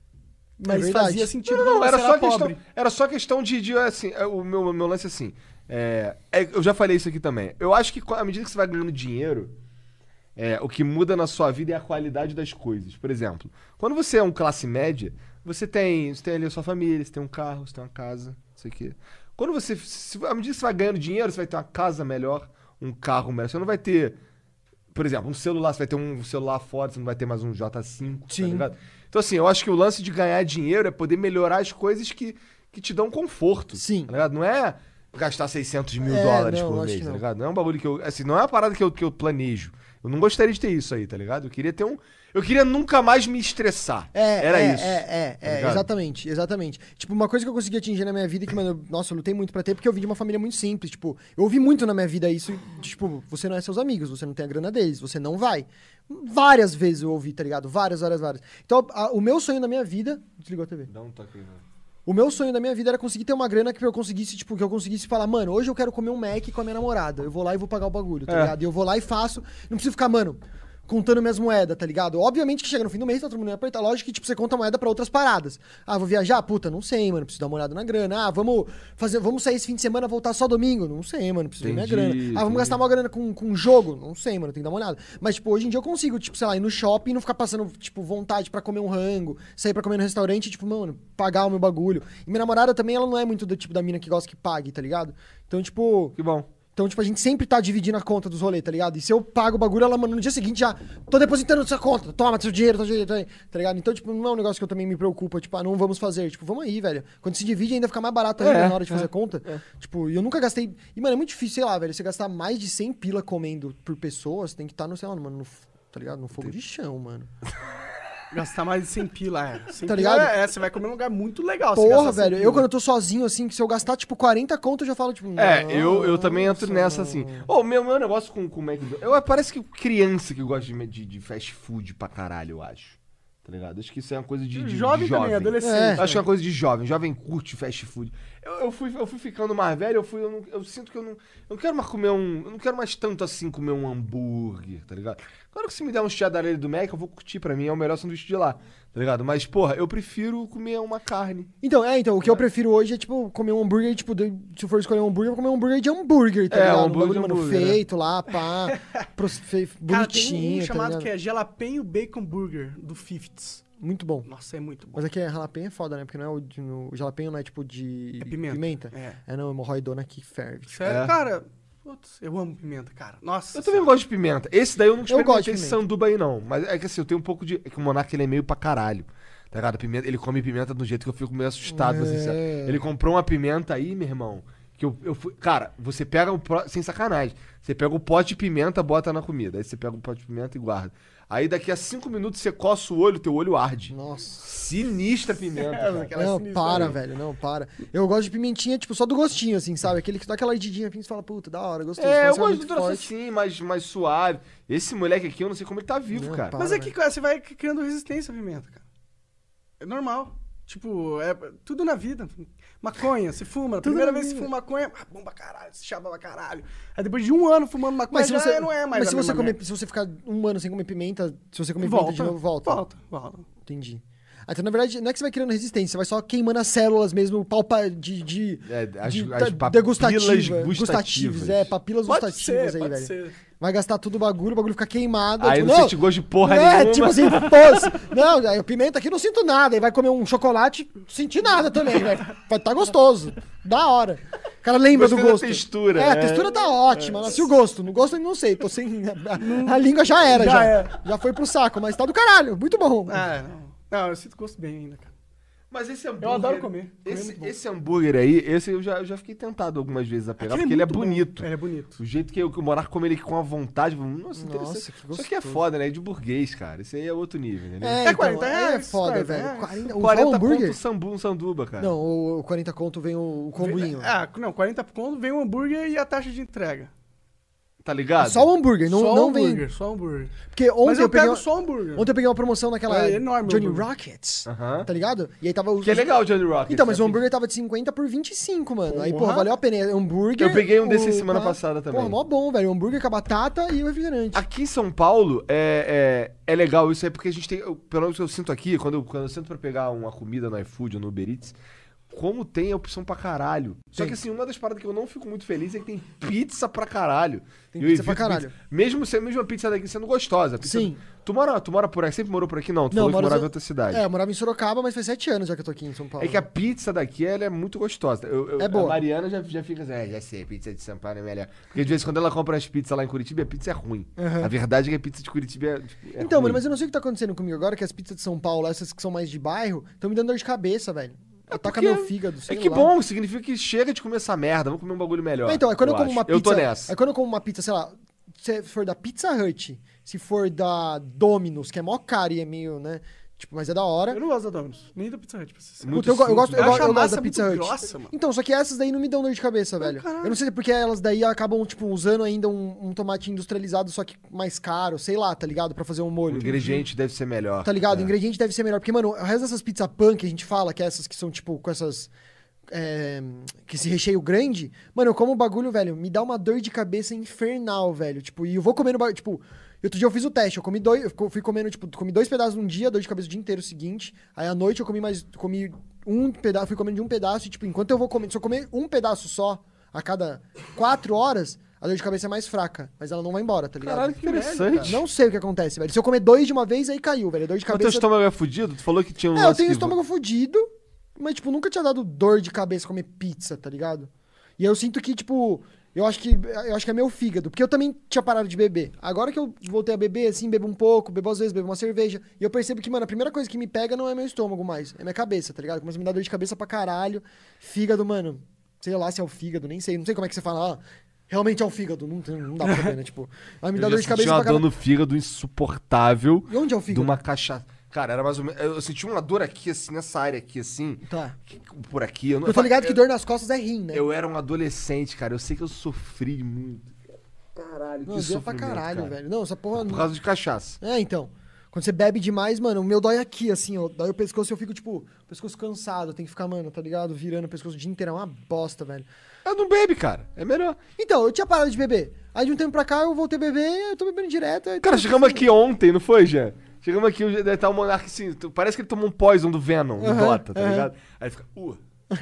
Mas verdade. fazia sentido Não, quando não, você era era só, pobre. questão, era só questão de, de, assim, é, o meu, meu lance assim, é, é, eu já falei isso aqui também, eu acho que à medida que você vai ganhando dinheiro, é, o que muda na sua vida é a qualidade das coisas. Por exemplo, quando você é um classe média, você tem, você tem ali a sua família, você tem um carro, você tem uma casa, não sei o quê. Quando você, se, à medida que você vai ganhando dinheiro, você vai ter uma casa melhor, um carro melhor, você não vai ter... Por exemplo, um celular, você vai ter um celular foda, você não vai ter mais um J cinco, tá Sim. ligado? Então, assim, eu acho que o lance de ganhar dinheiro é poder melhorar as coisas que, que te dão conforto. Sim. Tá ligado? Não é gastar seiscentos mil É, dólares não, por acho mês, que tá não. ligado? Não é um bagulho que eu... Assim, não é uma parada que eu, que eu planejo. Eu não gostaria de ter isso aí, tá ligado? Eu queria ter um... Eu queria nunca mais me estressar. É, Era é, isso. É, é, tá é, ligado? exatamente, exatamente. Tipo, uma coisa que eu consegui atingir na minha vida que, mano, eu- nossa, eu lutei muito pra ter, porque eu vim de uma família muito simples. Tipo, eu ouvi muito na minha vida isso, de, tipo, você não é seus amigos, você não tem a grana deles, você não vai. Várias vezes eu ouvi, tá ligado? Várias, várias, várias. Então, a- o meu sonho na minha vida... Desligou a T V. Dá um toque aí, né? O meu sonho da minha vida era conseguir ter uma grana que eu conseguisse, tipo, que eu conseguisse falar, mano, hoje eu quero comer um Mac com a minha namorada. Eu vou lá e vou pagar o bagulho, tá É. ligado? E eu vou lá e faço. Não preciso ficar, mano, contando minhas moedas, tá ligado? Obviamente que chega no fim do mês, tá todo mundo ia apertar. Lógico que, tipo, você conta moeda pra outras paradas. Ah, vou viajar? Puta, não sei, mano. Preciso dar uma olhada na grana. Ah, vamos fazer, vamos sair esse fim de semana, voltar só domingo? Não sei, mano. Preciso ver minha Entendi, grana. Ah, vamos entendi. gastar uma grana com, com um jogo? Não sei, mano. Tem que dar uma olhada. Mas, tipo, hoje em dia eu consigo, tipo, sei lá, ir no shopping e não ficar passando, tipo, vontade pra comer um rango, sair pra comer no restaurante e, tipo, mano, pagar o meu bagulho. E minha namorada também, ela não é muito do tipo da mina que gosta que pague, tá ligado? Então, tipo. Que bom. Então, tipo, a gente sempre tá dividindo a conta dos rolês, tá ligado? E se eu pago o bagulho, ela, mano, no dia seguinte já tô depositando na sua conta, toma seu dinheiro, toma seu dinheiro, tá ligado? Então, tipo, não é um negócio que eu também me preocupa, tipo, ah, não vamos fazer. Tipo, vamos aí, velho. Quando se divide ainda fica mais barato ainda É, na hora de fazer é, a conta. Tipo, e eu nunca gastei. E, mano, é muito difícil, sei lá, velho, você gastar mais de cem pila comendo por pessoa, você tem que estar no, sei lá, mano, no, tá ligado? No fogo de chão, mano. Gastar mais de cem pila, é. cem Tá pila ligado? É, você vai comer num lugar muito legal. você Porra, gastar cem velho, eu pila. quando eu tô sozinho, assim, que se eu gastar, tipo, quarenta conto, eu já falo, tipo. É, eu, eu também nossa, entro nessa assim. Ô, o meu, meu negócio com com o McDonald's. Eu, parece que criança que gosta de, de, de fast food pra caralho, eu acho. Tá ligado? Acho que isso é uma coisa de, de Jovem de também, jovem. adolescente. É. Eu acho que é uma coisa de jovem. Jovem curte fast food. Eu, eu, fui, eu fui ficando mais velho, eu, fui, eu, não- eu sinto que eu não, eu não quero mais comer um. Eu não quero mais tanto assim comer um hambúrguer, tá ligado? Claro que se me der um cheddar ali do Mac, eu vou curtir, pra mim é o melhor sanduíche de lá, tá ligado? Mas, porra, eu prefiro comer uma carne. Então, é, então, o que eu prefiro hoje é, tipo, comer um hambúrguer, tipo, de- se eu for escolher um hambúrguer, eu vou comer um hambúrguer de hambúrguer, tá É, ligado? um Um hambúrguer bagulho, de mano, hambúrguer, né? feito lá, pá, pros- fe- Cara, tem um, bonitinho, um tá chamado ligado? que é Jalapeno Bacon Burger, do fifties. Muito bom. Nossa, é muito bom. Mas aqui é jalapeno é foda, né? Porque não é o, de, no, o jalapeno não é, tipo, de É pimenta. É, É. não, é hemorroidona que ferve. Sério, É. cara, putz, eu amo pimenta, cara. Nossa. Eu também gosto de pimenta. Esse daí eu não Eu gosto de experimentei esse pimenta. sanduba aí, não. Mas é que assim, eu tenho um pouco de... É que o Monark, ele é meio pra caralho. Tá ligado? Pimenta, ele come pimenta de um jeito que eu fico meio assustado, pra ser sincero. É. Ele comprou uma pimenta aí, meu irmão, que eu, eu fui... Cara, você pega o... pro- Sem sacanagem. Você pega o pote de pimenta, bota na comida. Aí você pega o pote de pimenta e guarda. Aí daqui a cinco minutos você coça o olho, teu olho arde. Nossa. Sinistra pimenta, cara. Aquela Não, sinistra para, aí. velho, não, para. Eu gosto de pimentinha, tipo, só do gostinho, assim, sabe? Aquele que dá aquela ardidinha, assim, você fala, puta, da hora, gostoso. É, eu Quando você gosto muito do troço forte. assim, mais, mais suave. Esse moleque aqui, eu não sei como ele tá vivo, Não, cara. para. Mas é que, cara, você vai criando resistência à pimenta, cara. É normal. Tipo, é tudo na vida. Maconha, você fuma. A Tudo primeira na vez que você vida. fuma maconha, ah, bom pra caralho, se chapa pra caralho. Aí depois de um ano fumando maconha, Mas se já você, não é mais mas a se você, mesma comer, merda. se você ficar um ano sem comer pimenta, se você comer Volta, pimenta de novo, volta. Volta, volta. Entendi. Ah, então, na verdade, não é que você vai criando resistência, você vai só queimando as células mesmo, palpa de, de, É, as- de as ta- papilas degustativa, gustativas. gustativas, é, papilas Pode gustativas ser, aí, pode velho. ser. Vai gastar tudo o bagulho, o bagulho fica queimado. Aí tipo, não sente gosto de porra é, nenhuma. tipo assim, pô, se- não, aí o pimenta aqui não sinto nada, aí vai comer um chocolate, não senti nada também, vai, vai tá gostoso, da hora. O cara lembra do Gostei da gosto. textura, É, a é. textura tá ótima. Nasce o gosto. No gosto eu não sei. Tô sem. A, a língua já era, Já já. era. Já foi pro saco, mas tá do caralho. Muito bom. Ah, não. Não, eu sinto gosto bem ainda, cara. Mas esse hambúrguer... Eu adoro comer. Comer é Esse, muito bom. esse hambúrguer aí, esse eu já, eu já fiquei tentado algumas vezes a pegar, Aquele porque ele é muito bom. bonito. Ele é bonito. O jeito que, eu, que o Monarca come ele com a vontade, nossa, Nossa, interessante. que Isso aqui é gostoso. foda, né? É de burguês, cara. Isso aí é outro nível, entendeu? É, É então, quarenta aí é reais, foda, quarenta velho. reais. quarenta, o quarenta hambúrguer? conto sambu, um sanduba, cara. Não, o, o quarenta conto vem o, o comboinho. Ah, não, quarenta conto vem o hambúrguer e a taxa de entrega. Tá ligado? Só o hambúrguer, não, só não hambúrguer, vem. só hambúrguer. Porque ontem Mas eu, eu peguei. pego uma- só hambúrguer. Ontem eu peguei uma promoção naquela É enorme o Johnny hambúrguer. Rockets. Aham. Tá ligado? E aí tava. Que é legal o Johnny Rockets. Então, mas o né? hambúrguer tava de cinquenta por vinte e cinco, mano. Aí, Porra. pô, valeu a pena. É hambúrguer. Eu peguei um desse o- semana tá- passada também. Porra, mó bom, velho. O hambúrguer com a batata e o refrigerante. Aqui em São Paulo é, é, é legal isso aí, porque a gente tem. eu- Pelo menos eu sinto aqui, quando eu, quando eu sinto pra pegar uma comida no iFood ou no Uber Eats, como tem opção pra caralho. Só Tem. que assim, uma das paradas que eu não fico muito feliz é que tem pizza pra caralho. Tem Eu pizza pra evito caralho. Mesmo, se- mesmo a pizza daqui sendo gostosa. a Pizza, Sim. Tu mora, tu mora por aqui? Sempre morou por aqui? Não, tu falou que moro- morava em outra cidade. É, eu morava em Sorocaba, mas faz sete anos já que eu tô aqui em São Paulo. É que a pizza daqui, ela é muito gostosa. Eu, eu- É boa. A Mariana já, já fica assim, é, já sei, a pizza de São Paulo é melhor. Porque de vez em quando ela compra as pizzas lá em Curitiba, a pizza é ruim. Aham. A verdade é que a pizza de Curitiba é, tipo, é Então, ruim. mano, mas eu não sei o que tá acontecendo comigo agora, que as pizzas de São Paulo, essas que são mais de bairro, estão me dando dor de cabeça, velho. Ataca porque meu fígado, sei É que lá. bom, significa que chega de comer essa merda, vamos comer um bagulho melhor. É, então, é quando eu, como acho. uma pizza. Eu tô nessa. É quando eu como uma pizza, sei lá, se for da Pizza Hut, se for da Domino's, que é mó caro e é meio, né? Tipo, mas é da hora. Eu não gosto da Domino's, nem da Pizza Hut, pra ser sincero. Muito Puta, eu, go- eu gosto, eu, Eu go- acho a eu gosto massa da Pizza muito Hut. grossa, mano. Então, só que essas daí não me dão dor de cabeça, velho. caralho. Eu não sei se é porque elas daí acabam, tipo, usando ainda um, um tomate industrializado, só que mais caro, sei lá, tá ligado? Pra fazer um O molho. ingrediente deve ser melhor. Tá ligado? O É. ingrediente deve ser melhor. Porque, mano, o resto dessas pizza pan que a gente fala, que é essas que são, tipo, com essas. É, que esse recheio grande, mano, eu como o bagulho, velho, me dá uma dor de cabeça infernal, velho. Tipo, e eu vou comendo bagulho. Tipo, outro dia eu fiz o teste, eu comi dois. Eu fui comendo, tipo, comi dois pedaços num dia, dor de cabeça o dia inteiro seguinte. Aí à noite eu comi mais. Comi um pedaço, fui comendo de um pedaço, e, tipo, enquanto eu vou comendo. Se eu comer um pedaço só a cada quatro horas, a dor de cabeça é mais fraca. Mas ela não vai embora, tá ligado? Caralho, que interessante. Não sei o que acontece, velho. Se eu comer dois de uma vez, aí caiu, velho. A dor de Mas teu cabeça. estômago é fudido? Tu falou que tinha um É, eu lance tenho que- estômago fudido, mas, tipo, nunca tinha dado dor de cabeça comer pizza, tá ligado? E eu sinto que, tipo, eu acho que eu acho que é meu fígado, porque eu também tinha parado de beber. Agora que eu voltei a beber, assim, bebo um pouco, bebo às vezes, bebo uma cerveja, e eu percebo que, mano, a primeira coisa que me pega não é meu estômago mais, é minha cabeça, tá ligado? Começa a me dar dor de cabeça pra caralho. Fígado, mano, sei lá se é o fígado, nem sei, não sei como é que você fala, ah, realmente é o fígado, não, tem- não dá pra saber, né? Tipo, aí me Eu dá já dor de senti cabeça uma pra dor caralho. no fígado insuportável. E onde é o De fígado? uma cachaça. Cara, era mais ou menos. Eu senti uma dor aqui, assim, nessa área aqui, assim. Tá. Por aqui. Eu, não, Eu tô ligado que eu, dor nas costas é rim, né? eu era um adolescente, cara. Eu sei que eu sofri muito. Caralho, Não, que doeu pra sofrimento, caralho, cara. velho. Não, essa porra... Por causa de cachaça. É, então. Quando você bebe demais, mano, o meu dói aqui, assim, ó. Dói o pescoço e eu fico, tipo, o pescoço cansado. Tem que ficar, mano, tá ligado? Virando o pescoço o dia inteiro. É uma bosta, velho. Eu não bebe, cara. É melhor. Então, eu tinha parado de beber. Aí de um tempo pra cá eu voltei a beber, eu tô bebendo direto. aí Cara, tá- chegamos aqui ontem, não foi, Jean? Chegamos aqui, o deve estar o Monark assim. tu- Parece que ele tomou um poison do Venom, do Aham, Dota, tá aham. ligado? Aí fica, uh,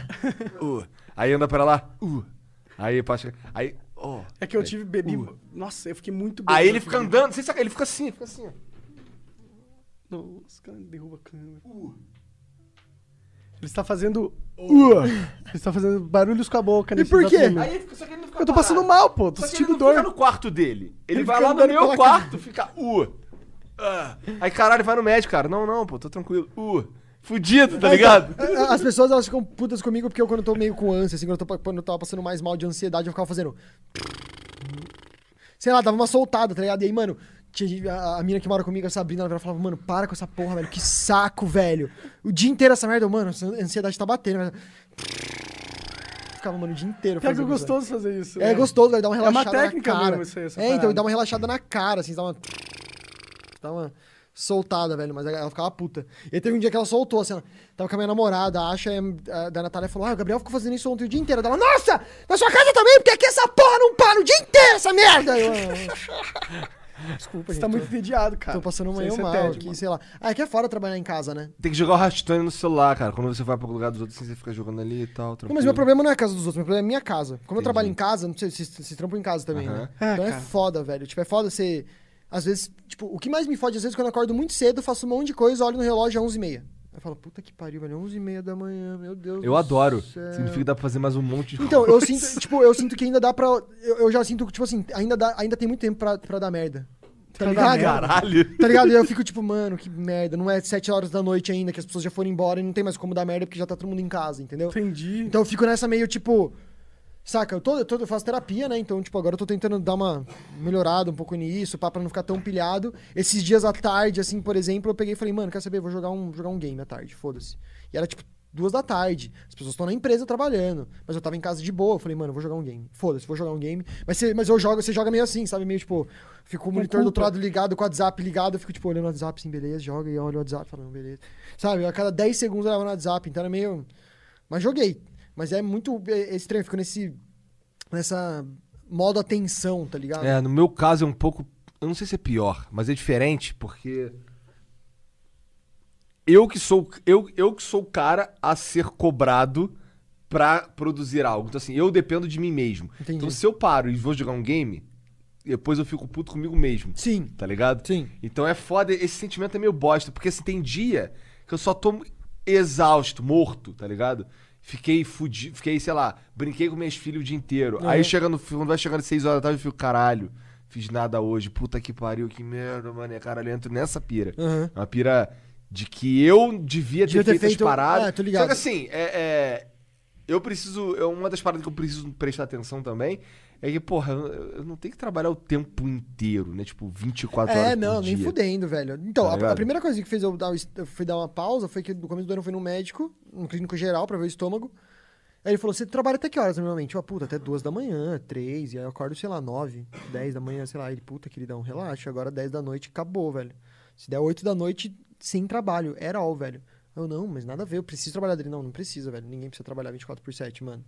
uh. Aí anda pra lá, uh. Aí passa. Aí, ó. É que eu tive bebi. Uh. Nossa, eu fiquei muito Aí ele bêbado, fica eu andando, você sabe, ele fica assim, fica assim, ó. Nossa, cara, derruba a câmera. Ele está fazendo. Uh. Ele está fazendo barulhos com a boca. nesse por quê? exato momento. Aí ele fica, só que ele não fica Eu tô passando mal, pô. Tô Só que ele sentindo não fica dor. no quarto dele. Ele, Ele vai fica lá no andando meu pela quarto, fica, uh. ah. Aí, caralho, vai no médico, cara. Não, não, pô, tô tranquilo. Uh. Fudido, tá ligado? A- As pessoas, elas ficam putas comigo porque eu, quando eu tô meio com ânsia, assim, quando eu, tô, quando eu tava passando mais mal de ansiedade, eu ficava fazendo... Sei lá, dava uma soltada, tá ligado? E aí, mano, tinha gente- a, a mina que mora comigo, a Sabrina, ela falava, mano, para com essa porra, velho, que saco, velho. O dia inteiro essa merda, eu, mano, essa ansiedade tá batendo, velho. Ficava, mano, o dia inteiro Pior que é fazendo isso, velho. gostoso fazer isso. É né? gostoso, velho, dá uma É uma relaxada técnica na cara. mesmo isso aí, essa é, então, parada. dá uma relaxada na cara, assim, dá uma... Dá uma soltada, velho, mas ela ficava puta. E aí teve um dia que ela soltou, assim, ela tava com a minha namorada, a Asha, a, da Natália, falou, ah, o Gabriel ficou fazendo isso ontem o dia inteiro. Ela, nossa, na sua casa também, porque aqui essa porra não para o dia inteiro, essa merda! Eu, ah, desculpa, Você gente. tá muito tô, entediado, cara. tô passando Isso meio aí mal você é tédio, aqui, mano. sei lá. Ah, é que é fora trabalhar em casa, né? Tem que jogar o Hearthstone no celular, cara. Quando você vai pro lugar dos outros, assim, você fica jogando ali e tal. Não, mas meu problema não é a casa dos outros, meu problema é a minha casa. Como eu trabalho em casa, não sei se vocês trampam em casa também, Aham. né? É, Então é cara. foda, velho. Tipo, é foda você... Às vezes, tipo, o que mais me fode, às vezes, quando eu acordo muito cedo, eu faço um monte de coisa, olho no relógio às onze e meia. eu falo, puta que pariu, velho, onze e meia da manhã, meu Deus Eu do adoro. céu. Significa que dá pra fazer mais um monte de Então, coisa. eu sinto, tipo, eu sinto que ainda dá pra... Eu, eu já sinto que, tipo assim, ainda, dá, ainda tem muito tempo pra, pra dar merda. Tá Pra ligado? dar merda. Caralho. Tá ligado? E eu fico tipo, mano, que merda. Não é sete horas da noite ainda, que as pessoas já foram embora e não tem mais como dar merda porque já tá todo mundo em casa, entendeu? Entendi. Então eu fico nessa meio, tipo... Saca? Eu, tô, eu, tô, eu faço terapia, né? Então, tipo, agora eu tô tentando dar uma melhorada um pouco nisso, pá, pra não ficar tão pilhado. Esses dias à tarde, assim, por exemplo, eu peguei e falei, mano, quer saber? Vou jogar um, jogar um game à tarde, foda-se. E era, tipo, duas da tarde. As pessoas estão na empresa trabalhando. Mas eu tava em casa de boa. Eu falei, mano, eu vou jogar um game. Foda-se, vou jogar um game. Mas, você, mas eu jogo, você joga meio assim, sabe? Meio, tipo, fico o monitor do outro lado ligado, com o WhatsApp ligado. Eu fico, tipo, olhando o WhatsApp, assim, beleza, joga. E eu olho o WhatsApp, falando, beleza. Sabe? A cada dez segundos eu olhava no WhatsApp. Então era meio... Mas joguei. Mas é muito é estranho. Fico nesse... Nessa modo atenção, tá ligado? É, no meu caso é um pouco... Eu não sei se é pior, mas é diferente, porque... Eu que sou eu, eu que sou o cara a ser cobrado pra produzir algo. Então, assim, eu dependo de mim mesmo. Entendi. Então, se eu paro e vou jogar um game, depois eu fico puto comigo mesmo. Sim. Tá ligado? Sim. Então é foda, esse sentimento é meio bosta, porque assim, tem dia que eu só tô exausto, morto, tá ligado? Fiquei fudido, fiquei, sei lá, brinquei com meus filhos o dia inteiro. Uhum. Aí chega no, quando vai chegando seis horas da tarde, eu fico, caralho, fiz nada hoje, puta que pariu, que merda, mano. E, caralho, eu entro nessa pira. Uhum. Uma pira de que eu devia ter Devia ter feito as feito- paradas. é, tô ligado. Só que assim, é, é, eu preciso. É uma das paradas que eu preciso prestar atenção também. É que, porra, eu, eu não tenho que trabalhar o tempo inteiro, né? Tipo, vinte e quatro horas É, por não, dia. nem fudendo, velho. Então, Tá a- a, ligado? primeira coisa que fez eu dar, o est- eu fui dar uma pausa foi que no começo do ano eu fui no médico, no clínico geral, pra ver o estômago. Aí ele falou, você trabalha até que horas normalmente? Eu, puta, até duas da manhã, três, e aí eu acordo, sei lá, nove, dez da manhã, sei lá. Ele, puta, queridão, relaxa, agora dez da noite, acabou, velho. Se der oito da noite, sem trabalho, era all, velho. Eu, não, mas nada a ver, eu preciso trabalhar dele. Não, não precisa, velho, ninguém precisa trabalhar vinte e quatro por sete, mano.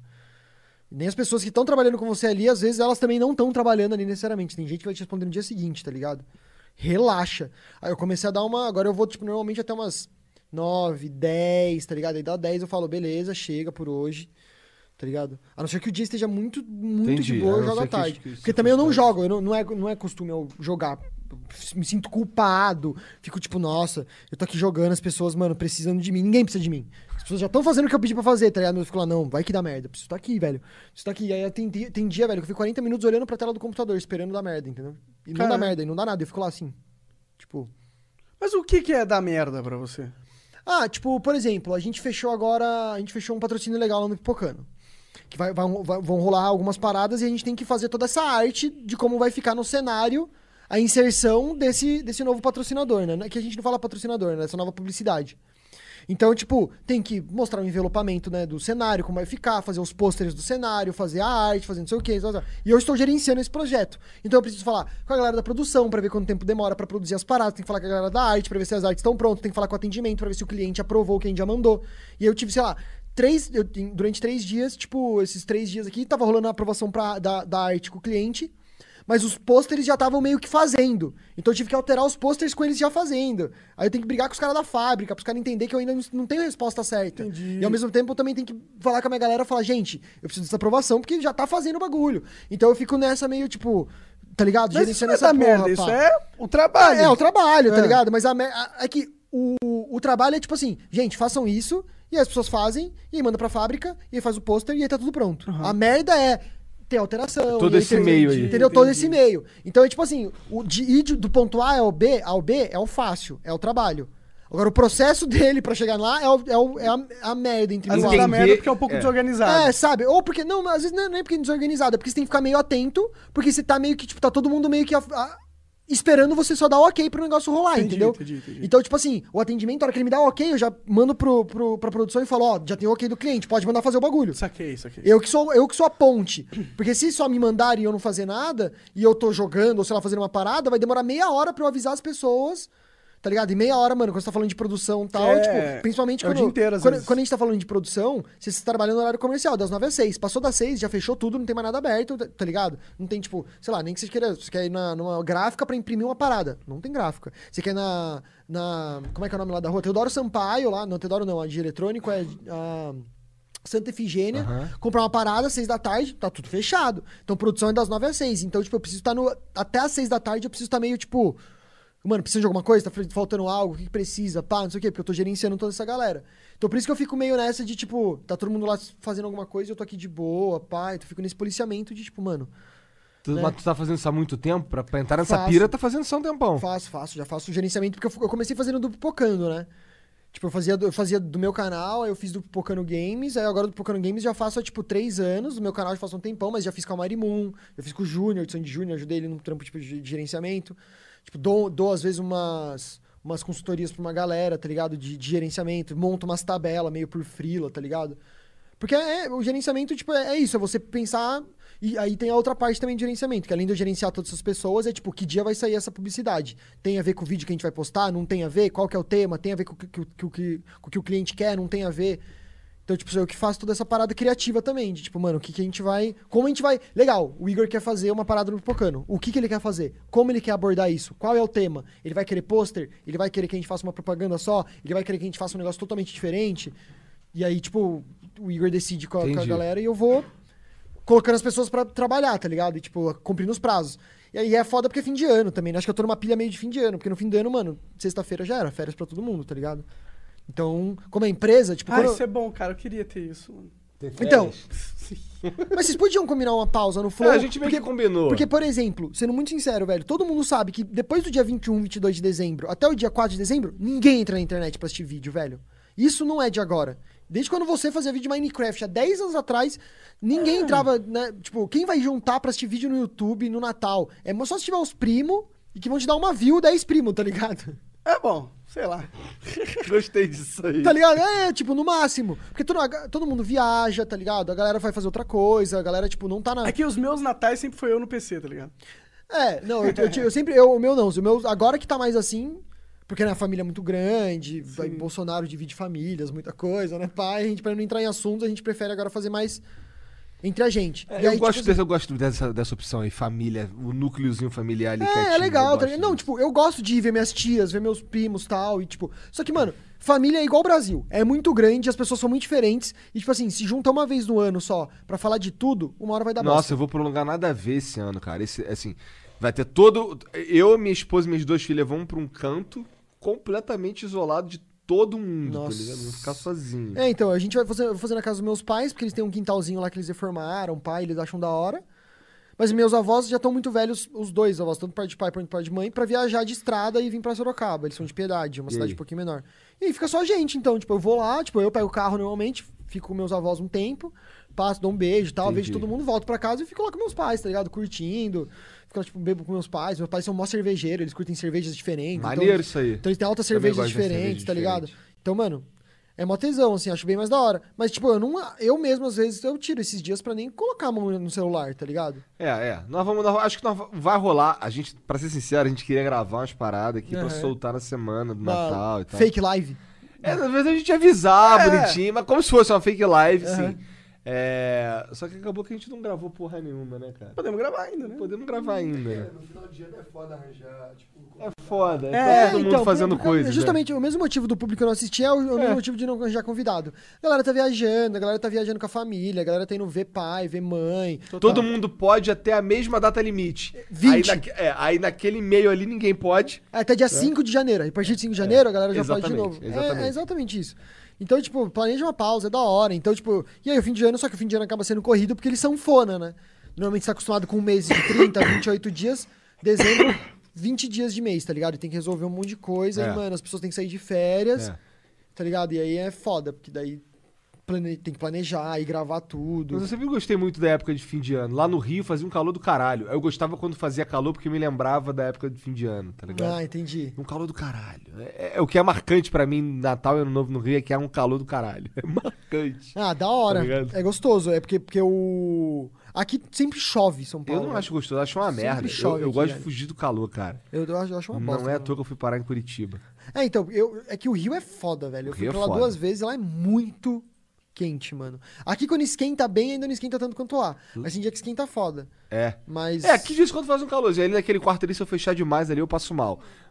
Nem as pessoas que estão trabalhando com você ali, às vezes elas também não estão trabalhando ali necessariamente. Tem gente que vai te responder no dia seguinte, tá ligado? Relaxa. Aí eu comecei a dar uma... Agora eu vou, tipo, normalmente até umas nove, dez, tá ligado? Aí dá dez eu falo, beleza, chega por hoje, tá ligado? A não ser que o dia esteja muito, muito Entendi, de boa, a eu não jogo ser à que- tarde. que Porque também eu não circunstâncias- jogo, eu não, não, é, não é costume eu jogar. Eu me sinto culpado, fico tipo, nossa, eu tô aqui jogando, as pessoas, mano, precisando de mim. Ninguém precisa de mim. As pessoas já estão fazendo o que eu pedi pra fazer, tá ligado? Eu fico lá, não, vai que dá merda. Eu preciso estar aqui, velho. Preciso estar aqui. Aí tem, dia- tem dia, velho, que eu fico quarenta minutos olhando pra tela do computador, esperando dar merda, entendeu? E não dá Caralho. merda, e não dá nada. Eu fico lá assim, tipo... Mas o que que é dar merda pra você? Ah, tipo, por exemplo, a gente fechou agora, a gente fechou um patrocínio legal lá no Pipocano. Que vai, vai- vai- vão rolar algumas paradas e a gente tem que fazer toda essa arte de como vai ficar no cenário a inserção desse, desse novo patrocinador, né? Que a gente não fala patrocinador, né? Essa nova publicidade. Então, tipo, tem que mostrar o envelopamento, né, do cenário, como vai ficar, fazer os pôsteres do cenário, fazer a arte, fazer não sei o que. E eu estou gerenciando esse projeto. Então eu preciso falar com a galera da produção pra ver quanto tempo demora pra produzir as paradas, tem que falar com a galera da arte pra ver se as artes estão prontas, tem que falar com o atendimento pra ver se o cliente aprovou o que a gente já mandou. E eu tive, sei lá, três, eu, durante três dias, tipo, esses três dias aqui, tava rolando a aprovação pra, da, da arte com o cliente. Mas os pôsteres já estavam meio que fazendo. Então eu tive que alterar os pôsteres com eles já fazendo. Aí eu tenho que brigar com os caras da fábrica, pros caras entenderem que eu ainda não- não tenho a resposta certa. Entendi. E ao mesmo tempo eu também tenho que falar com a minha galera e falar, gente, eu preciso dessa aprovação porque já tá fazendo o bagulho. Então eu fico nessa meio, tipo, tá ligado? Mas isso não é essa dar merda, porra, isso pá. é o trabalho. É, é o trabalho, tá É. ligado? Mas a, mer- a- é que o, o trabalho é tipo assim, gente, façam isso, e aí as pessoas fazem, e aí manda pra fábrica, e aí faz o pôster, e aí tá tudo pronto. A merda é ter alteração. Todo e aí esse ter- meio aí. Entendeu? Todo Entendi. esse meio. Então é tipo assim, o de ir de- do ponto A ao B, ao B é o fácil, é o trabalho. Agora, o processo dele pra chegar lá é, o, é, o- é a, a merda entre Às mil vezes dá aspas. merda porque é um pouco é. desorganizado. É, sabe? Ou porque. Não, mas às vezes não é nem porque é desorganizado, é porque você tem que ficar meio atento, porque você tá meio que, tipo, tá todo mundo meio que a- a- esperando você só dar o ok pro negócio rolar, Entendi, entendeu? entendi, entendi. Então, tipo assim, o atendimento, na hora que ele me dá o ok, eu já mando pro, pro, pra produção e falo, ó, já tem o ok do cliente, pode mandar fazer o bagulho. Saquei, saquei. Eu que, sou, eu que sou a ponte. Porque se só me mandarem e eu não fazer nada, e eu tô jogando, ou sei lá, fazendo uma parada, vai demorar meia hora pra eu avisar as pessoas, tá ligado? E meia hora, mano, quando você tá falando de produção e tal, É, tipo, principalmente é o quando, dia inteiro, às quando, vezes. quando a gente tá falando de produção, você está trabalhando no horário comercial, das nove às seis. Passou das seis, já fechou tudo, não tem mais nada aberto, tá, tá ligado? Não tem, tipo, sei lá, nem que você queira, você quer ir na, numa gráfica pra imprimir uma parada. Não tem gráfica. Você quer ir na, na... Como é que é o nome lá da rua? Teodoro Sampaio, lá, não, Teodoro não, a de eletrônico é... A, Santa Efigênia, comprar uma parada às seis da tarde, tá tudo fechado. Então, produção é das nove às seis. Então, tipo, eu preciso estar no... Até às seis da tarde, eu preciso estar meio, tipo... Mano, precisa de alguma coisa? Tá faltando algo? O que, que precisa? Pá, não sei o quê, porque eu tô gerenciando toda essa galera. Então por isso que eu fico meio nessa de, tipo, tá todo mundo lá fazendo alguma coisa e eu tô aqui de boa, pá. Então eu fico nesse policiamento de, tipo, mano... Tu, né? Mas tu tá fazendo isso há muito tempo? Pra, pra entrar nessa Faço. pira, tá fazendo isso há um tempão. Faço, faço. Já faço gerenciamento, porque eu, fu- eu comecei fazendo do Pipocando, né? Tipo, eu fazia, do- eu fazia do meu canal, aí eu fiz do Pipocando Games, aí agora do Pipocando Games já faço há, tipo, três anos. Do meu canal já faço há um tempão, mas já fiz com a Marimun, já fiz com o Júnior, de Sandy Júnior, ajudei ele num trampo, tipo, de, de gerenciamento. Tipo, dou, dou às vezes umas, umas consultorias pra uma galera, tá ligado? De, de gerenciamento, monto umas tabelas meio por freela, tá ligado? Porque é, o gerenciamento, tipo, é, é isso, é você pensar... E aí tem a outra parte também de gerenciamento, que além de eu gerenciar todas essas pessoas, é tipo, que dia vai sair essa publicidade? Tem a ver com o vídeo que a gente vai postar? Não tem a ver? Qual que é o tema? Tem a ver com o que, com, o que- com o que o cliente quer? Não tem a ver? Então, tipo, sou eu que faço toda essa parada criativa também, de tipo, mano, o que, que a gente vai... Como a gente vai... Legal, o Igor quer fazer uma parada no Pipocano. O que, que ele quer fazer? Como ele quer abordar isso? Qual é o tema? Ele vai querer pôster? Ele vai querer que a gente faça uma propaganda só? Ele vai querer que a gente faça um negócio totalmente diferente? E aí, tipo, o Igor decide com a, com a Entendi. galera e eu vou colocando as pessoas pra trabalhar, tá ligado? E, tipo, cumprindo os prazos. E aí é foda porque é fim de ano também, né? Acho que eu tô numa pilha meio de fim de ano, porque no fim de ano, mano, sexta-feira já era, férias pra todo mundo, tá ligado? Então, como é empresa, tipo... Ah, quando eu- isso é bom, cara. Eu queria ter isso, mano. Então, mas vocês podiam combinar uma pausa no É, Flow? a gente meio que combinou. Porque, por exemplo, sendo muito sincero, velho, todo mundo sabe que depois do dia vinte e um, vinte e dois de dezembro até o dia quatro de dezembro, ninguém entra na internet pra assistir vídeo, velho. Isso não é de agora. Desde quando você fazia vídeo de Minecraft, há dez anos atrás, ninguém entrava, né? Tipo, quem vai juntar pra assistir vídeo no YouTube no Natal? É só se tiver os primos e que vão te dar uma view, dez primos, tá ligado? É bom, sei lá. Gostei disso aí. Tá ligado? É, tipo, no máximo. Porque todo, todo mundo viaja, tá ligado? A galera vai fazer outra coisa, a galera, tipo, não tá na... É que os meus natais sempre foi eu no P C, tá ligado? É, não, eu, eu, eu sempre. Eu, o meu não. O meu, agora que tá mais assim, porque né, a família é muito grande, vai, Bolsonaro divide famílias, muita coisa, né? Pai, a gente, pra não entrar em assuntos, a gente prefere agora fazer mais entre a gente. É, E eu, aí, gosto tipo, dessa, eu gosto dessa, dessa opção aí, família, o núcleozinho familiar ali É, quietinho, é legal, eu tá gosto ligado? Não, disso. tipo, eu gosto de ir ver minhas tias, ver meus primos e tal, e tipo... Só que, mano, família é igual o Brasil. É muito grande, as pessoas são muito diferentes, e tipo assim, se junta uma vez no ano só pra falar de tudo, uma hora vai dar Nossa, bosta. eu vou prolongar nada a ver esse ano, cara. Esse, assim, vai ter todo... Eu, minha esposa e minhas duas filhas vamos pra um canto completamente isolado de todo mundo, Nossa. tá ligado? Vamos ficar sozinho. É, então, a gente vai fazer, vou fazer na casa dos meus pais, porque eles têm um quintalzinho lá que eles reformaram, pai, eles acham da hora. Mas meus avós já estão muito velhos, os dois avós, tanto pai de pai quanto pai de mãe, pra viajar de estrada e vir pra Sorocaba. Eles são de Piedade, uma E cidade aí? um pouquinho menor. E aí fica só a gente, então, tipo, eu vou lá, tipo, eu pego o carro normalmente, fico com meus avós um tempo, passo, dou um beijo e tal, Entendi. vejo todo mundo, volto pra casa e fico lá com meus pais, tá ligado? Curtindo. Fico lá, tipo, bebo com meus pais. Meus pais são mó cervejeiros, eles curtem cervejas diferentes. Maneiro então, isso aí. então eles têm altas Também cervejas gosto de diferentes, cerveja tá ligado? diferente. Então, mano, é mó tesão, assim, acho bem mais da hora. Mas, tipo, eu não. Eu mesmo, às vezes, eu tiro esses dias pra nem colocar a mão no celular, tá ligado? É, é. Nós vamos, nós- acho que nós, vai rolar. A gente, pra ser sincero, a gente queria gravar umas paradas aqui pra Aham. soltar na semana do Uma Natal e tal. Fake live. É, às vezes a gente ia avisar É. bonitinho, mas como se fosse uma fake live, Aham. sim. É, só que acabou que a gente não gravou porra nenhuma, né, cara? Podemos gravar ainda, né? Podemos gravar ainda, né? No final do dia não é foda arranjar, tipo... É foda, é, É, tá todo mundo então, fazendo por- coisa. Justamente o mesmo motivo do público não assistir é o, o mesmo motivo de não arranjar convidado. A galera tá viajando, a galera tá viajando com a família, a galera tá indo ver pai, ver mãe. Todo mundo pode até a mesma data limite. vinte. Aí, naque- é, aí naquele meio ali ninguém pode. É, até dia cinco de janeiro. Aí, a partir de cinco de janeiro, a galera já pode de exatamente, novo. É- exatamente. É, exatamente isso. Então, tipo, planeja uma pausa, é da hora. Então, tipo, e aí o fim de ano, só que o fim de ano acaba sendo corrido porque eles são fona, né? Normalmente você tá acostumado com um mês de trinta, vinte e oito dias, dezembro, vinte dias de mês, tá ligado? E tem que resolver um monte de coisa, É. e, mano, as pessoas têm que sair de férias, É. tá ligado? E aí é foda, porque daí plane... tem que planejar e gravar tudo. Mas eu sempre gostei muito da época de fim de ano. Lá no Rio fazia um calor do caralho. Eu gostava quando fazia calor porque me lembrava da época de fim de ano, tá ligado? Ah, entendi. Um calor do caralho. É, é- o que é marcante pra mim, Natal e Ano Novo no Rio, é que é um calor do caralho. É marcante. Ah, da hora. Tá ligado? É gostoso, é porque, porque o... Aqui sempre chove em São Paulo. Eu não né? acho gostoso, eu acho uma Sempre merda. Eu, chove eu aqui, gosto de velho. fugir do calor, cara. Eu, eu acho, eu acho uma bosta. Não é à mano. toa que eu fui parar em Curitiba. É, então, eu, é que o Rio é foda, velho. Eu O fui Rio pra é lá foda. duas vezes e lá é muito quente, mano. Aqui quando esquenta bem, ainda não esquenta tanto quanto lá. Mas tem dia que esquenta foda. É. Mas... É, aqui de vez em quando faz um calor. Ali naquele quarto ali, se eu fechar demais ali, eu passo mal.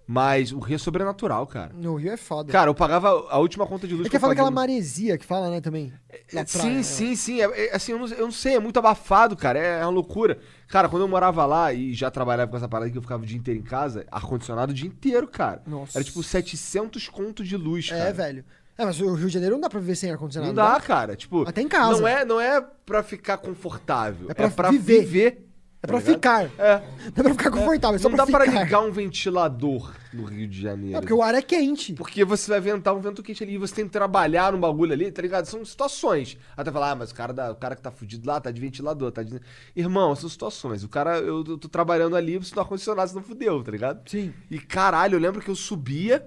Mas o Rio é sobrenatural, cara. No Rio é foda. Cara, eu pagava a última conta de luz é que eu fala paguei aquela no- maresia que fala, né, também. Na Sim, praia, sim, sim. É, é, assim, eu não, eu não sei, é muito abafado, cara. É, é uma loucura. Cara, quando eu morava lá e já trabalhava com essa parada que eu ficava o dia inteiro em casa, ar-condicionado o dia inteiro, cara. Nossa. Era tipo setecentos contos de luz, É, cara. velho. É, mas o Rio de Janeiro não dá pra viver sem ar-condicionado. Não dá, cara. Tipo, Até em casa. Não é, não é pra ficar confortável. É É pra pra, viver. viver. É pra tá ligado? ficar. É. Não é pra ficar confortável, é só Não pra dá pra ficar. ligar um ventilador no Rio de Janeiro. É porque o ar é quente. Porque você vai ventar um vento quente ali e você tem que trabalhar num bagulho ali, tá ligado? São situações. Até falar, ah, mas o cara, da, o cara que tá fudido lá tá de ventilador, tá de. Irmão, são situações. O cara, eu, eu tô trabalhando ali, você não ar-condicionado, você não fudeu, tá ligado? Sim. E caralho, eu lembro que eu subia.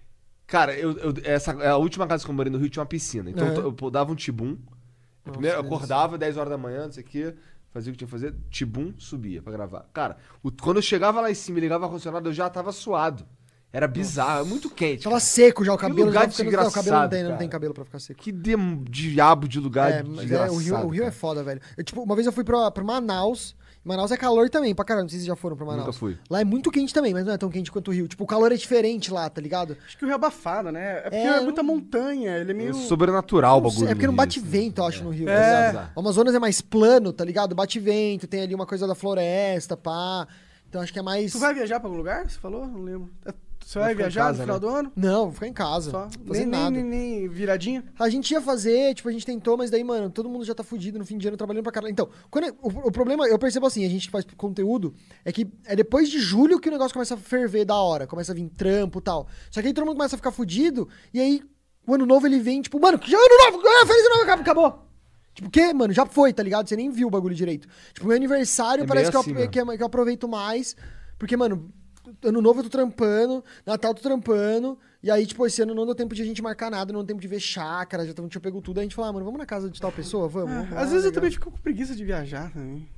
Cara, eu, eu- essa, a última casa que eu morei no Rio tinha uma piscina. Então Uhum. eu, to- eu dava um tibum. Eu primeiro, eu acordava dez horas da manhã, não sei o quê. Fazia o que tinha que fazer, tibum, subia pra gravar. Cara, o- quando eu chegava lá em cima e ligava o ar-condicionado, eu já tava suado. Era bizarro, é muito quente. Tava cara. seco já, o cabelo lugar já ficando... Não, o cabelo não desgraçado, tem, não cara. tem cabelo pra ficar seco. Que dem- diabo de lugar É, mas é, desgraçado. o Rio, o Rio é cara. foda, velho. Eu, tipo, uma vez eu fui pra, pra Manaus. Manaus é calor também, pra caramba. Não sei se vocês já foram pra Manaus. Nunca fui. Lá é muito quente também, mas não é tão quente quanto o Rio. Tipo, o calor é diferente lá, tá ligado? Acho que o Rio é abafado, né? É porque É, é, eu muita não- montanha, ele é É meio... sobrenatural o Não sei, bagulho. é porque no não Rio, bate assim. vento, eu acho, no Rio. É. tá ligado? O Amazonas é mais plano, tá ligado? Bate vento, tem ali uma coisa da floresta, pá. Então acho que é mais... Tu vai viajar pra algum lugar? Você falou? Não lembro. É, Você Vai vai ficar em viajar casa, no final né? do ano? Não, vou ficar em casa. Só. Fazer Nem, nada. nem, nem, nem viradinha? A gente ia fazer, tipo, a gente tentou, mas daí, mano, todo mundo já tá fudido no fim de ano trabalhando pra caralho. Então, quando eu- o, o problema, eu percebo assim, a gente que faz conteúdo, é que é depois de julho que o negócio começa a ferver da hora, começa a vir trampo e tal. Só que aí todo mundo começa a ficar fudido, e aí o ano novo ele vem, tipo, mano, que ano novo, ah, feliz ano novo, acabou, acabou. Tipo, o quê, mano? Já foi, tá ligado? Você nem viu o bagulho direito. Tipo, meu aniversário É parece meio que, assim eu, mesmo. que, é- que eu aproveito mais, porque, mano, ano novo eu tô trampando, Natal eu tô trampando, e aí, tipo, esse ano não deu tempo de a gente marcar nada, não deu tempo de ver chácara, já tava- tinha pego tudo, aí a gente falou, ah, mano, vamos na casa de tal pessoa, vamos. vamos lá, Às vezes eu legal. também fico com preguiça de viajar também.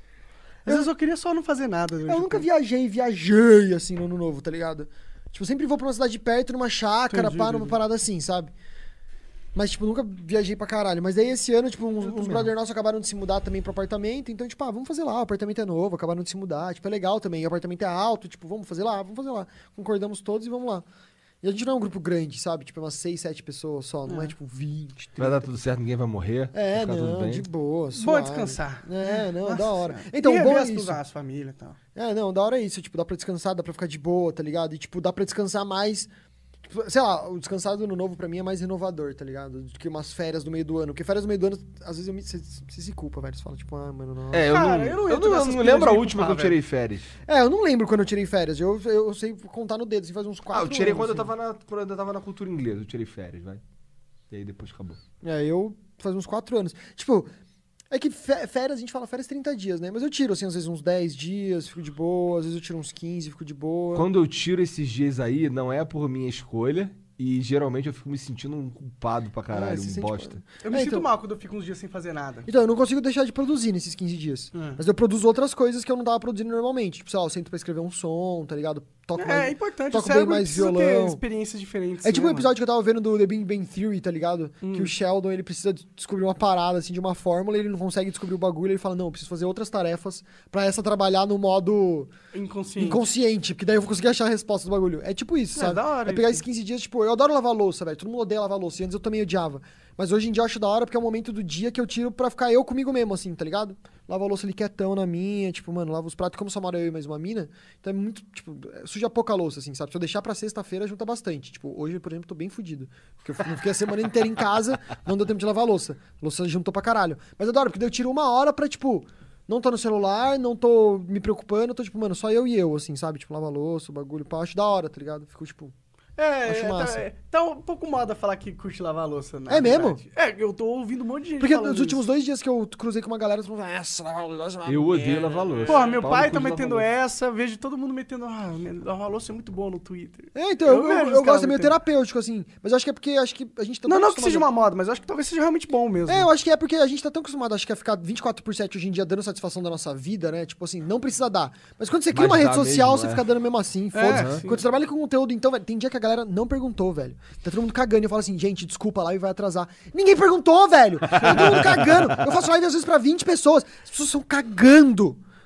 Às Eu- vezes eu queria só não fazer nada. Eu nunca viajei, viajei, assim, no ano novo, tá ligado? Tipo, eu sempre vou pra uma cidade perto, numa chácara, Entendi, pá, numa entendi. parada assim, sabe? Mas, tipo, nunca viajei pra caralho. Mas daí esse ano, tipo, uns, uns brother nossos acabaram de se mudar também pro apartamento. Então, tipo, ah, vamos fazer lá, o apartamento é novo, acabaram de se mudar. Tipo, é legal também, o apartamento é alto, tipo, vamos fazer lá, vamos fazer lá. Concordamos todos e vamos lá. E a gente não é um grupo grande, sabe? Tipo, é umas seis, sete pessoas só, não é, tipo vinte, Vai trinta. dar tudo certo, ninguém vai morrer. É, vai ficar tudo não, bem. de boa, Bom é suave. descansar. É, não, Nossa da hora. Senhora. Então, e o bom rever é as, isso. as famílias e tal. É, não, da hora é isso. Tipo, dá pra descansar, dá pra ficar de boa, tá ligado? E, tipo, dá pra descansar mais. Tipo, sei lá, o descansar do ano novo pra mim é mais renovador, tá ligado? Do que umas férias do meio do ano. Porque férias do meio do ano, às vezes eu me, você, você se culpa, velho. Você fala, tipo, ah, mano, não. É, eu Cara, não, eu eu não não, entro eu nessas não pilhas lembro a de última que culpar, eu tirei férias. É, eu não lembro quando eu tirei férias. Eu, eu, eu sei contar no dedo, assim, faz uns quatro Ah, eu tirei anos, quando eu, assim. tava na, quando eu tava na cultura inglesa, eu tirei férias, vai. E aí depois acabou. É, eu faz uns quatro anos. Tipo, é que fe- férias, a gente fala férias trinta dias, né? Mas eu tiro, assim, às vezes uns dez dias, fico de boa. Às vezes eu tiro uns quinze, fico de boa. Quando eu tiro esses dias aí, não é por minha escolha. E geralmente eu fico me sentindo um culpado pra caralho, É, se um sente- bosta. Eu me É, sinto então- mal quando eu fico uns dias sem fazer nada. Então, eu não consigo deixar de produzir nesses quinze dias. É. Mas eu produzo outras coisas que eu não tava produzindo normalmente. Tipo, sei lá, eu sento pra escrever um som, tá ligado? Toco É, mais, é importante, o toco bem cérebro mais precisa ter violão. experiências diferentes. É tipo um né, episódio que eu tava vendo do The Big Bang Theory, tá ligado? Hum. Que o Sheldon, ele precisa de- descobrir uma parada, assim, de uma fórmula, e ele não consegue descobrir o bagulho, ele fala, não, eu preciso fazer outras tarefas pra essa trabalhar no modo mano? Inconsciente. inconsciente, porque daí eu vou conseguir achar a resposta do bagulho. É tipo isso, É, sabe? da hora é pegar isso. esses quinze dias, tipo, eu adoro lavar louça, velho. Todo mundo odeia lavar louça, e antes eu também odiava. Mas hoje em dia eu acho da hora, porque é o momento do dia que eu tiro pra ficar eu comigo mesmo, assim, tá ligado? Lavo a louça ali quietão na minha, tipo, mano, lavo os pratos, como só mora eu e mais uma mina, então é muito, tipo, suja pouca louça, assim, sabe? Se eu deixar pra sexta-feira, junta bastante. Tipo, hoje, por exemplo, tô bem fudido. Porque eu não fiquei a semana inteira em casa, não deu tempo de lavar a louça. A louça juntou pra caralho. Mas eu adoro, porque daí eu tiro uma hora pra, tipo, não tô no celular, não tô me preocupando, tô, tipo, mano, só eu e eu, assim, sabe? Tipo, lava a louça, o bagulho, pá, acho da hora, tá ligado? Fico, tipo... É, Acho é, massa. tá, é, tá um pouco moda falar que curte lavar a louça. na É mesmo? verdade. É, eu tô ouvindo um monte de gente Porque falando nos últimos isso. dois dias que eu cruzei com uma galera, todo mundo fala, essa, lavar a louça é uma Eu odeio merda." lavar louça. Porra, meu Pau pai no cu tá de metendo lavar louça. essa, vejo todo mundo metendo. Ah, lavar a louça é muito bom no Twitter. É, então, eu, Eu eu, vejo eu os caras gosto, é meio metendo. terapêutico, assim. Mas eu acho que é porque acho que a gente tá Não, tão não que acostumado- seja uma moda, mas eu acho que talvez seja realmente bom mesmo. É, eu acho que é porque a gente tá tão acostumado, acho que a ficar vinte e quatro por sete hoje em dia dando satisfação da nossa vida, né? Tipo assim, não precisa dar. Mas quando você cria Mas uma rede dá social, mesmo, você é. fica dando mesmo assim, foda-se. sim. Quando você trabalha com conteúdo, então, velho, tem dia que a galera não perguntou, velho. Tá todo mundo cagando e eu falo assim, gente, desculpa, a live vai atrasar. Ninguém perguntou, velho! Tá todo mundo cagando. Eu faço live às vezes pra vinte pessoas. As pessoas estão cagando.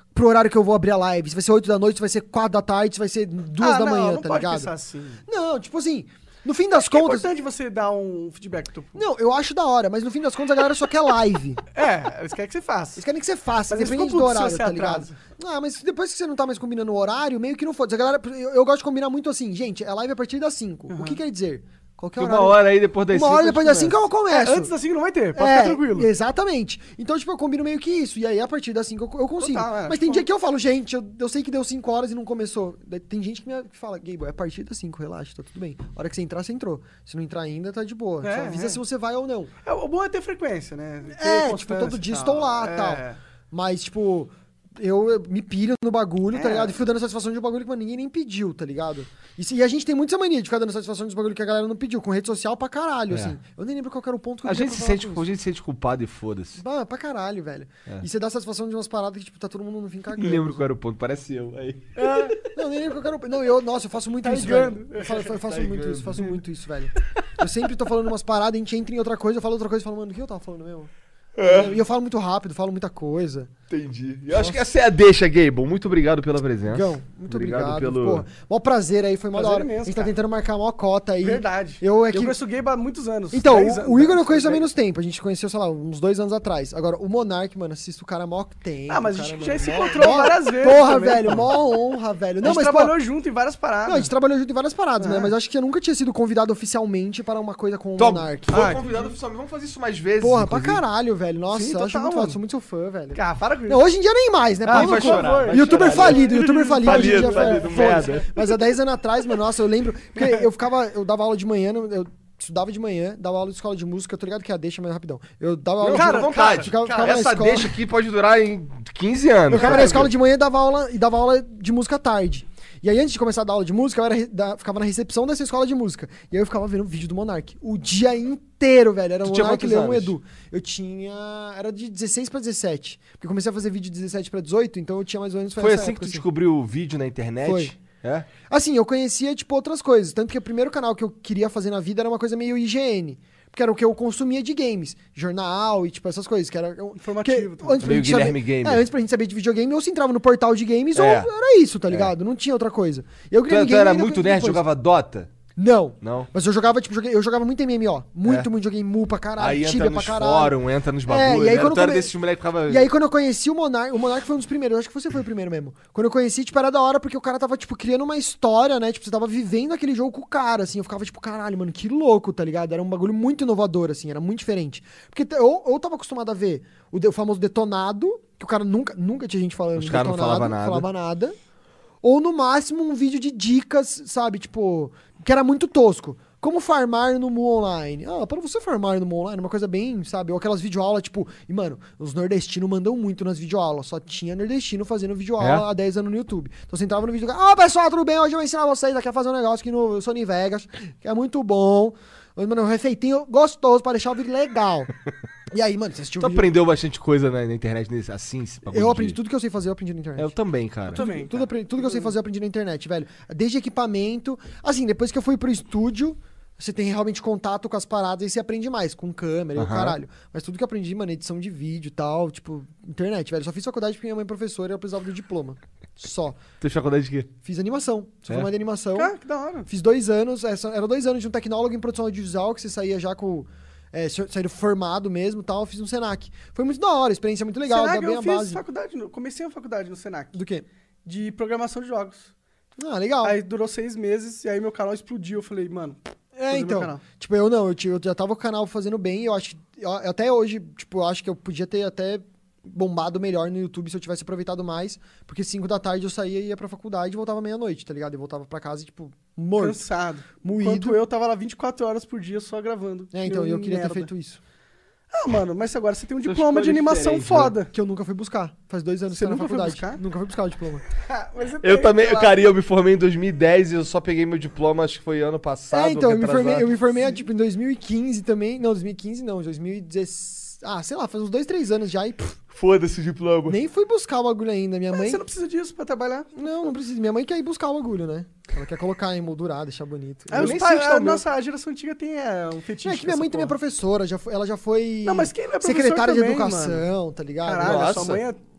pro horário que eu vou abrir a live. Se vai ser oito da noite, se vai ser quatro da tarde, se vai ser duas Ah, da não, manhã, não tá pode ligado? pensar assim. Não, tipo assim, no fim das É contas... importante você dar um feedback. Tipo... Não, eu acho da hora, mas no fim das contas a galera só quer live. É, eles querem que você faça. Eles querem que você faça, Mas eles independente ficam do putos se horário, você tá ligado? atrasa. Ah, mas depois que você não tá mais combinando o horário, meio que não foda. A galera, eu, eu gosto de combinar muito assim, gente, é live a partir das cinco. O que quer dizer? Qualquer Uma horário. hora aí depois das Uma cinco, hora a gente depois das cinco eu começa. começo. É, antes das cinco não vai ter, pode É, ficar tranquilo. Exatamente. Então, tipo, eu combino meio que isso. E aí, a partir das cinco eu, eu consigo. Total, é, Mas tem tipo- dia que eu falo, gente, eu, eu sei que deu cinco horas e não começou. Daí tem gente que me que fala, Gabe, é a partir das cinco, relaxa, tá tudo bem. A hora que você entrar, você entrou. Se não entrar ainda, tá de boa. É, Só avisa é. se você vai ou não. É, o bom é ter frequência, né? Ter É, tipo, constância todo e dia tal. estou lá e É. tal. Mas, tipo, eu, eu me pilho no bagulho, tá É. ligado? E fico dando satisfação de um bagulho que mano, ninguém nem pediu, tá ligado? E, se- e a gente tem muita essa mania de ficar dando satisfação dos bagulho que a galera não pediu, com rede social pra caralho, É. assim. Eu nem lembro qual que era o ponto que eu A queria gente, se falar sente, com a isso. gente se sente culpado e foda-se. Ah, pra caralho, velho. É. E você dá satisfação de umas paradas que, tipo, tá todo mundo no fim cagando. Nem lembro qual era o ponto, parece eu. Aí. Não, nem lembro qual que era o... Não, eu, nossa, eu faço muito Tá isso, ligando. velho. Eu, fa- eu faço Tá muito ligando. isso, faço muito isso, velho. Eu sempre tô falando umas paradas, a gente entra em outra coisa, eu falo outra coisa e falo, mano, o que eu tava falando mesmo? É. E eu falo muito rápido, falo muita coisa. Entendi. Eu acho que essa é a deixa, Gable. Muito obrigado pela presença. Gão, muito obrigado. pelo... Porra, mó prazer aí, foi mó da Prazer hora. imenso, a gente tá cara. tentando marcar mó cota aí. Verdade. Eu é que... Eu conheço o Gabe há muitos anos. Então, dez o, anos, o Igor né? eu conheço há dez. menos tempo. A gente conheceu, sei lá, uns dois anos atrás. Agora, o Monark, mano, assisto o cara há mó tempo. Ah, mas a cara, gente mano, já se mó- encontrou mó- várias vezes Porra, também, velho, pô. mó honra, velho. A Não, gente mas, pô, trabalhou junto em várias paradas. não, a gente trabalhou junto em várias paradas, É. né? Mas acho que eu nunca tinha sido convidado oficialmente para uma coisa com o Tom, Monark. foi Ah, convidado oficialmente. Vamos fazer isso mais vezes. Porra, pra inclusive. caralho, velho. Nossa, Sim, eu acho total, muito foda, mano. sou muito seu fã, velho. Cara, para com isso. Não, hoje em dia nem mais, né? Ah, Pau no vai cu. chorar, vai Youtuber chorar. falido, youtuber falido. hoje em Falido, dia foi- falido, foda-se. merda. Mas há dez anos atrás, mano, nossa, eu lembro. Porque eu ficava, eu dava aula de manhã, no- eu estudava de manhã, dava aula de escola de música, eu tô ligado que é a deixa, mas rapidão. Eu dava aula Não, de cara, à vontade. ficava- Cara, ficava na essa escola- deixa aqui pode durar em quinze anos. Eu ficava na escola de manhã e dava aula, e dava aula de música à tarde. E aí, antes de começar a dar aula de música, eu era, re- da- ficava na recepção dessa escola de música. E aí eu ficava vendo vídeo do Monark. O dia inteiro, velho. Era o Tu tinha Monark, quantos Leão e anos? Edu. Eu tinha... Era de dezesseis pra dezessete. Porque eu comecei a fazer vídeo de dezessete pra dezoito, então eu tinha mais ou menos... Foi nessa assim que época, tu descobriu o vídeo na internet? Foi. É? Assim, eu conhecia, tipo, outras coisas. Tanto que o primeiro canal que eu queria fazer na vida era uma coisa meio I G N. Porque era o que eu consumia de games. Jornal e, tipo, essas coisas. Que era, Informativo que, também. antes pra Meio gente saber- Guilherme Gamer. É, antes pra gente saber de videogame, ou se entrava no portal de games, É. ou era isso, tá ligado? Não tinha outra coisa. Eu, Tu, Guilherme tu era Gamer, muito depois- nerd, jogava Dota? Não. Não? Mas eu jogava, tipo, joguei- eu jogava muito M M O. Muito, É. muito. Joguei Mu pra caralho, Aí Tibia entra pra nos caralho. fóruns, entra nos É, bagulhos. e aí né? quando Tu era come- desses moleques que ficava... E aí, quando eu conheci o Monark, o Monark foi um dos primeiros. Eu acho que você foi o primeiro mesmo. Quando eu conheci, tipo, era da hora porque o cara tava, tipo, criando uma história, né? Tipo, você tava vivendo aquele jogo com o cara, assim. Eu ficava, tipo, caralho, mano, que louco, tá ligado? Era um bagulho muito inovador, assim, era muito diferente. Porque t- eu, eu tava acostumado a ver o, de- o famoso detonado, que o cara nunca, nunca tinha gente falando Os de caras não detonado, falavam nada. falava nada. Ou no máximo um vídeo de dicas, sabe? Tipo, que era muito tosco. Como farmar no Mu Online? Ah, para você farmar no Mu Online, uma coisa bem, sabe? Ou aquelas videoaulas, tipo... E, mano, os nordestinos mandam muito nas videoaulas. Só tinha nordestino fazendo videoaula É? há dez anos no YouTube. Então você entrava no vídeo... Ó, pessoal, tudo bem? Hoje eu vou ensinar vocês aqui a fazer um negócio aqui no Sony Vegas, que é muito bom. Mano, um refeitinho gostoso pra deixar o vídeo legal. E aí, mano, você assistiu Tu o vídeo... aprendeu bastante coisa na, na internet nesse, assim? esse bagulho Eu de- aprendi tudo que eu sei fazer, eu aprendi na internet. Eu também, cara. Eu também. Tudo, cara. apre- tudo que eu sei fazer eu aprendi na internet, velho. Desde equipamento. Assim, depois que eu fui pro estúdio, você tem realmente contato com as paradas e você aprende mais, com câmera e o Aham. caralho. Mas tudo que eu aprendi, mano, edição de vídeo e tal, tipo, internet, velho. Só fiz faculdade porque minha mãe é professora e eu precisava do diploma. Só. Tu fez faculdade de quê? Fiz animação. Sou É? formado em animação. Ah, que da hora. Fiz dois anos, essa- era dois anos de um tecnólogo em produção audiovisual, que você saía já com. É, saindo formado mesmo e tal, eu fiz um Senac. Foi muito da hora, experiência muito legal, Senac, dá bem eu a fiz base. faculdade, no- comecei a faculdade no Senac, Do quê? de programação de jogos. Ah, legal. Aí durou seis meses e aí meu canal explodiu. Eu falei, mano, É, fazer então. meu canal. Tipo, eu não, eu, ti- eu já tava com o canal fazendo bem, eu acho que. eu- até hoje, tipo, eu acho que eu podia ter até bombado melhor no YouTube se eu tivesse aproveitado mais. Porque cinco da tarde eu saía e ia pra faculdade e voltava meia-noite, tá ligado? Eu voltava pra casa, tipo, morto. cansado. Moído. Enquanto eu tava lá vinte e quatro horas por dia só gravando. É, então, Eu, eu queria merda. ter feito isso. Ah, mano, mas agora você tem um São diploma de escolhas animação diferentes, foda. Que eu nunca fui buscar. Faz dois anos Você que eu tô na nunca foi faculdade. buscar? Nunca fui buscar o diploma. Ah, mas você Eu tem, também, sei lá. cara, eu me formei em dois mil e dez e eu só peguei meu diploma, acho que foi ano passado. é, então, eu me retrasado. formei, eu me formei tipo, em dois mil e quinze também. Não, dois mil e quinze não, dois mil e dezesseis. Ah, sei lá, faz uns dois, três anos já e pff, Foda-se o diploma. nem fui buscar o bagulho ainda. Minha Mas mãe. você não precisa disso pra trabalhar. Não, não precisa. Minha mãe quer ir buscar o bagulho, né? Ela quer colocar em moldurar, deixar bonito. Ah, eu os nem pai- sei onde tá a o meu. nossa geração antiga tem é, um fetiche. Não, é que minha mãe com também é essa porra. professora, já foi- ela já foi Não, mas quem não é professor secretária de também, educação, tá ligado? Caralho, a Nossa. sua mãe é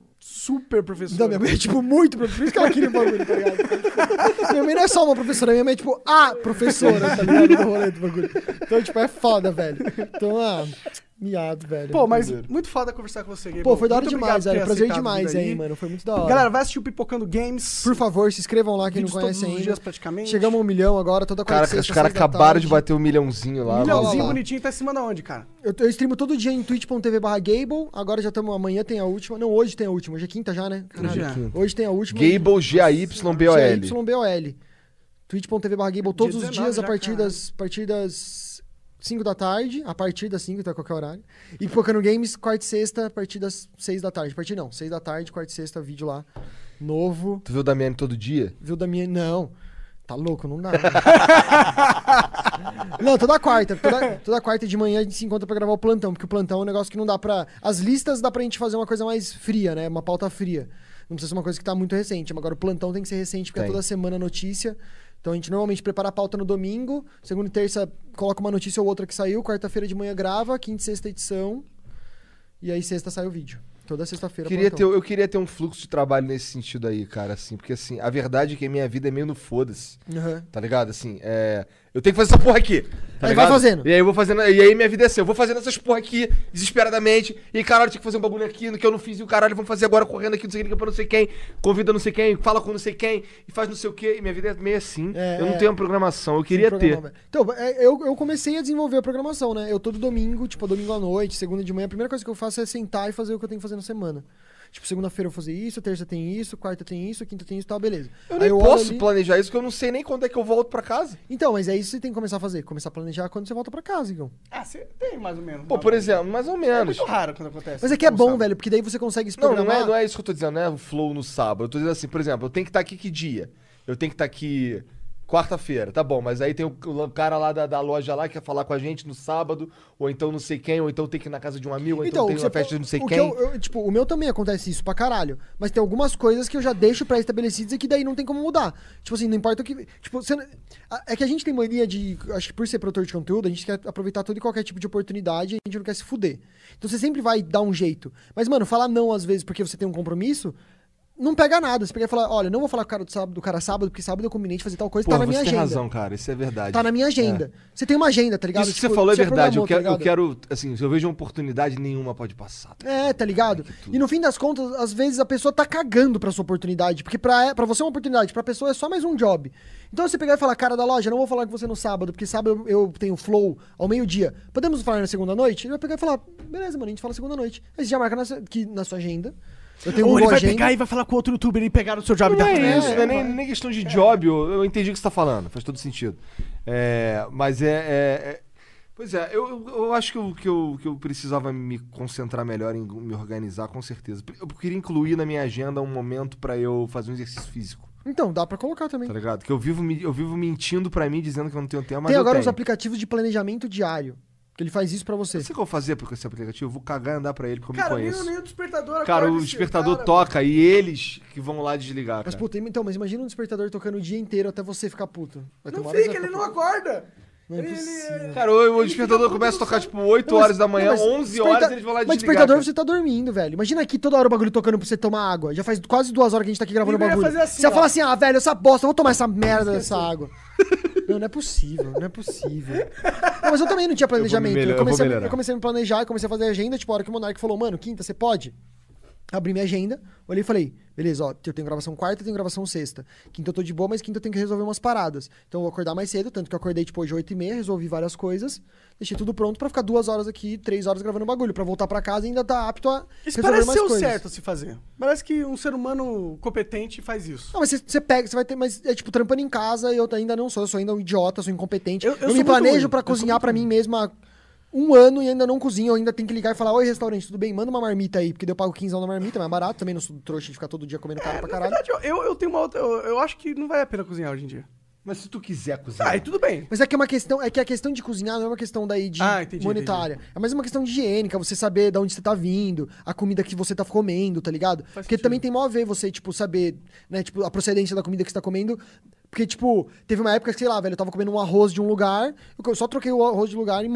super professora. Não, minha mãe é, tipo, muito professora. Por isso que ela queria o bagulho, tá ligado? Minha mãe não é só uma professora, minha mãe é, tipo, a professora, tá ligado? Do rolê do bagulho. Então, tipo, é foda, velho. Então, ah, miado, velho. Pô, mas muito foda conversar com você, Gabriel. Pô, foi da hora Muito demais, obrigado velho. por ter Prazer aceitado demais vir aí, mano. Foi muito da hora. Galera, vai assistir o Pipocando Games. Por favor, se inscrevam lá, quem não Vídeos conhece todos os ainda. dias, praticamente. Chegamos a um milhão agora, toda quarta Cara, e sexta, os caras seis da acabaram tarde. de bater um milhãozinho lá. Um mano. Milhãozinho lá. bonitinho, tá em cima da onde, cara? Eu, eu streamo todo dia em twitch ponto tv barra Gable. Agora já estamos. Amanhã tem a última. Não, hoje tem a última. Hoje é quinta já, né? Caralho. Hoje é quinta. Hoje tem a última. Gable, G A Y B O L. G A Y B O L. twitch ponto tv barra Gable todos os dezenove dias a já, partir caralho. das, a partir das cinco da tarde. A partir das cinco, então a qualquer horário. E Pipocando Games, quarta e sexta, a partir das seis da tarde. A partir não, seis da tarde, quarta e sexta, vídeo lá. Novo. Tu viu o Damiani todo dia? Viu da minha. Não. Tá louco, não dá. Não, toda quarta. Toda, toda quarta de manhã a gente se encontra pra gravar o plantão, porque o plantão é um negócio que não dá pra. As listas dá pra gente fazer uma coisa mais fria, né? Uma pauta fria. Não precisa ser uma coisa que tá muito recente. Mas agora o plantão tem que ser recente, porque Tem. é toda semana notícia. Então a gente normalmente prepara a pauta no domingo, segunda e terça coloca uma notícia ou outra que saiu, quarta-feira de manhã grava, quinta e sexta edição. E aí sexta sai o vídeo. Toda sexta-feira. Queria ter, plantão. eu queria ter um fluxo de trabalho nesse sentido aí, cara, assim, porque assim, a verdade é que a minha vida é meio no foda-se, Uhum. tá ligado? Assim, é. Eu tenho que fazer essa porra aqui. Tá Aí ligado? vai fazendo. E aí eu vou fazendo. E aí minha vida é assim, eu vou fazendo essas porra aqui, desesperadamente. E aí, caralho, eu tinha que fazer um bagulho aqui no que eu não fiz. E o caralho, vamos fazer agora correndo aqui, não sei o que, liga pra não sei quem, convida não sei quem, fala com não sei quem, e faz não sei o que. E minha vida é meio assim. É, eu não é. tenho uma programação, eu queria Sem ter. programar, velho. Então, é, eu, eu comecei a desenvolver a programação, né? Eu todo domingo, tipo, domingo à noite, segunda de manhã, a primeira coisa que eu faço é sentar e fazer o que eu tenho que fazer na semana. Tipo, segunda-feira eu vou fazer isso, terça tem isso, quarta tem isso, quinta tem isso, tal, beleza. Eu Aí nem olho posso ali- planejar isso, porque eu não sei nem quando é que eu volto pra casa. Então, mas é isso que você tem que começar a fazer. Começar a planejar quando você volta pra casa, Igor. Ah, você tem mais ou menos. Pô, por exemplo, mais ou É menos. muito raro quando acontece. Mas é que é Não bom, sabe. velho, porque daí você consegue se Não, programar. não é, não é isso que eu tô dizendo, não é o flow no sábado. Eu tô dizendo assim, por exemplo, eu tenho que estar aqui que dia? Eu tenho que estar aqui quarta-feira, tá bom, mas aí tem o, o cara lá da, da loja lá que quer falar com a gente no sábado, ou então não sei quem, ou então tem que ir na casa de um amigo, ou então, Então, tem o que uma você festa fa- de não sei o que quem. eu- eu- tipo, o meu também acontece isso pra caralho. Mas tem algumas coisas que eu já deixo pré-estabelecidas e que daí não tem como mudar. Tipo assim, não importa o que. Tipo, você não- a- é que a gente tem mania de. Acho que por ser produtor de conteúdo, a gente quer aproveitar todo e qualquer tipo de oportunidade e a gente não quer se fuder. Então você sempre vai dar um jeito. Mas, mano, falar não às vezes porque você tem um compromisso. Não pega nada. Você pega e fala, olha, não vou falar com o cara do, sábado, do cara sábado, porque sábado eu combinei de fazer tal coisa, Pô, tá na você minha tem agenda. razão, cara, isso é verdade. Tá na minha agenda. Você tem uma agenda, tá ligado? Isso que Tipo, você falou é você verdade, eu programou, quero, tá eu ligado? quero, assim, se eu vejo uma oportunidade, nenhuma pode passar. tá? É, tá ligado? E no fim das contas, às vezes a pessoa tá cagando pra sua oportunidade. Porque pra, pra você é uma oportunidade, pra pessoa é só mais um job. Então você pegar e falar, cara da loja, não vou falar com você no sábado, porque sábado eu, eu tenho flow ao meio-dia. Podemos falar na segunda noite? Ele vai pegar e falar, beleza, mano, a gente fala segunda noite. Aí você já marca na, su- que, na sua agenda. Eu tenho Ou uma ele vai agenda. pegar e vai falar com outro youtuber e pegar o seu job Não da é frente. isso, não é nem, nem questão de job, eu, eu entendi o que você tá falando, faz todo sentido. É, mas é, é- é- Pois é, eu, eu, eu acho que eu, que, eu, que eu precisava me concentrar melhor em me organizar, com certeza. Eu queria incluir na minha agenda um momento pra eu fazer um exercício físico, Então, dá pra colocar também. tá ligado? Que eu vivo, me- eu vivo mentindo pra mim, dizendo que eu não tenho tempo, mas Tem eu agora tenho. os aplicativos de planejamento diário. Que ele faz isso pra você. Sabe o que eu vou fazer com esse aplicativo? Eu vou cagar e andar pra ele, porque eu Cara, me nem, conheço. nem o despertador Cara, acorda o esse despertador cara, toca e eles que vão lá desligar, Mas, cara. puta, então, mas imagina um despertador tocando o dia inteiro até você ficar puto. Vai ter Não uma hora que fica, você ele vai não ficar acorda. Não é Ele- possível. ele- Cara, o, o ele despertador fica começa a puto, tocar, não tipo, oito Não, mas- horas da manhã, não, mas onze horas, desperta- eles vão lá Mas desligar, despertador cara. você tá dormindo, velho. Imagina aqui toda hora o bagulho tocando pra você tomar água. Já faz quase duas horas que a gente tá aqui gravando o Ele ia bagulho. fazer assim, você ó. fala assim, ah, velho, essa bosta, eu vou tomar essa merda dessa água. Não, não é possível, não é possível. Não, mas eu também não tinha planejamento. melhor- Eu, eu vou comecei, a, melhorar. eu comecei a me planejar, eu comecei a fazer agenda, tipo, a hora que o Monark falou, mano, quinta, você pode? Abri minha agenda, olhei e falei, beleza, ó, eu tenho gravação quarta, eu tenho gravação sexta. Quinta eu tô de boa, mas quinta eu tenho que resolver umas paradas. Então eu vou acordar mais cedo, tanto que eu acordei, tipo, hoje oito e meia, resolvi várias coisas, deixei tudo pronto pra ficar duas horas aqui, três horas gravando bagulho, pra voltar pra casa e ainda tá apto a Isso resolver parece mais ser o coisas. certo a se fazer. Parece que um ser humano competente faz isso. Não, mas você, você pega, você vai ter, mas é tipo, trampando em casa, eu ainda não sou, eu sou ainda um idiota, sou incompetente. Eu- Eu, eu sou me muito planejo ruim, pra eu sou cozinhar muito pra mim mesmo há um ano e ainda não cozinho, eu ainda tenho que ligar e falar, oi, restaurante, tudo bem? Manda uma marmita aí, porque daí eu pago quinze na marmita, mais barato, também não sou trouxa de ficar todo dia comendo caro pra Na caralho. verdade, eu, eu tenho uma outra. Eu, eu acho que não vale a pena cozinhar hoje em dia. Mas se tu quiser cozinhar. Ah, e tudo bem. Mas é que é uma questão, é que a questão de cozinhar não é uma questão daí de Ah, entendi, monetária. É mais uma questão de higiênica, você saber de onde você tá vindo, a comida que você tá comendo, tá ligado? Porque sentido. também tem mó a ver você, tipo, saber, né, tipo, a procedência da comida que você tá comendo. Porque, tipo, teve uma época que, sei lá, velho, eu tava comendo um arroz de um lugar, eu só troquei o arroz de lugar e, mano,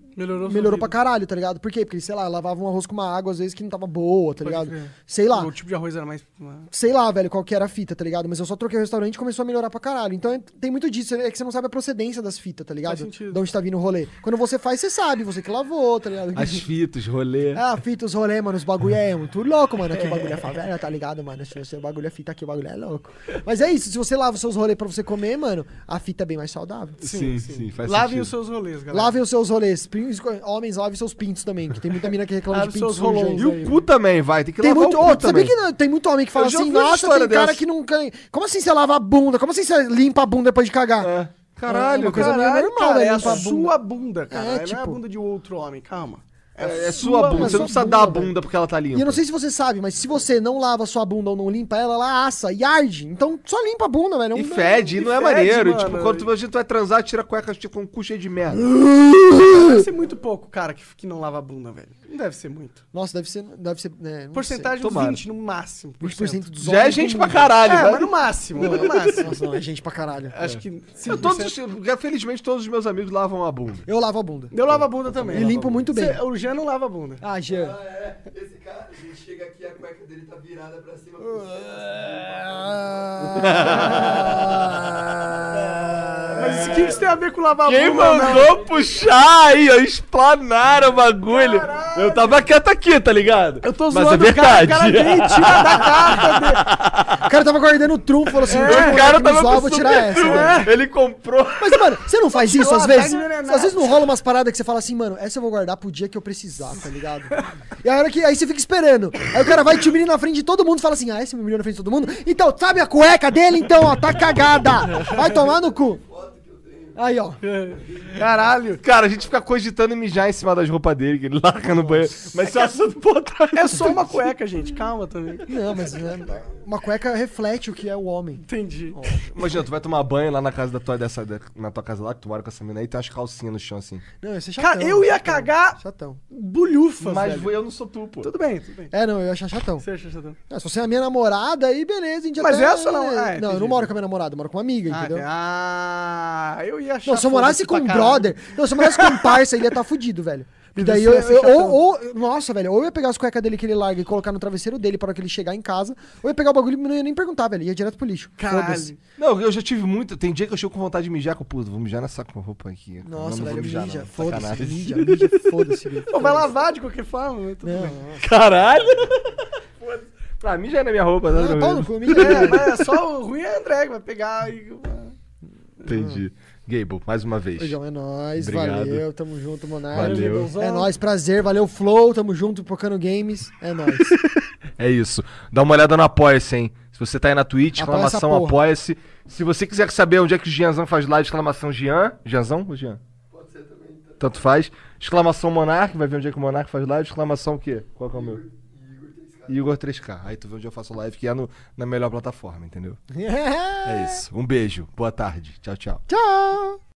Melhorou sua melhorou vida. pra caralho, tá ligado? Por quê? Porque, sei lá, eu lavava um arroz com uma água, às vezes, que não tava boa, tá Pode ligado? crer. Sei lá. O tipo de arroz era mais... Sei lá, velho, qual que era a fita, tá ligado? Mas eu só troquei o restaurante e começou a melhorar pra caralho. Então é- tem muito disso, é que você não sabe a procedência das fitas, tá ligado? Faz sentido. De onde tá vindo o rolê. Quando você faz, você sabe, você que lavou, tá ligado? As fitas, rolê. Ah, fita, os rolê, mano, os bagulho é muito louco, mano. Aqui o bagulho é favela, tá ligado, mano? Se você bagulho é fita aqui, o bagulho é louco. Mas é isso, se você lava os seus rolês pra você comer, mano, a fita é bem mais saudável. Sim, sim, faz Lavem sentido. os seus rolês, galera. Lavem os seus rolês. Prin- Homens, lavem seus pintos também, que tem muita mina que reclama Lave de pinto seus sujo aí. rolões E o cu também, vai. Tem que Tem lavar muito, o cu oh, sabia também. que não- tem muito homem que fala Eu já assim, ouvi uma nossa, história tem cara dessa. que nunca... Como assim você lava a bunda? Como assim você limpa a bunda depois de cagar? É. Caralho, É uma coisa Caralho, meio normal, cara, né? é a limpar a bunda. sua bunda, cara. É, Não é a tipo- bunda de outro homem, calma. É, é sua bunda, é você sua não precisa bunda, dar a velho. bunda porque ela tá limpa. E eu não sei se você sabe, mas se você não lava a sua bunda ou não limpa ela, ela assa e arde. Então só limpa a bunda, velho. E Não- fede, e não é fede, maneiro. mano. Tipo, quando você vai transar, tira a cueca tipo, com um cu cheio de merda. Deve ser muito pouco, cara, que, que não lava a bunda, velho. Não deve ser muito. Nossa, deve ser... Deve ser né, não Porcentagem sei. uns Tomara. vinte no máximo. sei. vinte por cento dos Já é homens gente do pra mundo. caralho, É, velho. mas no máximo, no máximo. Nossa, não, é gente pra caralho. Acho que Eu, todos, felizmente, todos os meus amigos lavam a bunda. Eu lavo a bunda. Eu lavo a bunda também. E limpo muito bem. Cê- o Jean não lava a bunda. Ah, Jean. Ah, é. Esse cara, a gente chega aqui, a cueca dele tá virada pra cima. Mas o que isso tem a ver com lavar a Quem bunda? mandou puxar aí, ó, explanaram o bagulho. Eu tava quieto aqui, tá ligado? Eu tô Mas zoando é o cara, verdade. o cara veio e tira da carta dele. O cara tava guardando o trunfo, falou assim, O "Deixa eu cara me tava zoar, eu com vou tirar super essa, trunfo. velho." Ele comprou. Mas, mano, você não faz isso às Tirou a vezes? tag envenenada. Às vezes não rola umas paradas que você fala assim, mano, essa eu vou guardar pro dia que eu precisar, tá ligado? E a hora que aí você fica esperando. Aí o cara vai te humilhar na frente de todo mundo e fala assim, ah, esse me humilhou na frente de todo mundo? Então, sabe a cueca dele então, ó, tá cagada. Vai tomar no cu. Aí, ó. Caralho. Cara, a gente fica cogitando em mijar em cima das roupas dele, que ele larga no banheiro. Mas isso é assunto pra outra. É só uma cueca, gente. Calma também. Não, mas é, uma cueca reflete o que é o homem. Entendi. Imagina, tu vai tomar banho lá na casa da tua, dessa, da- na tua casa lá, que tu mora com essa mina aí, tem umas calcinhas no chão assim. Não, ia ser chatão. Cara, eu ia chatão, cagar Chatão. bulhufas, Mas velho. eu não sou tu, pô. Tudo bem, tudo bem. É, não, eu ia achar chatão. Você acha chatão? Ah, se você é a minha namorada, aí beleza, a gente Mas até... essa não- ah, Não, eu entendi. não moro com a minha namorada, eu moro com uma amiga, Ah, entendeu? tem- ah, eu ia achar. Não, se eu morasse foda-se com um pra caralho. brother. Não, se eu morasse com um parça, ele ia estar fudido, velho. E daí Isso eu, ia ser eu- chatão. ou, ou- Nossa, velho, ou eu ia pegar as cuecas dele que ele larga e colocar no travesseiro dele para que ele chegar em casa, ou eu ia pegar o bagulho e não ia nem perguntar, velho. Ia direto pro lixo. Caralho. Foda-se. Não, eu já tive muito. Tem dia que eu chego com vontade de mijar com o puto. Vou mijar nessa roupa aqui. Nossa, não, não velho, vou mijar, mija. não, Foda-se, sacanagem. mija, mija, foda-se, velho. Pô, vai lavar de qualquer forma. mas tudo Não, bem. não. Caralho! Pra mim já é na minha roupa, tá? Ah, pau no cu, mija. É, mas só o ruim é André que vai pegar e. Entendi. Gable, mais uma vez. João, é nóis, Obrigado. valeu, tamo junto, Monark. Valeu. É nóis, prazer, valeu, Flow, tamo junto, Pocando Games, é nóis. É isso. Dá uma olhada no Apoia-se, hein? Se você tá aí na Twitch, Apoia essa exclamação porra. Apoia-se. Se você quiser saber onde é que o Gianzão faz live, exclamação Gian. Gianzão ou Gian? Pode ser também. Tá? Tanto faz. Exclamação Monark, vai ver onde é que o Monark faz live. Exclamação o quê? Qual que é o meu? Igor três K. Aí tu vê onde eu faço live, que é no, na melhor plataforma, entendeu? É isso. Um beijo. Boa tarde. Tchau, tchau. Tchau!